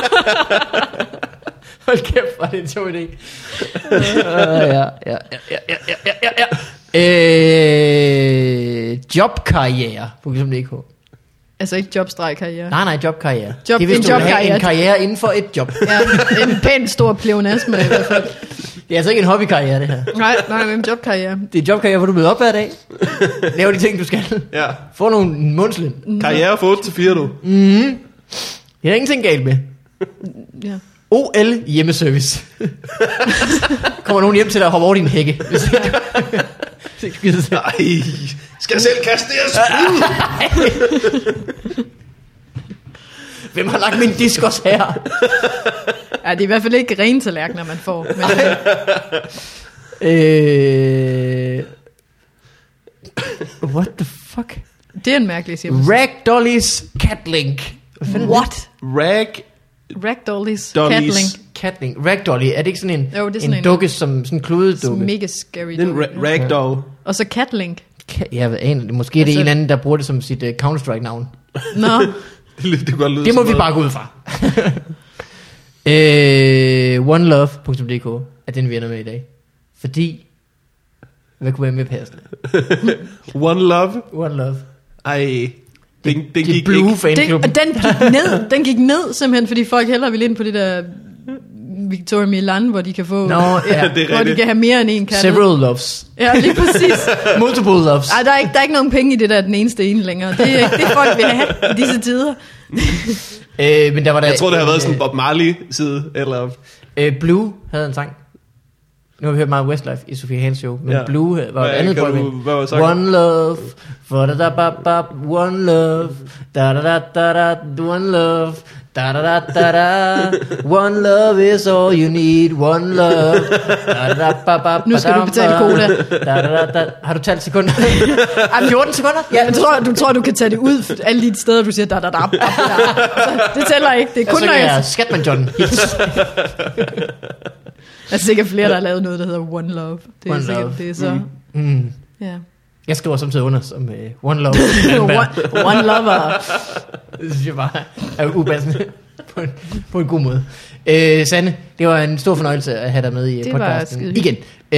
Hold kæft, hvor er det en sjov idé. uh, ja, ja, ja, ja, ja, ja, ja, ja. Øh, jobkarriere. punktum d k. Altså ikke jobstreg-karriere. Nej, nej, jobkarriere. Job- det er, hvis en du vil have jobkarriere. en karriere inden for et job. Ja, en pænt stor pleonasme i hvert fald. Det er altså ikke en hobbykarriere, det her. Nej, nej, men jobkarriere. Det er en jobkarriere, hvor du møder op hver dag. Laver de ting, du skal. Ja. Få nogle mundslen. Karriere fra otte til fire, du. Det er der ingenting galt med. Ja. O L hjemmeservice. Kommer nogen hjem til dig og hopper over din hække. Hvis ikke du... Nej, skal jeg selv kaste det her spyd? Hvem har lagt min disk også her? Ja, det er i hvert fald ikke rene tallerkener, man får. Men, øh... What the fuck? det er en mærkelig hjemmeside. Ragdolly's Catlink. What? Rag... Ragdolly's Dolly's. Catlink. Catling. Ragdolly, er det ikke sådan en, Jo, det er sådan en en- dukke, som sådan en kludedukke? Mega scary. Den dukke. ra- ragdoll. Og så Catlink. Ka- Jeg ved aner det. Måske er det Altså- en anden, der bruger det som sit uh, Counter-Strike-navn. Nå, Det, lyder- det kan godt lyde Det må som vi noget. bare gå ud fra. øh, onelove punktum d k er den, vi ender med i dag. Fordi... Hvad kunne være med passende? One Love. One Love. Ej, den, den Det gik er Blue ikke. det, fanklub. og den gik ned. Den gik ned simpelthen, fordi folk hellere ville ind på det der Victoria Milan, hvor de kan få, Nå, ja. Det er hvor de rigtigt. kan have mere end en katte. Several loves. Ja, lige præcis. Multiple loves. Ej, der er, ikke, der er ikke nogen penge i det der den eneste ene længere. Det er ikke det, folk vil have i disse tider. Øh, men der var der, Jeg tror, det har været sådan en Bob Marley-side. Eller... øh, Blue havde en sang. Nu har vi hørt meget Westlife i Sofie Hans show, men Ja. ja. Blue var Hvad- et andet kan du- boyband. hvad var sangen? One love, for da da ba ba, one love, da da da da da, one love, da da da da da, one love is all you need, one love, da da da ba ba. Nu skal du betale cola. Da da da da. Har du talt sekunder? Ej, fjorten sekunder? Ja, du tror, du tror, du kan tage det ud alle de steder, du siger, da, da, da, da, da. Så det tæller ikke. Det er Og kun, så når kan jeg... jeg Scatman John. Der er sikkert flere, der har lavet noget, der hedder One Love. Det er One sikkert, Love. det er så... Mm. Ja. Jeg skriver samtidig under som uh, One Love. one, one Lover. Det synes jeg bare er upassende på en, på en god måde. Øh, Sanne, det var en stor fornøjelse at have dig med i Det var podcasten skide igen.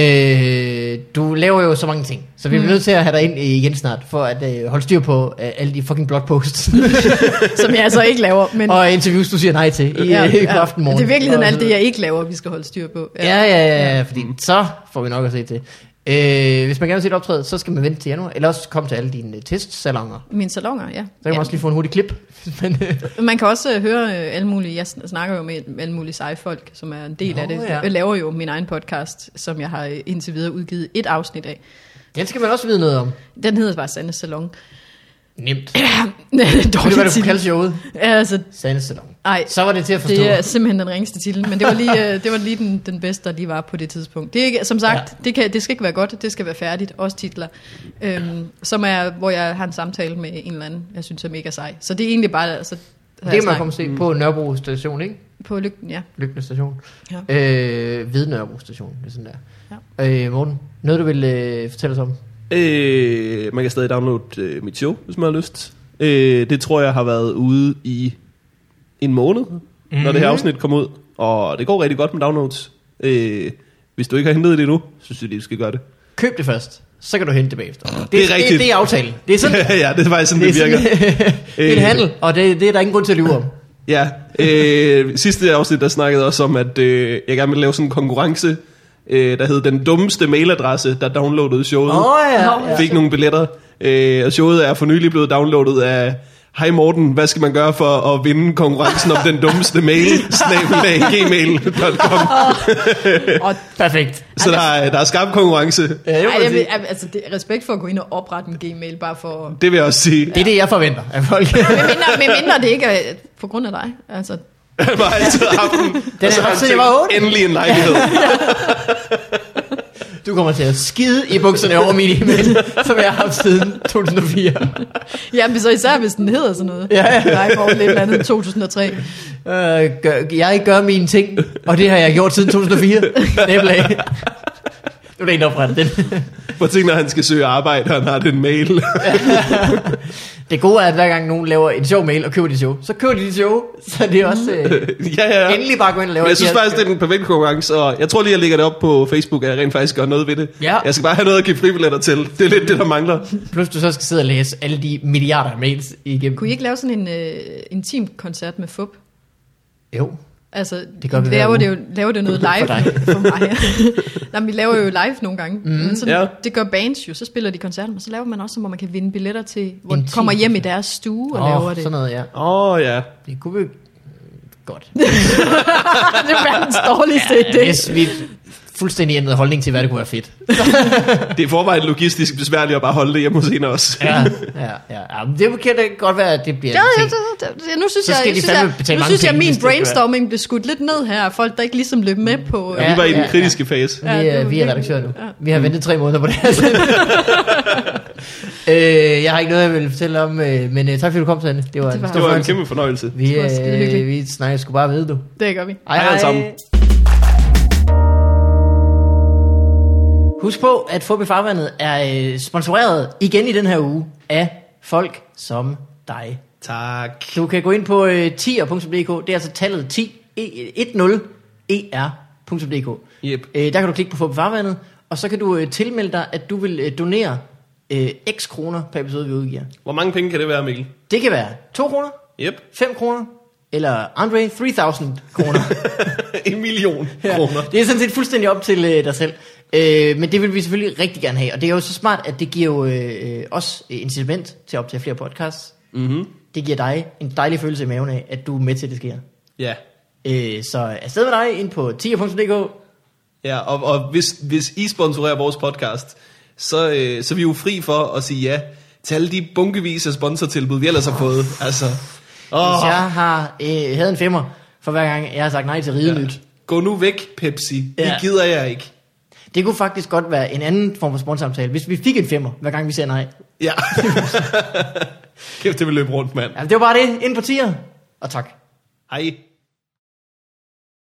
Øh, du laver jo så mange ting, så vi bliver Mm. nødt til at have dig ind igen snart, for at øh, holde styr på øh, alle de fucking blogposts Som jeg altså ikke laver. Men og interviews, du siger nej til i, ja, ja. på aftenmorgen. Det er i virkeligheden Og alt så det, videre. jeg ikke laver, vi skal holde styr på. Ja, ja, ja, ja, fordi så får vi nok at se til. Øh, hvis man gerne vil se et optræde, så skal man vente til januar, eller også komme til alle dine testsalonger. Mine salonger, ja. Så kan man ja. også lige få en hurtig klip. Men, øh, Man kan også uh, høre uh, alle mulige, jeg sn- snakker jo med alle mulige seje folk, som er en del Nå, af det. ja. Jeg laver jo min egen podcast, som jeg har uh, indtil videre udgivet et afsnit af. den skal man også vide noget om. Den hedder bare Sandes Salon. Nemt. Dårlig Ved du, hvad du kunne titel. kalde showet? Ja, altså, Sandes Salon. ej, Så var det til at forstå. det er simpelthen den ringeste titel, men det var lige, øh, det var lige den, den bedste, der lige var på det tidspunkt. Det er ikke, som sagt, ja. det, kan, det skal ikke være godt, det skal være færdigt, også titler, øhm, som er, hvor jeg har en samtale med en eller anden, jeg synes er mega sej. Så det er egentlig bare, altså, Det kan man komme og se på Nørrebro station, ikke? på lygten, ja. Lygten station. Ja. Øh, ved Nørrebro station, det er sådan der. Ja. Øh, Morten, noget du vil øh, fortælle os om? Øh, man kan stadig downloade øh, mit show, hvis man har lyst. Øh, det tror jeg har været ude i en måned, mm-hmm. når det her afsnit kommer ud. Og det går rigtig godt med downloads. Øh, hvis du ikke har hentet det endnu, så synes jeg, du skal gøre det. Køb det først, så kan du hente det bagefter. Det, Det er rigtigt. Det, det er aftalen. Det er sådan, ja, det er faktisk sådan, det, det, er det virker. sådan, det er en handel, og det, det er der ingen grund til at lyve om. Ja, øh, sidste afsnit, der snakkede også om, at øh, jeg gerne ville lave sådan en konkurrence, øh, der hed den dummeste mailadresse, der downloadede showet. Åh oh, ja, ja. Fik nogle billetter, øh, og showet er for nylig blevet downloadet af Hej Morten, hvad skal man gøre for at vinde konkurrencen om den dummeste mail, snabel-a gmail punktum com. Og, Perfekt. Så der er, der er skarp konkurrence. Ja, det, må ej, man jeg vil, sige. altså, det, respekt for at gå ind og oprette en Gmail, bare for... Det vil jeg også sige. Det er det, jeg forventer af folk. Med mindre, med mindre det ikke er på grund af dig, altså... Jeg har altid haft den. Den og så har har haft jeg siden jeg var tænkt, otte. endelig en lejlighed. Du kommer til at skide i bukserne over min e-mail, som jeg har haft siden to tusind og fire. Ja, men så især hvis den hedder sådan noget. Ja, ja. Nej, hvor lidt eller andet to tusind og tre. Øh, gør, jeg gør mine ting, og det har jeg gjort siden to tusind og fire. Næblag. Nu er det en, der opretter den. Prøv at tænke, når han skal søge arbejde, og han har den mail. Det gode er, at hver gang nogen laver en sjov mail og køber de show, så køber de de show, så det er også øh, ja, ja. endelig bare gå ind og lave Men jeg synes de her- faktisk, det er den perfekte konkurrence, og jeg tror lige, jeg lægger det op på Facebook, at jeg rent faktisk gør noget ved det. Ja. Jeg skal bare have noget at give fribilletter til. Det er lidt det, der mangler. Plus du så skal sidde og læse alle de milliarder af mails igennem. Kunne I ikke lave sådan en øh, intim koncert med fup? Jo. Altså, Det gør vi laver hver det, uge. jo, laver det noget live For dig. for mig. Nej, men vi laver jo live nogle gange. Mm, men sådan, ja. Det gør bands jo, så spiller de koncerter, men så laver man også, hvor man kan vinde billetter til, hvor Intim de kommer hjem i deres stue og Åh, laver det. sådan noget, ja. Åh, oh, ja. Det kunne vi Godt. Det er verdens dårligste Ja, idé. hvis vi fuldstændig ændret holdning til, hvad det kunne være fedt. Det er forvejen logistisk besværligt at bare holde det hjemme hos en af os. Ja, ja, ja. ja men det kan da godt være, at det bliver Ja, en ja, ting. det, det, det, nu synes Så jeg, skal jeg, de synes, fandme jeg, betale nu mange synes jeg, penge, min hvis det gør. brainstorming blev skudt lidt ned her. Folk, der ikke ligesom løb med på... Ja, vi var i den ja, kritiske fase. Vi, Ja, det er, var vi er virkelig- redaktører nu. ja. Vi har ventet tre måneder på det her. øh, jeg har ikke noget, jeg vil fortælle om, øh, men øh, tak fordi du kom, Sanne. Det var, Det en var- stor Det var en fornøjelse. kæmpe fornøjelse. Vi, Det var skide øh, hyggeligt. vi snakker sgu bare ved, du. Det gør vi. Hej alle sammen. Husk på, at Fubi Farvandet er øh, sponsoreret igen i den her uge af folk som dig. Tak. Du kan gå ind på øh, tier punktum d k. Det er altså tallet ti, ti er punktum d k. Yep. Øh, der kan du klikke på Fubi Farvandet, og så kan du øh, tilmelde dig, at du vil øh, donere øh, x kroner per episode, vi udgiver. Hvor mange penge kan det være, Mikkel? Det kan være to kroner, Yep. fem kroner, eller Andre, tre tusind kroner. En million Ja, kroner. det er sådan set fuldstændig op til øh, dig selv. Øh, men det vil vi selvfølgelig rigtig gerne have. Og det er jo så smart, at det giver jo øh, os øh, incitament til at optage flere podcasts. Mhm. Det giver dig en dejlig følelse i maven af, at du er med til, at det sker. Ja. Øh, så afsted med dig ind på tier punktum d k. Ja, og, og hvis, hvis I sponsorerer vores podcast, så, øh, så er vi jo fri for at sige ja til alle de bunkevis af sponsortilbud, vi ellers har fået. Altså, åh, Hvis jeg har øh, havde en femmer for hver gang, jeg har sagt nej til Ridenyt. ja. Gå nu væk, Pepsi. Det Ja. gider jeg ikke. Det kunne faktisk godt være en anden form for sponsorsamtale, hvis vi fik en femmer, hver gang vi siger nej. Ja. Kæft, det vil løbe rundt, mand. Ja, det var bare det. Ind på tier. Og tak. Hej.